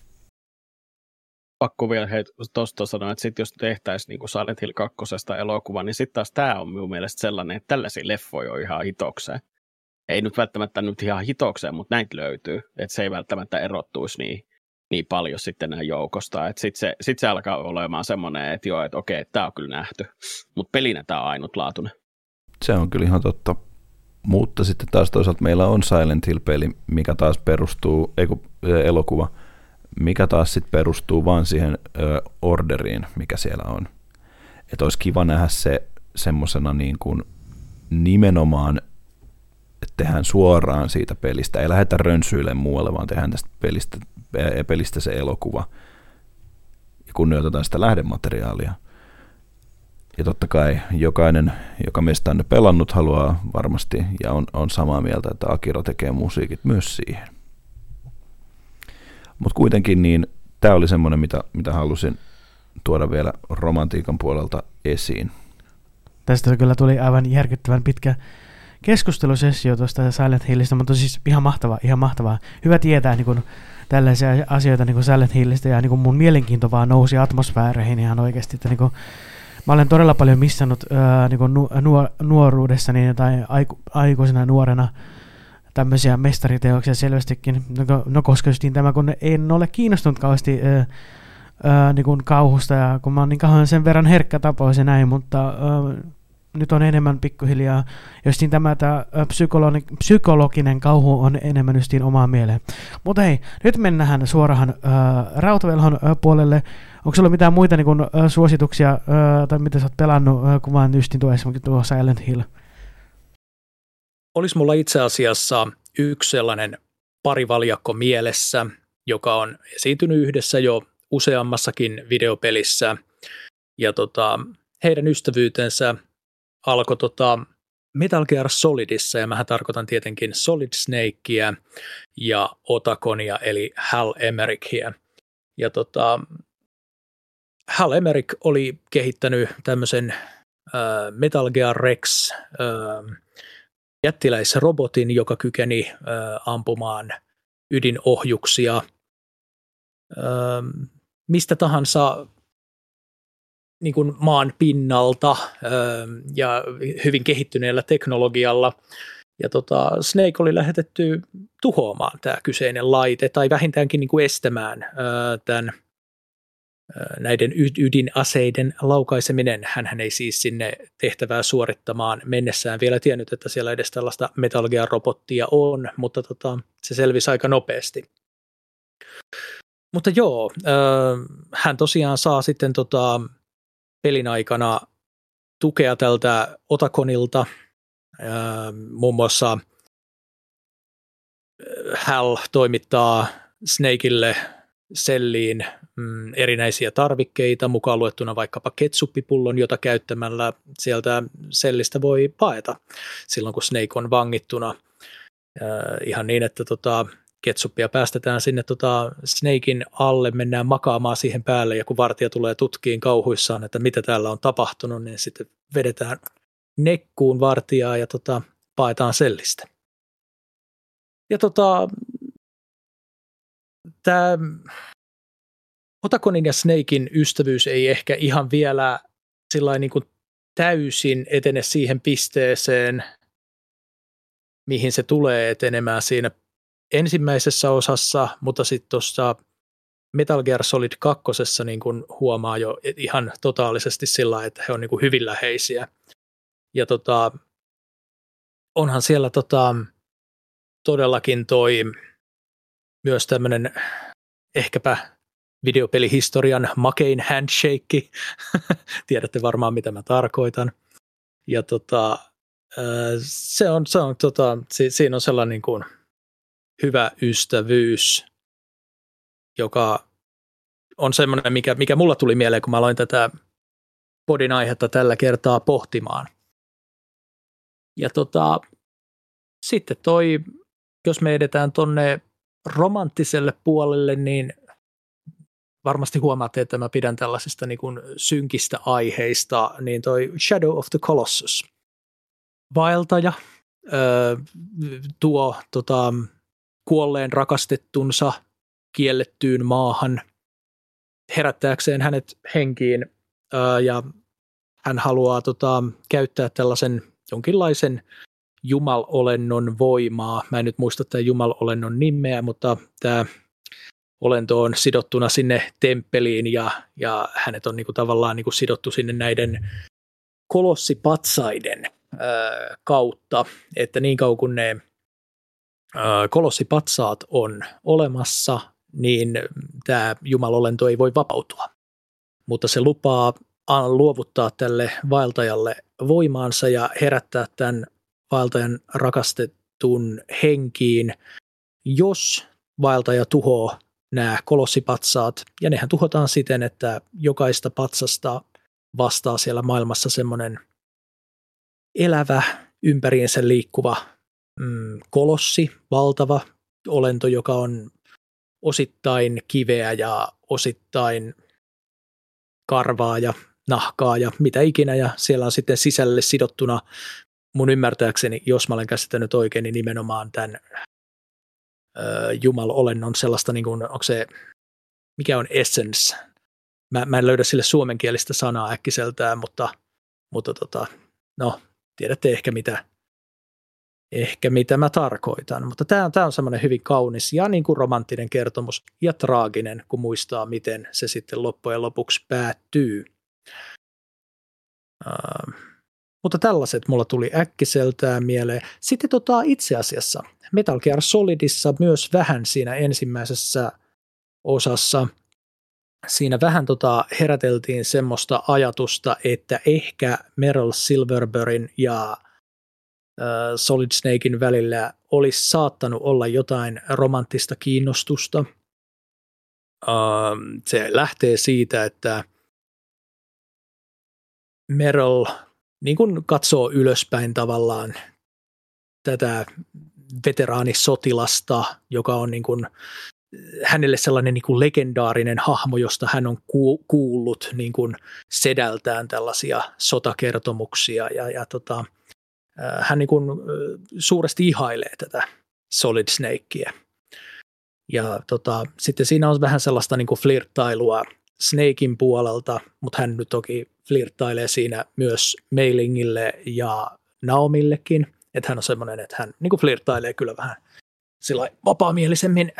Pakko vielä tuosta sanoa, että sit jos tehtäisiin niin kuin Silent Hill kaksi elokuva, niin sitten taas tämä on minun mielestä sellainen, että tällaisia leffoja on ihan hitokseen. Ei nyt välttämättä nyt ihan hitokseen, mutta näitä löytyy. Että se ei välttämättä erottuisi niin, niin paljon sitten näin joukosta. Sitten se, sit se alkaa olemaan semmoinen, että joo, että okei, tämä on kyllä nähty. Mutta pelinä tämä on ainutlaatuinen. Se on kyllä ihan totta. Mutta sitten taas toisaalta meillä on Silent Hill-peli, mikä taas perustuu, ei kun, elokuva, mikä taas sitten perustuu vaan siihen ö, orderiin, mikä siellä on. Että olisi kiva nähdä se semmoisena niin kuin nimenomaan, että tehdään suoraan siitä pelistä. Ei lähdetä rönsyilemään muualle, vaan tehdään tästä pelistä, pelistä se elokuva ja kunnioitetaan sitä lähdemateriaalia. Ja totta kai jokainen, joka meistä on ne pelannut, haluaa varmasti ja on, on samaa mieltä, että Akira tekee musiikit myös siihen. Mutta kuitenkin niin tämä oli semmoinen, mitä, mitä halusin tuoda vielä romantiikan puolelta esiin. Tästä kyllä tuli aivan järkyttävän pitkä keskustelusessio tuosta Silent Hillistä, mutta siis ihan mahtavaa, ihan mahtavaa. Hyvä tietää niin kun tällaisia asioita niin kun Silent Hillistä, ja niin kun mun mielenkiinto vaan nousi atmosfääreihin ihan oikeasti. Että niin kun, mä olen todella paljon missannut ää, niin kun nu, nuor, nuoruudessani tai aiku, aikuisena nuorena tämmöisiä mestariteoksia selvästikin. No, no koska justiin tämä, kun en ole kiinnostunut kauheasti ää, ää, niin kun kauhusta, ja kun mä oon niin kauan sen verran herkkä tapaus ja näin, mutta ää, nyt on enemmän pikkuhiljaa, justiin tämä, tämä psykologi, psykologinen kauhu on enemmän justiin omaan mieleen. Mutta hei, nyt mennään suoraan ää, Rautavelhon ää, puolelle. Onko sulla mitään muita niin kun, ää, suosituksia, ää, tai mitä sä oot pelannut, ää, kun vaan justiin tuo esimerkiksi tuo Silent Hill? Olisi mulla itse asiassa yksi sellainen parivaljakko mielessä, joka on esiintynyt yhdessä jo useammassakin videopelissä, ja tota, heidän ystävyytensä alkoi tota Metal Gear Solidissa, ja mähän tarkoitan tietenkin Solid Snakea ja Otaconia, eli Hal Emmerichia. Ja tota, Hal Emmerich oli kehittänyt tämmöisen äh, Metal Gear Rex äh, jättiläisrobotin, joka kykeni äh, ampumaan ydinohjuksia äh, mistä tahansa niin kuin maan pinnalta öö, ja hyvin kehittyneellä teknologialla. Ja tota, Snake oli lähetetty tuhoamaan tämä kyseinen laite, tai vähintäänkin niin kuin estämään öö, tämän, öö, näiden ydinaseiden laukaiseminen. Hänhän ei siis sinne tehtävää suorittamaan mennessään vielä tiennyt, että siellä edes tällaista Metal Gear-robottia on, mutta tota, se selvisi aika nopeasti. Mutta joo, öö, hän tosiaan saa sitten tota, pelin aikana tukea tältä Otaconilta. Muun muassa Hal toimittaa Snakeille selliin mm, erinäisiä tarvikkeita, mukaan luettuna vaikkapa ketsuppipullon, jota käyttämällä sieltä sellistä voi paeta silloin, kun Snake on vangittuna. Äh, ihan niin, että tota, ketsuppia päästetään sinne tota Snakein alle, mennään makaamaan siihen päälle, ja kun vartija tulee tutkiin kauhuissaan, että mitä täällä on tapahtunut, niin sitten vedetään nekkuun vartijaa ja tota, paetaan sellistä. Ja tota, tämä Otaconin ja Snakein ystävyys ei ehkä ihan vielä sillain niin kuin täysin etene siihen pisteeseen, mihin se tulee etenemään siinä ensimmäisessä osassa, mutta sitten tuossa Metal Gear Solid kakkosessa niin kuin huomaa jo ihan totaalisesti sillä, että he on niin kuin hyvin läheisiä. Ja tota, onhan siellä tota, todellakin toi myös tämmöinen ehkäpä videopelihistorian makein handshake. Tiedätte varmaan, mitä mä tarkoitan. Ja tota, se on, se on, tota, siinä on sellainen niin kuin hyvä ystävyys, joka on semmoinen, mikä, mikä mulla tuli mieleen, kun mä aloin tätä podin aihetta tällä kertaa pohtimaan. Ja tota, sitten toi, jos me edetään tonne romanttiselle puolelle, niin varmasti huomaatte, että mä pidän tällaisista niin kuin synkistä aiheista, niin toi Shadow of the Colossus. Vaeltaja öö, tuo tota, kuolleen rakastettunsa kiellettyyn maahan herättääkseen hänet henkiin öö, ja hän haluaa tota, käyttää tällaisen jonkinlaisen jumalolennon voimaa. Mä en nyt muista tämän jumalolennon nimeä, mutta tämä olento on sidottuna sinne temppeliin ja, ja hänet on niinku tavallaan niinku sidottu sinne näiden kolossipatsaiden ää, kautta, että niin kauan kun ne ää, kolossipatsaat on olemassa, niin tämä jumalolento ei voi vapautua. Mutta se lupaa luovuttaa tälle vaeltajalle voimaansa ja herättää tämän vaeltajan rakastetun henkiin, jos vaeltaja tuhoaa nämä kolossipatsaat, ja nehän tuhotaan siten, että jokaista patsasta vastaa siellä maailmassa semmoinen elävä, ympäriinsä liikkuva mm, kolossi, valtava olento, joka on osittain kiveä ja osittain karvaa ja nahkaa ja mitä ikinä, ja siellä on sitten sisälle sidottuna mun ymmärtääkseni, jos mä olen käsittänyt oikein, niin nimenomaan tämän jumalolennon sellaista, niin kuin, onko se, mikä on essence? Mä, mä en löydä sille suomenkielistä sanaa äkkiseltään, mutta, mutta tota, no, tiedätte ehkä mitä, ehkä mitä mä tarkoitan. Mutta tämä on, tää on semmoinen hyvin kaunis ja niin kuin romanttinen kertomus ja traaginen, kun muistaa, miten se sitten loppujen lopuksi päättyy. Uh, mutta tällaiset mulla tuli äkkiseltään mieleen. Sitten tota, itse asiassa Metal Gear Solidissa myös vähän siinä ensimmäisessä osassa, siinä vähän tota heräteltiin semmoista ajatusta, että ehkä Meryl Silverburyn ja äh, Solid Snakein välillä olisi saattanut olla jotain romanttista kiinnostusta. Äh, se lähtee siitä, että Meryl niin kun katsoo ylöspäin tavallaan tätä veteraanisotilasta, joka on niin kuin hänelle sellainen niin kuin legendaarinen hahmo, josta hän on kuullut niin kuin sedältään tällaisia sotakertomuksia, ja, ja tota, hän niin kuin suuresti ihailee tätä Solid Snakea. Ja tota, sitten siinä on vähän sellaista niin kuin flirttailua Snakein puolelta, mutta hän nyt toki flirttailee siinä myös Mei Lingille ja Naomillekin, että hän on semmoinen, että hän niin kuin flirttailee kyllä vähän sillä vapaamielisemmin.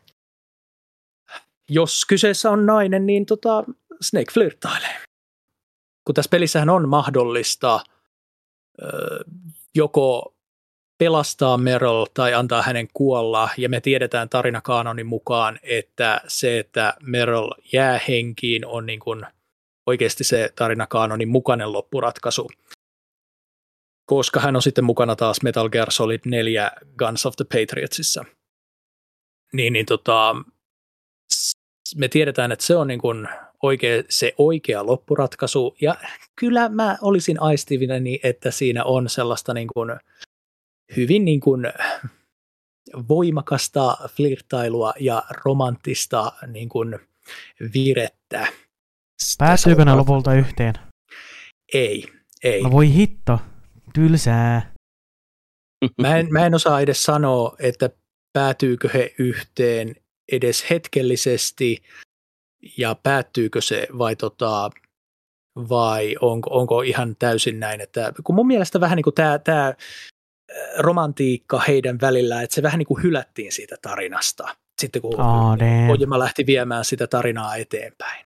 Jos kyseessä on nainen, niin tota, Snake flirttailee. Kun tässä pelissähän on mahdollista ö, joko pelastaa Meryl tai antaa hänen kuolla, ja me tiedetään tarinakaanonin mukaan, että se, että Meryl jää henkiin, on niin kuin oikeasti se tarinakaanonin mukainen loppuratkaisu, koska hän on sitten mukana taas Metal Gear Solid neljä Guns of the Patriotsissa. Niin, niin tota, me tiedetään, että se on niin kuin oikea, se oikea loppuratkaisu, ja kyllä mä olisin aistivinani, että siinä on sellaista niin kuin hyvin niin kuin voimakasta flirttailua ja romanttista niin kuin virettä. Päättyykö ne lopulta yhteen? Ei, ei. No voi hitto, tylsää. Mä en, mä en osaa edes sanoa, että päätyykö he yhteen edes hetkellisesti ja päättyykö se vai, tota, vai onko, onko ihan täysin näin. Että, kun mun mielestä vähän niin kuin tämä, tämä romantiikka heidän välillä, että se vähän niin kuin hylättiin siitä tarinasta. sitten kun oh, Kojima lähti viemään sitä tarinaa eteenpäin.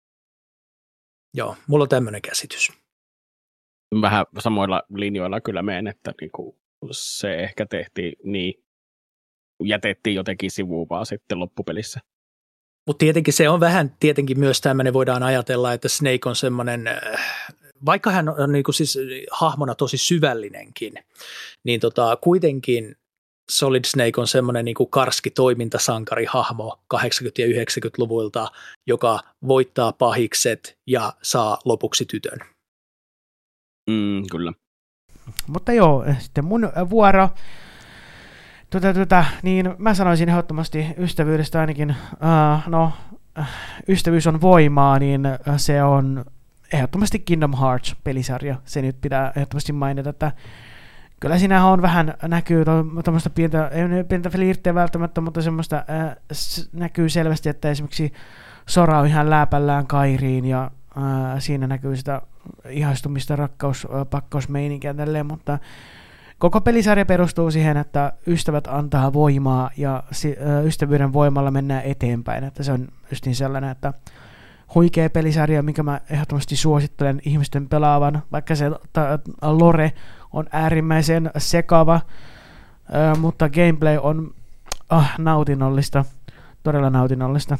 Joo, mulla on tämmöinen käsitys. Vähän samoilla linjoilla kyllä menen, että niinku se ehkä tehtiin niin, jätettiin jotenkin sivuun vaan sitten loppupelissä. Mutta tietenkin se on vähän tietenkin myös tämmöinen, voidaan ajatella, että Snake on semmoinen, vaikka hän on niinku siis hahmona tosi syvällinenkin, niin tota, kuitenkin Solid Snake on semmoinen niinku karski toimintasankarihahmo kahdeksankymmentä- ja yhdeksänkymmentäluvulta, joka voittaa pahikset ja saa lopuksi tytön. Mm, kyllä. Mutta joo, sitten mun vuoro. Tuota, tuota, niin mä sanoisin ehdottomasti ystävyydestä ainakin, uh, no uh, ystävyys on voimaa, niin uh, se on ehdottomasti Kingdom Hearts-pelisarja. Se nyt pitää ehdottomasti mainita, että kyllä siinä on vähän, näkyy tuommoista pientä, ei pientä flirttiä välttämättä, mutta semmoista uh, s- näkyy selvästi, että esimerkiksi Sora on ihan lääpällään Kairiin ja uh, siinä näkyy sitä ihastumista, rakkaus, uh, pakkausmeininkiä tälleen, mutta koko pelisarja perustuu siihen, että ystävät antaa voimaa ja ystävyyden voimalla mennään eteenpäin. Että se on just niin sellainen, että huikea pelisarja, minkä mä ehdottomasti suosittelen ihmisten pelaavan, vaikka se lore on äärimmäisen sekava, mutta gameplay on ah, nautinnollista, todella nautinnollista.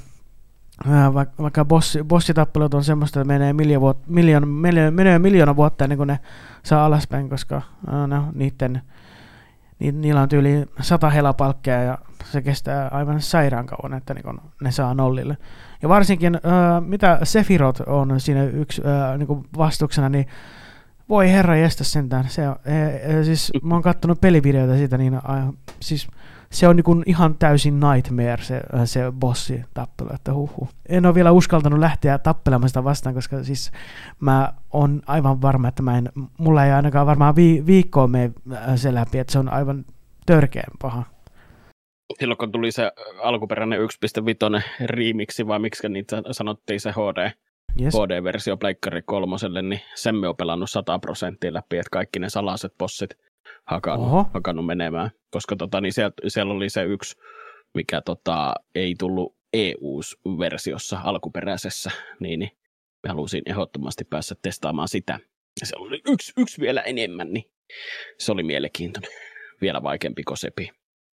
Vaikka bossi, bossitappelut on semmoista, että menee miljoona vuotta, miljoona, miljoona, miljoona vuotta ennen kuin ne saa alaspäin, koska no, niiden, ni, niillä on tyyli sata helapalkkeja ja se kestää aivan sairaan kauan, että niin ne saa nollille. Ja varsinkin, äh, mitä Sephiroth on siinä yksi äh, niin vastuksena, niin voi herra jästä sentään. Se on, e, e, siis, mä oon kattonut pelivideoita siitä, niin äh, siis se on niin ihan täysin nightmare se, se bossi tappelu, että huhhuh. En ole vielä uskaltanut lähteä tappelemaan sitä vastaan, koska siis mä oon aivan varma, että mä en, mulla ei ainakaan varmaan vi, viikkoa mene se läpi, että se on aivan törkeän paha. Silloin kun tuli se alkuperäinen yksi pilkku viisi remixi, vai miksi niitä sanottiin se H D, yes. H D-versio Pleikkari kolmoselle, niin sen me on pelannut sata prosenttia läpi, että kaikki ne salaiset bossit hakannut, hakannut menemään, koska tota, niin siellä, siellä oli se yksi, mikä tota, ei tullut E U-versiossa alkuperäisessä, niin, niin mä halusin ehdottomasti päästä testaamaan sitä. Ja siellä oli yksi, yksi vielä enemmän, niin se oli mielenkiintoinen. Vielä vaikeampi kuin Sepi.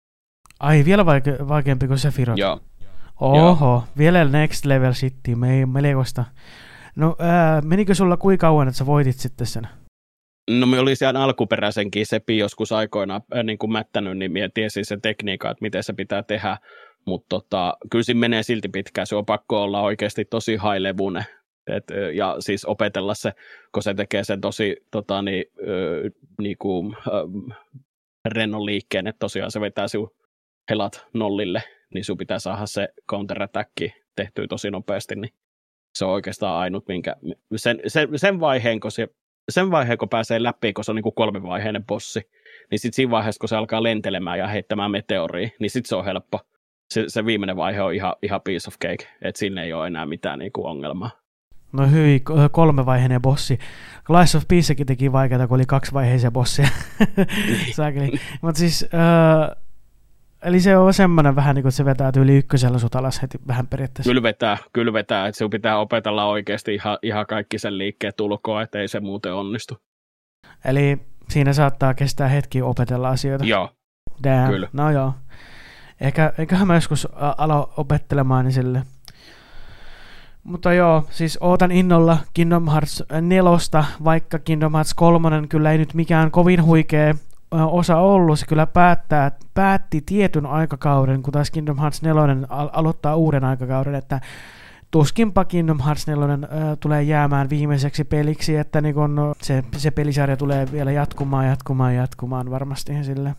Ai, vielä vaike- vaikeampi kuin Sephiroth? Joo. Oho, Joo. vielä next level shittia, me ei melkoista. No, ää, menikö sulla kuinka kauan, että sä voitit sitten sen? No me oli siellä alkuperäisenkin Sepi joskus aikoinaan äh, niin kuin mättänyt, niin minä tiesin sen tekniikan, että miten se pitää tehdä, mutta tota, kyllä siinä menee silti pitkään, se on pakko olla oikeasti tosi high-levuinen, et, ja siis opetella se, kun se tekee sen tosi tota, niin, äh, niin kuin, äh, rennon liikkeen, että tosiaan se vetää sinun helat nollille, niin sinun pitää saada se counter-attack tehtyä tosi nopeasti, niin se on oikeastaan ainut, minkä sen, sen, sen vaiheen, kun se sen vaiheen, kun pääsee läpi, kun se on niin kuin kolmivaiheinen bossi, niin sitten siinä vaiheessa, kun se alkaa lentelemään ja heittämään meteoria, niin sitten se on helppo. Se, se viimeinen vaihe on ihan, ihan piece of cake, että siinä ei ole enää mitään niin kuin ongelmaa. No hyvin, kolmevaiheinen bossi. Lies of Peacekin teki vaikeaa, kun oli kaksivaiheisia bosseja. Mutta siis, äh, eli se on semmoinen vähän niin kuin se vetää yli ykkösellä sut alas heti vähän periaatteessa. Kyllä vetää, kyllä vetää, että sinun pitää opetella oikeasti ihan, ihan kaikki sen liikkeet ulkoa, että ei se muuten onnistu. Eli siinä saattaa kestää hetki opetella asioita. Joo, Damn. kyllä. No joo. Ehkä, eiköhän mä joskus alo opettelemaan niin sille. Mutta joo, siis ootan innolla Kingdom Hearts nelosta, vaikka Kingdom Hearts kolmonen kyllä ei nyt mikään kovin huikea osa ollut. Se kyllä päättää, päätti tietyn aikakauden, kun taas Kingdom Hearts neljä al- aloittaa uuden aikakauden, että tuskinpa Kingdom Hearts neljä äh, tulee jäämään viimeiseksi peliksi, että niin kun se, se pelisarja tulee vielä jatkumaan, jatkumaan, jatkumaan varmasti sille.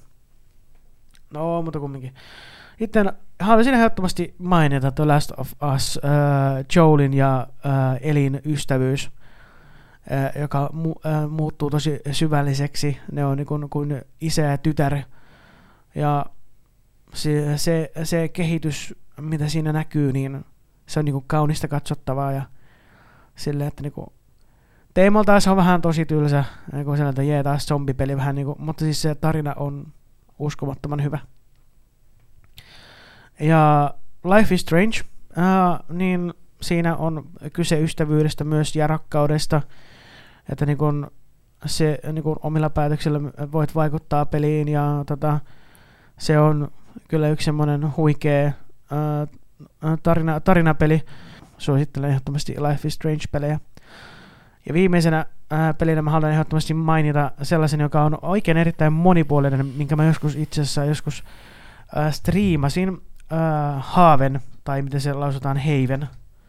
No, mutta kumminkin. Sitten haluaisin ehdottomasti mainita The Last of Us, äh, Joelin ja äh, Elin ystävyys, äh, joka mu- äh, muuttuu tosi syvälliseksi. Ne on niin kuin, kuin isä ja tytär. Ja se, se, se kehitys, mitä siinä näkyy, niin se on niin kuin kaunista katsottavaa. Ja silleen, että niin kuin teemaltaan se on vähän tosi tylsä, niin kuin sellainen, että jee taas zombipeli vähän, niin kuin, mutta siis se tarina on uskomattoman hyvä. Ja Life is Strange, uh, niin siinä on kyse ystävyydestä myös ja rakkaudesta, että niin kun se niin kun omilla päätöksillä voit vaikuttaa peliin ja tota, se on kyllä yksi semmoinen huikea uh, tarina, tarinapeli. Suosittelen ehdottomasti Life is Strange-pelejä. Ja viimeisenä ää, pelinä mä haluan ehdottomasti mainita sellaisen, joka on oikein erittäin monipuolinen, minkä mä joskus itse asiassa joskus ää, striimasin. Ää, Haven, tai miten se lausutaan, Haven.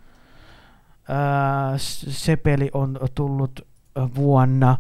Ää, se peli on tullut vuonna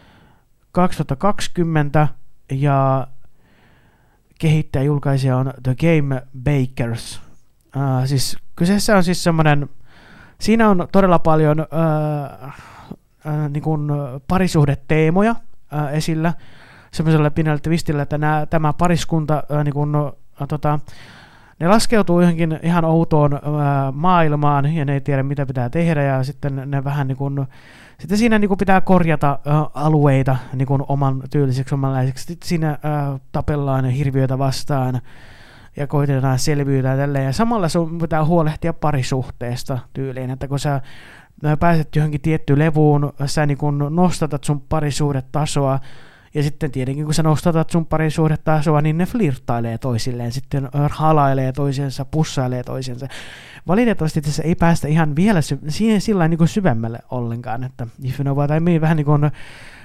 kaksituhattakaksikymmentä ja kehittäjä julkaisija on The Game Bakers. Ää, siis kyseessä on siis semmoinen, siinä on todella paljon ää, ää, niin kuin parisuhdeteemoja ää, esillä semmoisella pienellä twistillä, että nää, tämä pariskunta ää, niin kuin, ää, tota, ne laskeutuu johonkin ihan outoon ää, maailmaan ja ne ei tiedä mitä pitää tehdä ja sitten ne vähän niin kuin, sitten siinä niin kuin pitää korjata ää, alueita niin kuin oman tyyliseksi omanlaiseksi. Sitten siinä ää, tapellaan hirviöitä vastaan ja koitetaan selviytyä tälleen. Ja samalla sun pitää huolehtia parisuhteesta tyyliin, että kun sä pääset johonkin tiettyyn levuun, sä niin kun nostatat sun parisuhdetasoa, ja sitten tietenkin kun sä nostatat sun parisuhdetasoa, niin ne flirttailee toisilleen, sitten halailee toisiensa, pussailee toisiensa. Valitettavasti tässä ei päästä ihan vielä sy- siihen sillä niin kuin syvemmälle ollenkaan, että if you know what I mean, vähän niin kuin, öö,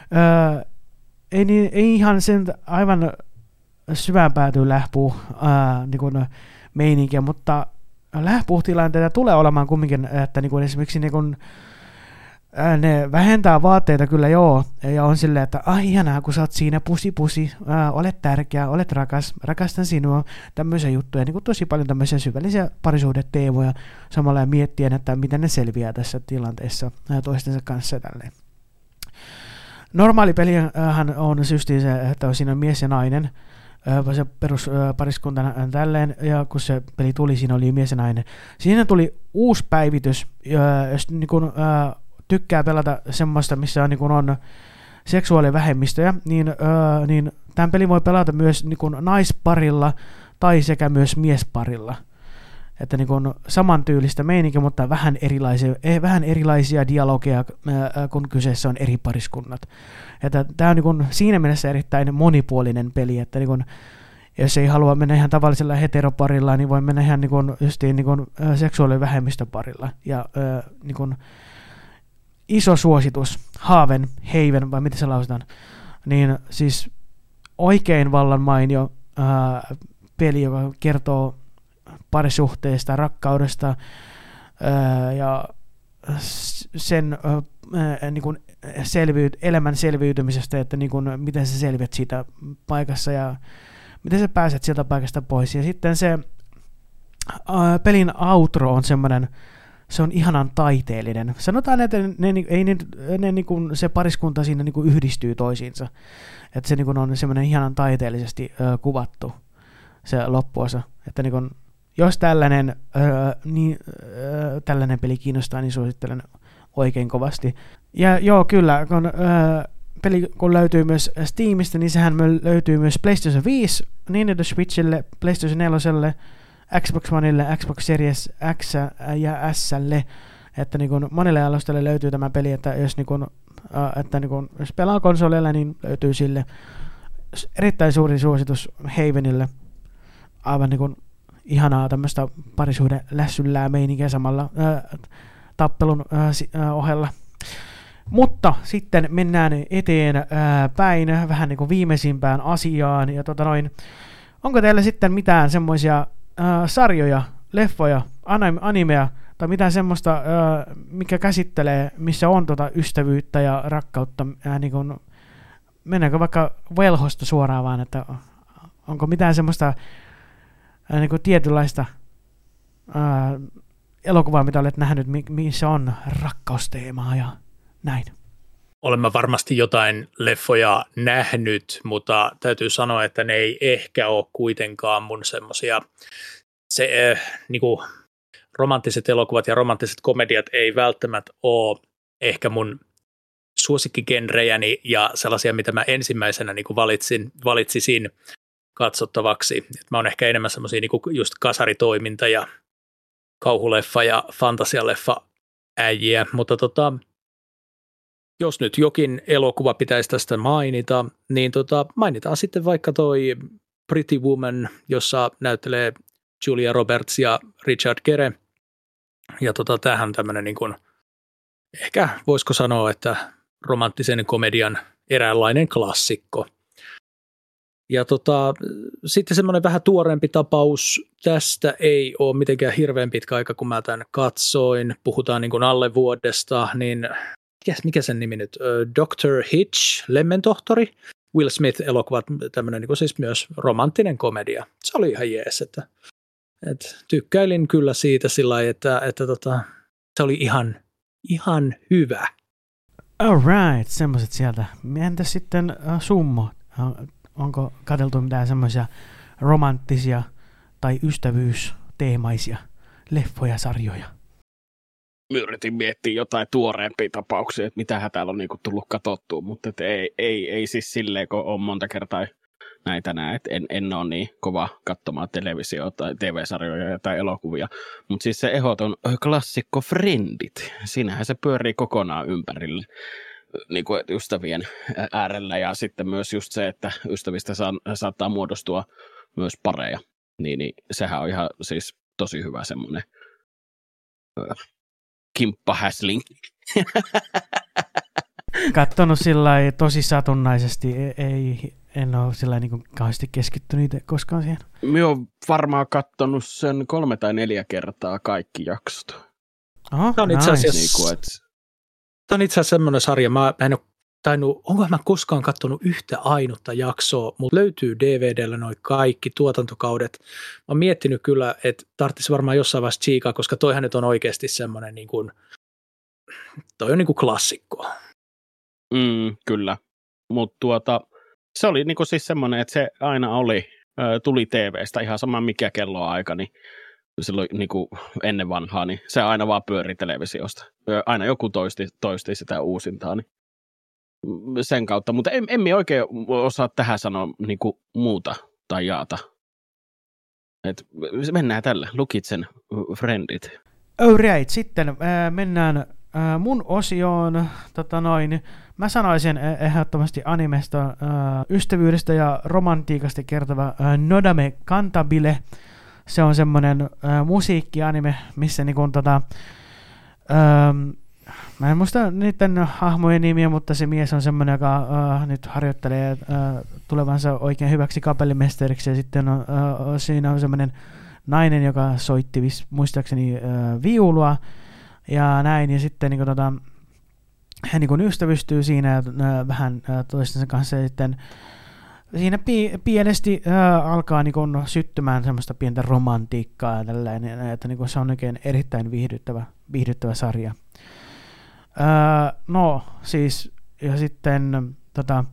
ei, niin, ei ihan sen aivan syvään päätyy lähpuu ää, niin kuin meininkiä, mutta lähpuutilanteita tulee olemaan kumminkin, että niin kuin esimerkiksi niin kuin, ää, ne vähentää vaatteita kyllä joo, ja on silleen, että ai ihanaa, kun sä oot siinä, pusi pusi, ää, olet tärkeä, olet rakas, rakastan sinua, tämmöisiä juttuja, niin kuin tosi paljon tämmöisiä syvällisiä parisuhdeteemoja, samalla ja miettien, että miten ne selviää tässä tilanteessa ää, toistensa kanssa tälleen. Normaali pelihän on syysti se, että siinä on mies ja nainen, se peruspariskuntana tälleen, ja kun se peli tuli, siinä oli mies ja nainen. Siinä tuli uusi päivitys, jos niin kun, ää, tykkää pelata semmoista, missä on, niin kun on seksuaalivähemmistöjä, niin, ää, niin tämän pelin voi pelata myös niin kun naisparilla tai sekä myös miesparilla. Että niin kun samantyylistä meininkiä, mutta vähän erilaisia, eh, vähän erilaisia dialogeja, ää, kun kyseessä on eri pariskunnat. Tämä on niin kun siinä mielessä erittäin monipuolinen peli, että niin kun, jos ei halua mennä ihan tavallisella heteroparilla, niin voi mennä ihan niin kun, justiin niin kun, ä, seksuaalivähemmistöparilla. Ja ä, niin kun, iso suositus, Haven, Haven, vai miten se lausutaan, niin siis oikein vallan mainio ä, peli, joka kertoo parisuhteesta, rakkaudesta ää, ja sen ää, niin kuin selviyt, elämän selviytymisestä, että niin kuin, miten sä selviät siitä paikassa ja miten sä pääset sieltä paikasta pois. Ja sitten se ää, pelin outro on semmoinen, se on ihanan taiteellinen. Sanotaan, että ne, ne, ei ne, ne, niin kuin se pariskunta siinä niin kuin yhdistyy toisiinsa. Että se niin kuin on semmoinen ihanan taiteellisesti ää, kuvattu se loppuosa. Että niin kuin, jos tällainen, öö, niin, öö, tällainen peli kiinnostaa, niin suosittelen oikein kovasti. Ja joo, kyllä, kun öö, peli kun löytyy myös Steamista, niin sehän löytyy myös PlayStation viisi, Nintendo Switchille, PlayStation neljä, Xbox Oneille, Xbox Series X ja S:lle. Että niin kun monelle alustalle löytyy tämä peli, että jos, niin kun, äh, että niin kun, jos pelaa konsoleilla, niin löytyy sille. Erittäin suuri suositus Havenille. Aivan niin kun ihanaa tämmöistä parisuhde lässyllää meininkiä samalla ää, tappelun ää, si, ää, ohella. Mutta sitten mennään eteen ää, päin vähän niin kuin viimeisimpään asiaan. Ja tota noin, onko teillä sitten mitään semmoisia sarjoja, leffoja, animea tai mitään semmoista, ää, mikä käsittelee, missä on tota ystävyyttä ja rakkautta? Ää, niin kuin, mennäänkö vaikka velhosta suoraan vaan, että onko mitään semmoista niin kuin tietynlaista ää, elokuvaa, mitä olet nähnyt, missä on rakkausteemaa ja näin? Olen mä varmasti jotain leffoja nähnyt, mutta täytyy sanoa, että ne ei ehkä ole kuitenkaan mun semmoisia, se äh, niin kuin romanttiset elokuvat ja romanttiset komediat ei välttämättä ole ehkä mun suosikkigenrejäni ja sellaisia, mitä mä ensimmäisenä niin kuin valitsin, valitsisin. katsottavaksi. Et mä oon ehkä enemmän semmoisia niinku just kasaritoiminta ja kauhuleffa ja fantasialeffa äijiä, mutta tota, jos nyt jokin elokuva pitäisi tästä mainita, niin tota, mainitaan sitten vaikka toi Pretty Woman, jossa näyttelee Julia Roberts ja Richard Gere. Ja tota, tämähän on tämmöinen niin kuin, ehkä voisiko sanoa, että romanttisen komedian eräänlainen klassikko. Ja tota, sitten semmoinen vähän tuoreempi tapaus, tästä ei ole mitenkään hirveän pitkä aika, kun mä tämän katsoin, puhutaan niin kuin alle vuodesta, niin mikä sen nimi nyt, doctor Hitch, Lemmentohtori, Will Smith-elokuva, tämmöinen niin kuin siis myös romanttinen komedia. Se oli ihan jees, että, että tykkäilin kyllä siitä sillä lailla, että, että tota, se oli ihan, ihan hyvä. All right, semmoiset sieltä. Entäs sitten uh, Summo? Uh, onko katseltu mitään semmoisia romanttisia tai ystävyysteemaisia leffoja, sarjoja? Mä yritin miettiä jotain tuoreempia tapauksia, että mitähän täällä on niinku tullut katsottua, mutta et ei, ei, ei siis silleen, kun on monta kertaa näitä näin, että en, en ole niin kova katsomaan televisiota tai T V-sarjoja tai elokuvia. Mutta siis se ehdoton klassikko Friendit, siinähän se pyörii kokonaan ympärille niin kuin ystävien äärellä ja sitten myös just se, että ystävistä saa, saattaa muodostua myös pareja, niin, niin sehän on ihan siis tosi hyvä semmoinen kimppahäsling. Kattonut sillä tosi satunnaisesti, ei, en ole sillä niin kauheasti keskittynyt koskaan siihen. Minä olen varmaan kattonut sen kolme tai neljä kertaa kaikki jaksot. Oho, Tämä on itse asiassa, niin kuin, että... Tämä on itse asiassa semmoinen sarja, mä en ole tainnut, onko mä koskaan katsonut yhtä ainutta jaksoa, mutta löytyy D V D:llä noin kaikki tuotantokaudet. Mä oon miettinyt kyllä, että tarvitsisi varmaan jossain vaiheessa tsiikaa, koska toihan nyt on oikeasti semmoinen niin kuin, toi on niin kuin klassikko. Mm, kyllä, mutta tuota, se oli niin kuin siis semmoinen, että se aina oli, tuli T V:stä ihan sama mikä kello aika, niin silloin niin kuin ennen vanhaa, niin se aina vaan pyöri televisiosta. Aina joku toisti, toisti sitä uusintaa, niin sen kautta. Mutta en, en minä oikein osaa tähän sanoa niin kuin muuta tai jaata. Et mennään tällä. Lukitsen Friendit. Oh right. Sitten äh, mennään äh, mun osioon. Tota noin, mä sanoisin ehdottomasti animesta äh, ystävyydestä ja romantiikasta kertova äh, Nodame Cantabile. Se on semmoinen äh, musiikkianime, missä niinku tota, ähm, mä en muista niiden hahmojen nimiä, mutta se mies on semmoinen, joka äh, nyt harjoittelee äh, tulevansa oikein hyväksi kapellimestariksi, ja sitten on, äh, siinä on semmoinen nainen, joka soitti vis, muistaakseni äh, viulua, ja näin, ja sitten niinku tota, hän niinku ystävystyy siinä äh, vähän äh, toistensa kanssa, ja sitten siinä pi- pienesti äh, alkaa niinku syttymään semmoista pientä romantiikkaa ja tällainen, että niinku se on oikein erittäin viihdyttävä, viihdyttävä sarja. Äh, no siis, ja sitten tota,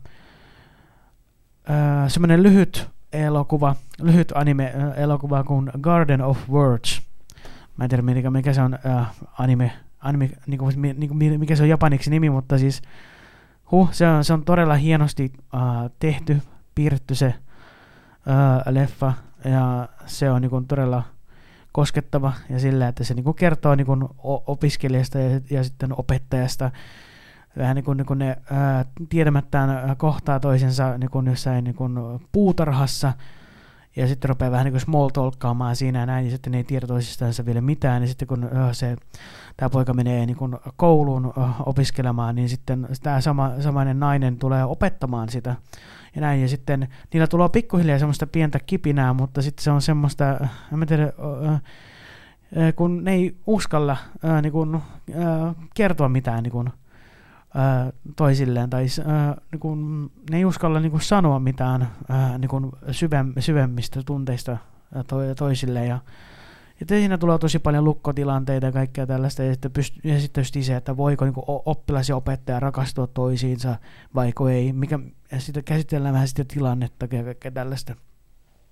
äh, semmoinen lyhyt elokuva, lyhyt anime-elokuva kuin Garden of Words. Mä en tiedä, mikä, mikä se on äh, anime, anime niinku, niinku, mikä se on japaniksi nimi, mutta siis huh, se, on, se on todella hienosti äh, tehty, piirretty se ää, leffa, ja se on niinku todella koskettava, ja sillä, että se niinku kertoo niinku opiskelijasta ja, ja sitten opettajasta, vähän niin kuin, niin kuin ne ää, tiedämättään kohtaa toisensa niin kuin jossain niin kuin puutarhassa, ja sitten rupeaa vähän niin kuin small talkkaamaan siinä ja näin, ja sitten ne ei tiedä toisistaan vielä mitään, ja sitten kun äh, se, tämä poika menee niin kuin kouluun äh, opiskelemaan, niin sitten tämä sama, samainen nainen tulee opettamaan sitä, ja näin, ja sitten niillä tulee pikkuhiljaa semmoista pientä kipinää, mutta sitten se on semmoista, en mä tiedä, äh, äh, kun ne ei uskalla äh, niin kuin, äh, kertoa mitään niin kuin, äh, toisilleen, tai äh, niin kuin, ne ei uskalla niin kuin, sanoa mitään äh, niin kuin syvem, syvemmistä tunteista äh, to, toisilleen, ja, ja siinä tulee tosi paljon lukkotilanteita ja kaikkea tällaista, ja sitten, pyst- ja sitten just se, että voiko niin kuin, oppilas ja opettaja rakastua toisiinsa, vaiko ei, mikä, ja sitten käsitellään vähän sitä tilannetta ja kaikkea tällaista.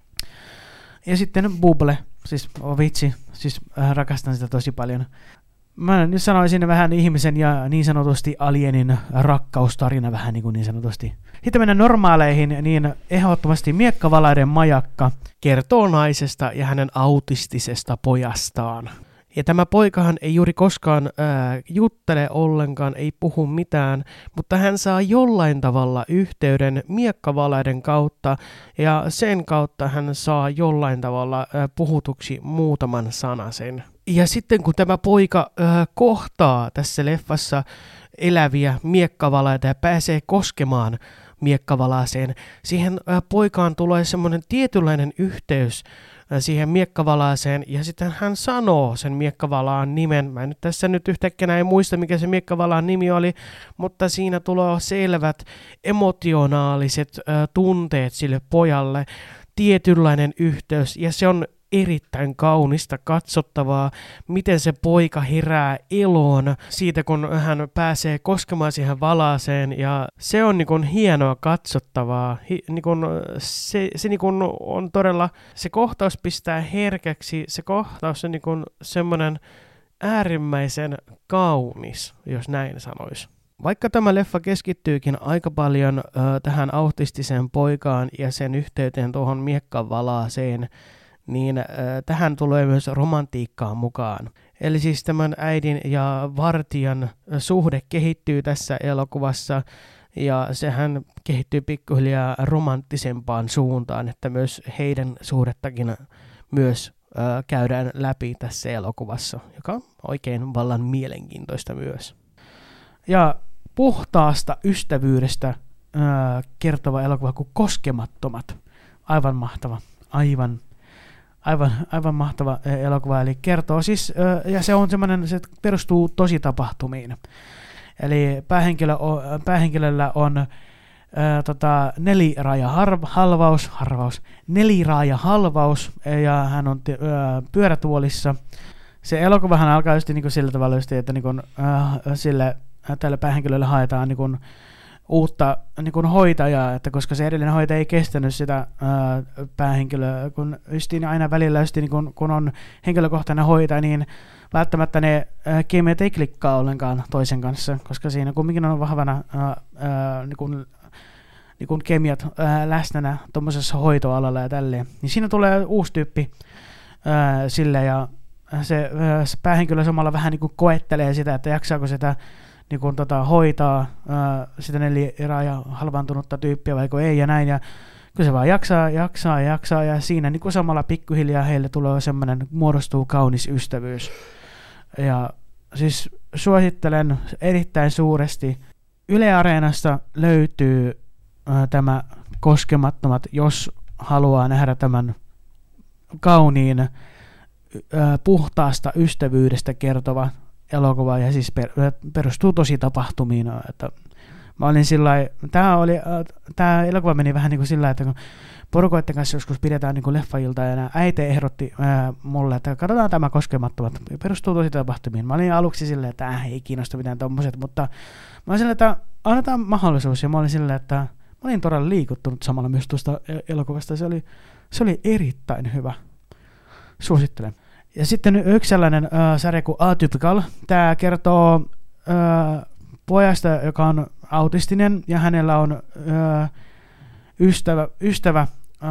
Ja sitten Bubble, siis oh vitsi, siis äh, rakastan sitä tosi paljon. Mä nyt sanoisin vähän ihmisen ja niin sanotusti alienin rakkaustarina vähän niin kuin niin sanotusti. Sitten mennään normaaleihin, niin ehdottomasti Miekkavalaiden majakka kertoo naisesta ja hänen autistisesta pojastaan. Ja tämä poikahan ei juuri koskaan ää, juttele ollenkaan, ei puhu mitään, mutta hän saa jollain tavalla yhteyden Miekkavalaiden kautta ja sen kautta hän saa jollain tavalla ää, puhutuksi muutaman sanasen. Ja sitten kun tämä poika ää, kohtaa tässä leffassa eläviä miekkavalaita ja pääsee koskemaan miekkavalaaseen, siihen ää, poikaan tulee semmoinen tietynlainen yhteys siihen miekkavalaaseen, ja sitten hän sanoo sen miekkavalaan nimen. Mä en nyt tässä nyt yhtäkkiä en muista, mikä se miekkavalaan nimi oli, mutta siinä tulee selvät emotionaaliset äh, tunteet sille pojalle, tietynlainen yhteys, ja se on erittäin kaunista katsottavaa, miten se poika herää eloon siitä, kun hän pääsee koskemaan siihen valaaseen, ja se on niin kuin hienoa katsottavaa. Hi, niin kuin se se niin kuin on todella, se kohtaus pistää herkäksi, se kohtaus on niin kuin semmoinen äärimmäisen kaunis, jos näin sanoisi. Vaikka tämä leffa keskittyykin aika paljon ö, tähän autistiseen poikaan ja sen yhteyteen tuohon miekkavalaaseen, niin äh, tähän tulee myös romantiikkaa mukaan. Eli siis tämän äidin ja vartijan suhde kehittyy tässä elokuvassa, ja sehän kehittyy pikkuhiljaa romanttisempaan suuntaan, että myös heidän suhdettakin myös äh, käydään läpi tässä elokuvassa, joka on oikein vallan mielenkiintoista myös. Ja puhtaasta ystävyydestä äh, kertova elokuva kuin Koskemattomat. Aivan mahtava, aivan Aivan, aivan mahtava elokuva, eli kertoo siis, ja se on semmoinen, se perustuu tositapahtumiin. Eli päähenkilö on, päähenkilöllä on ää, tota, neliraajahalvaus, harvaus, neliraajahalvaus, ja hän on ää, pyörätuolissa. Se elokuvahan alkaa just niin kuin sillä tavalla, just, että niin kuin, ää, sille, tälle päähenkilölle haetaan niin kuin, uutta niin kuin hoitajaa, että koska se edellinen hoitaja ei kestänyt sitä ää, päähenkilöä, kun justiin aina välillä justiin, niin kun, kun on henkilökohtainen hoitaja, niin välttämättä ne ää, kemiat ei klikkaa ollenkaan toisen kanssa, koska siinä kumminkin on vahvana ää, ää, niin kuin, niin kuin kemiat ää, läsnänä tuommoisessa hoitoalalla ja tälleen. Niin siinä tulee uusi tyyppi ää, sille, ja se, ää, se päähenkilö samalla vähän niin kuin koettelee sitä, että jaksaako sitä niin kun tota, hoitaa ää, sitä neliraaja halvaantunutta tyyppiä vaiko ei ja näin, ja kyllä se vaan jaksaa, jaksaa, jaksaa, ja siinä niin kun samalla pikkuhiljaa heille tulee semmoinen, muodostuu kaunis ystävyys. Ja siis suosittelen erittäin suuresti. Yle Areenasta löytyy ää, tämä Koskemattomat, jos haluaa nähdä tämän kauniin, ää, puhtaasta ystävyydestä kertova elokuva, ja siis per, perustuu tosi tapahtumiin, että mä olin sillai, tää oli, tää elokuva meni vähän niin kuin sillä, että kun porukoiden kanssa joskus pidetään niin kuin leffailta, ja nämä äiti ehdotti ää, mulle, että katsotaan tämä Koskemattomat, perustuu tosi tapahtumiin. Mä olin aluksi silleen, että äh, ei kiinnosta mitään tommoset, mutta mä olin silleen, että annetaan mahdollisuus, ja mä olin silleen, että mä olin todella liikuttunut samalla myös tuosta elokuvasta, se oli, se oli erittäin hyvä. Suosittelen. Ja sitten yksi sellainen äh, sarja kuin Atypical. Tämä kertoo äh, pojasta, joka on autistinen, ja hänellä on äh, ystävä, ystävä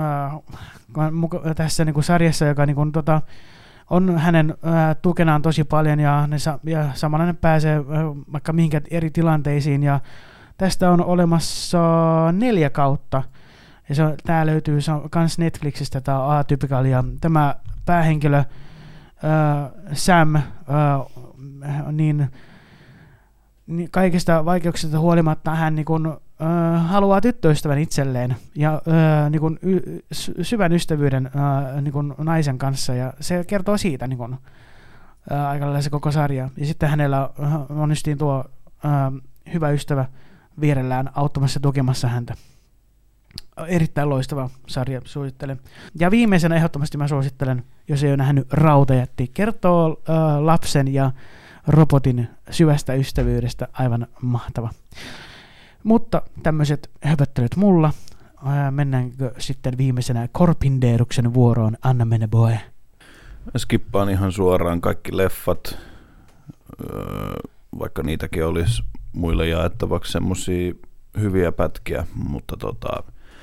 äh, tässä niin kuin sarjassa, joka niin kuin, tota, on hänen äh, tukenaan tosi paljon, ja, ne sa- ja samalla ne pääsee äh, vaikka mihinkä eri tilanteisiin. Ja tästä on olemassa neljä kautta. Ja se on, tämä löytyy myös Netflixistä, tämä Atypical, ja tämä päähenkilö Uh, Sam, uh, niin, niin kaikista vaikeuksista huolimatta hän niin kun, uh, haluaa tyttöystävän itselleen ja uh, niin kun, y- syvän ystävyyden uh, niin kun naisen kanssa, ja se kertoo siitä niin kun, uh, aika lailla se koko sarja. Ja sitten hänellä uh, on justiin tuo uh, hyvä ystävä vierellään auttamassa tukemassa häntä. Erittäin loistava sarja, suosittelen. Ja viimeisenä ehdottomasti mä suosittelen, jos ei ole nähnyt Rautajätti, kertoo äh, lapsen ja robotin syvästä ystävyydestä, aivan mahtava. Mutta tämmöiset höpöttelyt mulla. Äh, mennäänkö sitten viimeisenä Korpinderuksen vuoroon, anna mennä boy. Skippaan ihan suoraan kaikki leffat. vaikka niitäkin olisi muille jaettavaksi semmoisia hyviä pätkiä, mutta tota,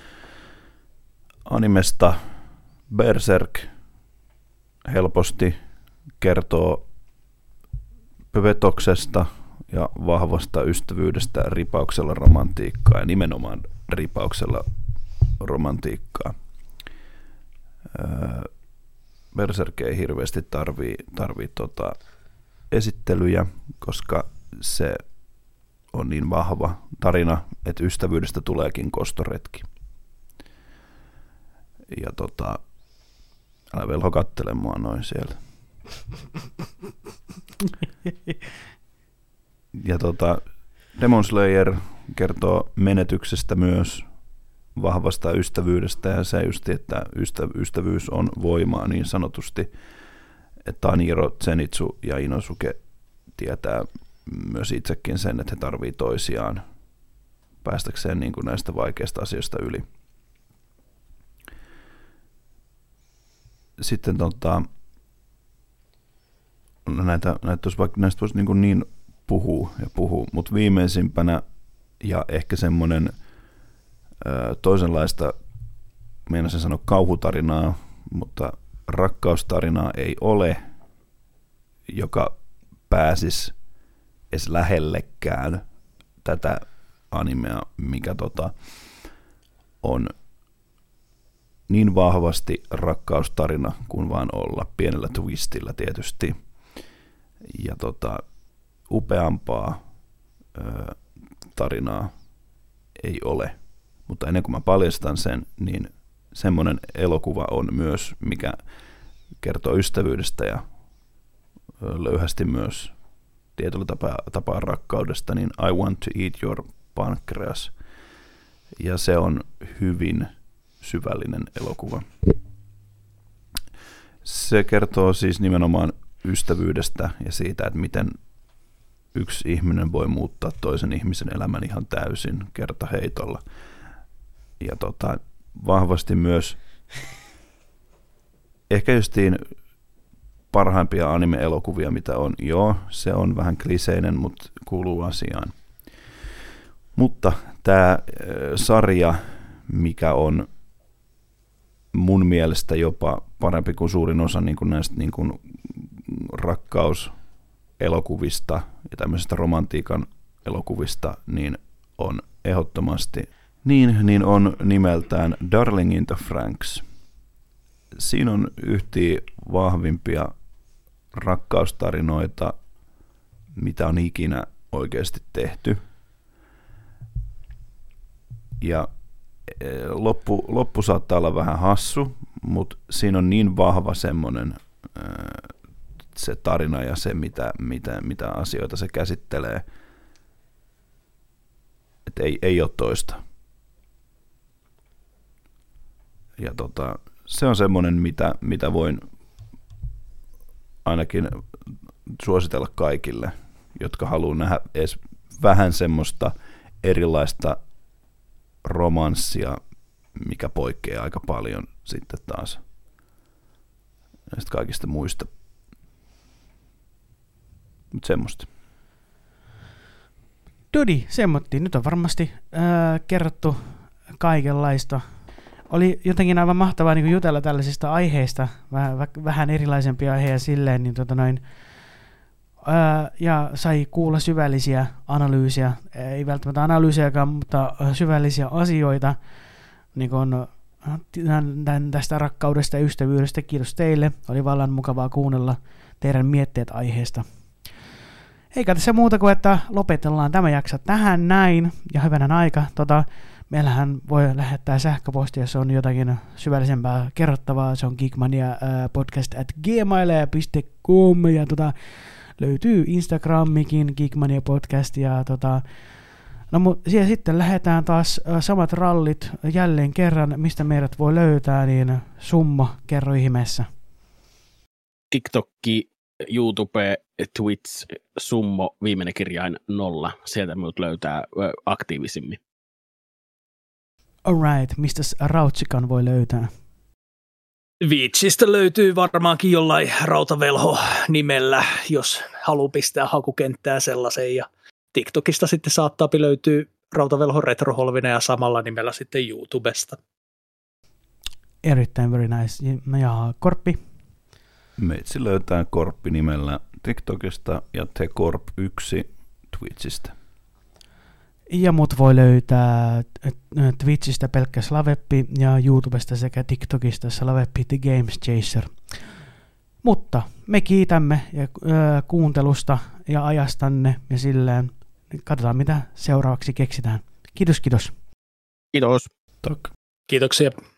animesta Berserk helposti kertoo pöpetoksesta ja vahvasta ystävyydestä ripauksella romantiikkaa ja nimenomaan ripauksella romantiikkaa. Berserk ei hirveästi tarvii, tarvii tota esittelyjä, koska se on niin vahva tarina, että ystävyydestä tuleekin kostoretki. Ja tota, älä velho kattele mua noin siellä. Ja tota, Demon Slayer kertoo menetyksestä myös, vahvasta ystävyydestä, ja se just, että ystä, ystävyys on voimaa niin sanotusti, että Tanjiro, Zenitsu ja Inosuke tietää myös itsekin sen, että he tarvii toisiaan päästäkseen niin kuin näistä vaikeista asioista yli. Sitten tota, näitä, näitä vaikka näistä voisi niin, niin puhua ja puhua, mutta viimeisimpänä ja ehkä semmoinen ö, toisenlaista, meinasin sanoa kauhutarinaa, mutta rakkaustarinaa ei ole, joka pääsisi edes lähellekään tätä animea, mikä tota, on niin vahvasti rakkaustarina kuin vaan olla, pienellä twistillä tietysti. Ja tota, upeampaa ö, tarinaa ei ole. Mutta ennen kuin mä paljastan sen, niin semmoinen elokuva on myös, mikä kertoo ystävyydestä ja löyhästi myös tietyllä tapaa, tapaa rakkaudesta, niin I Want to Eat Your Pancreas. Ja se on hyvin syvällinen elokuva. Se kertoo siis nimenomaan ystävyydestä ja siitä, että miten yksi ihminen voi muuttaa toisen ihmisen elämän ihan täysin kertaheitolla. Ja tota, vahvasti myös ehkä justiin parhaimpia anime-elokuvia, mitä on. Joo, se on vähän kliseinen, mutta kuuluu asiaan. Mutta tämä sarja, mikä on mun mielestä jopa parempi kuin suurin osa niin kuin näistä niin kuin rakkauselokuvista ja tämmöisistä romantiikan elokuvista, niin on ehdottomasti niin, niin on nimeltään Darling in the Franxx. Siinä on yhtiä vahvimpia rakkaustarinoita, mitä on ikinä oikeasti tehty. Ja loppu, loppu saattaa olla vähän hassu, mutta siinä on niin vahva semmoinen se tarina ja se, mitä, mitä, mitä asioita se käsittelee, että ei, ei ole toista. Ja tota, se on semmoinen, mitä, mitä voin ainakin suositella kaikille, jotka haluaa nähdä edes vähän semmoista erilaista romanssia, mikä poikkeaa aika paljon sitten taas näistä kaikista muista. Mutta semmoista. Dodi, semmotti. Nyt on varmasti ää, kerrottu kaikenlaista. Oli jotenkin aivan mahtavaa niin jutella tällaisista aiheista, vähän, vähän erilaisempia aiheja silleen, niin tota noin, ää, ja sai kuulla syvällisiä analyysiä, ei välttämättä analyysiäkään, mutta syvällisiä asioita niin kun, tästä rakkaudesta ja ystävyydestä. Kiitos teille, oli vallan mukavaa kuunnella teidän mietteet aiheesta. Eikä tässä muuta kuin, että lopetellaan tämä jakso tähän näin, ja hyvänä aika. Tota, meillähän voi lähettää sähköpostia, jos on jotakin syvällisempää kerrottavaa. Se on geekmania podcast at gmail dot com, ja tota, löytyy Instagramikin Geekmania podcast, ja tota, no mutta sitten lähdetään taas samat rallit jälleen kerran, mistä meidät voi löytää, niin summa, kerro ihmeessä. TikTokki, YouTube, Twitch, summo, viimeinen kirjain nolla. Sieltä minut löytää aktiivisimmin. Alright, mistä Rautsikan voi löytää? Viitsistä löytyy varmaankin jollain Rautavelho nimellä, jos haluaa pistää hakukenttää sellaisen, ja TikTokista sitten saattaa löytyä Rautavelho Retroholvinen ja samalla nimellä sitten YouTubesta. Erittäin very nice. Ja Korppi? Meitsi löytää Korppi-nimellä TikTokista ja Tekorp yksi Twitchistä. Ja mut voi löytää Twitchistä pelkkä Slaveppi ja YouTubesta sekä TikTokista Slaveppi The Games Chaser. Mutta me kiitämme ja, äh, kuuntelusta ja ajastanne ja silleen katsotaan mitä seuraavaksi keksitään. Kiitos, kiitos. Kiitos. Tak. Kiitoksia.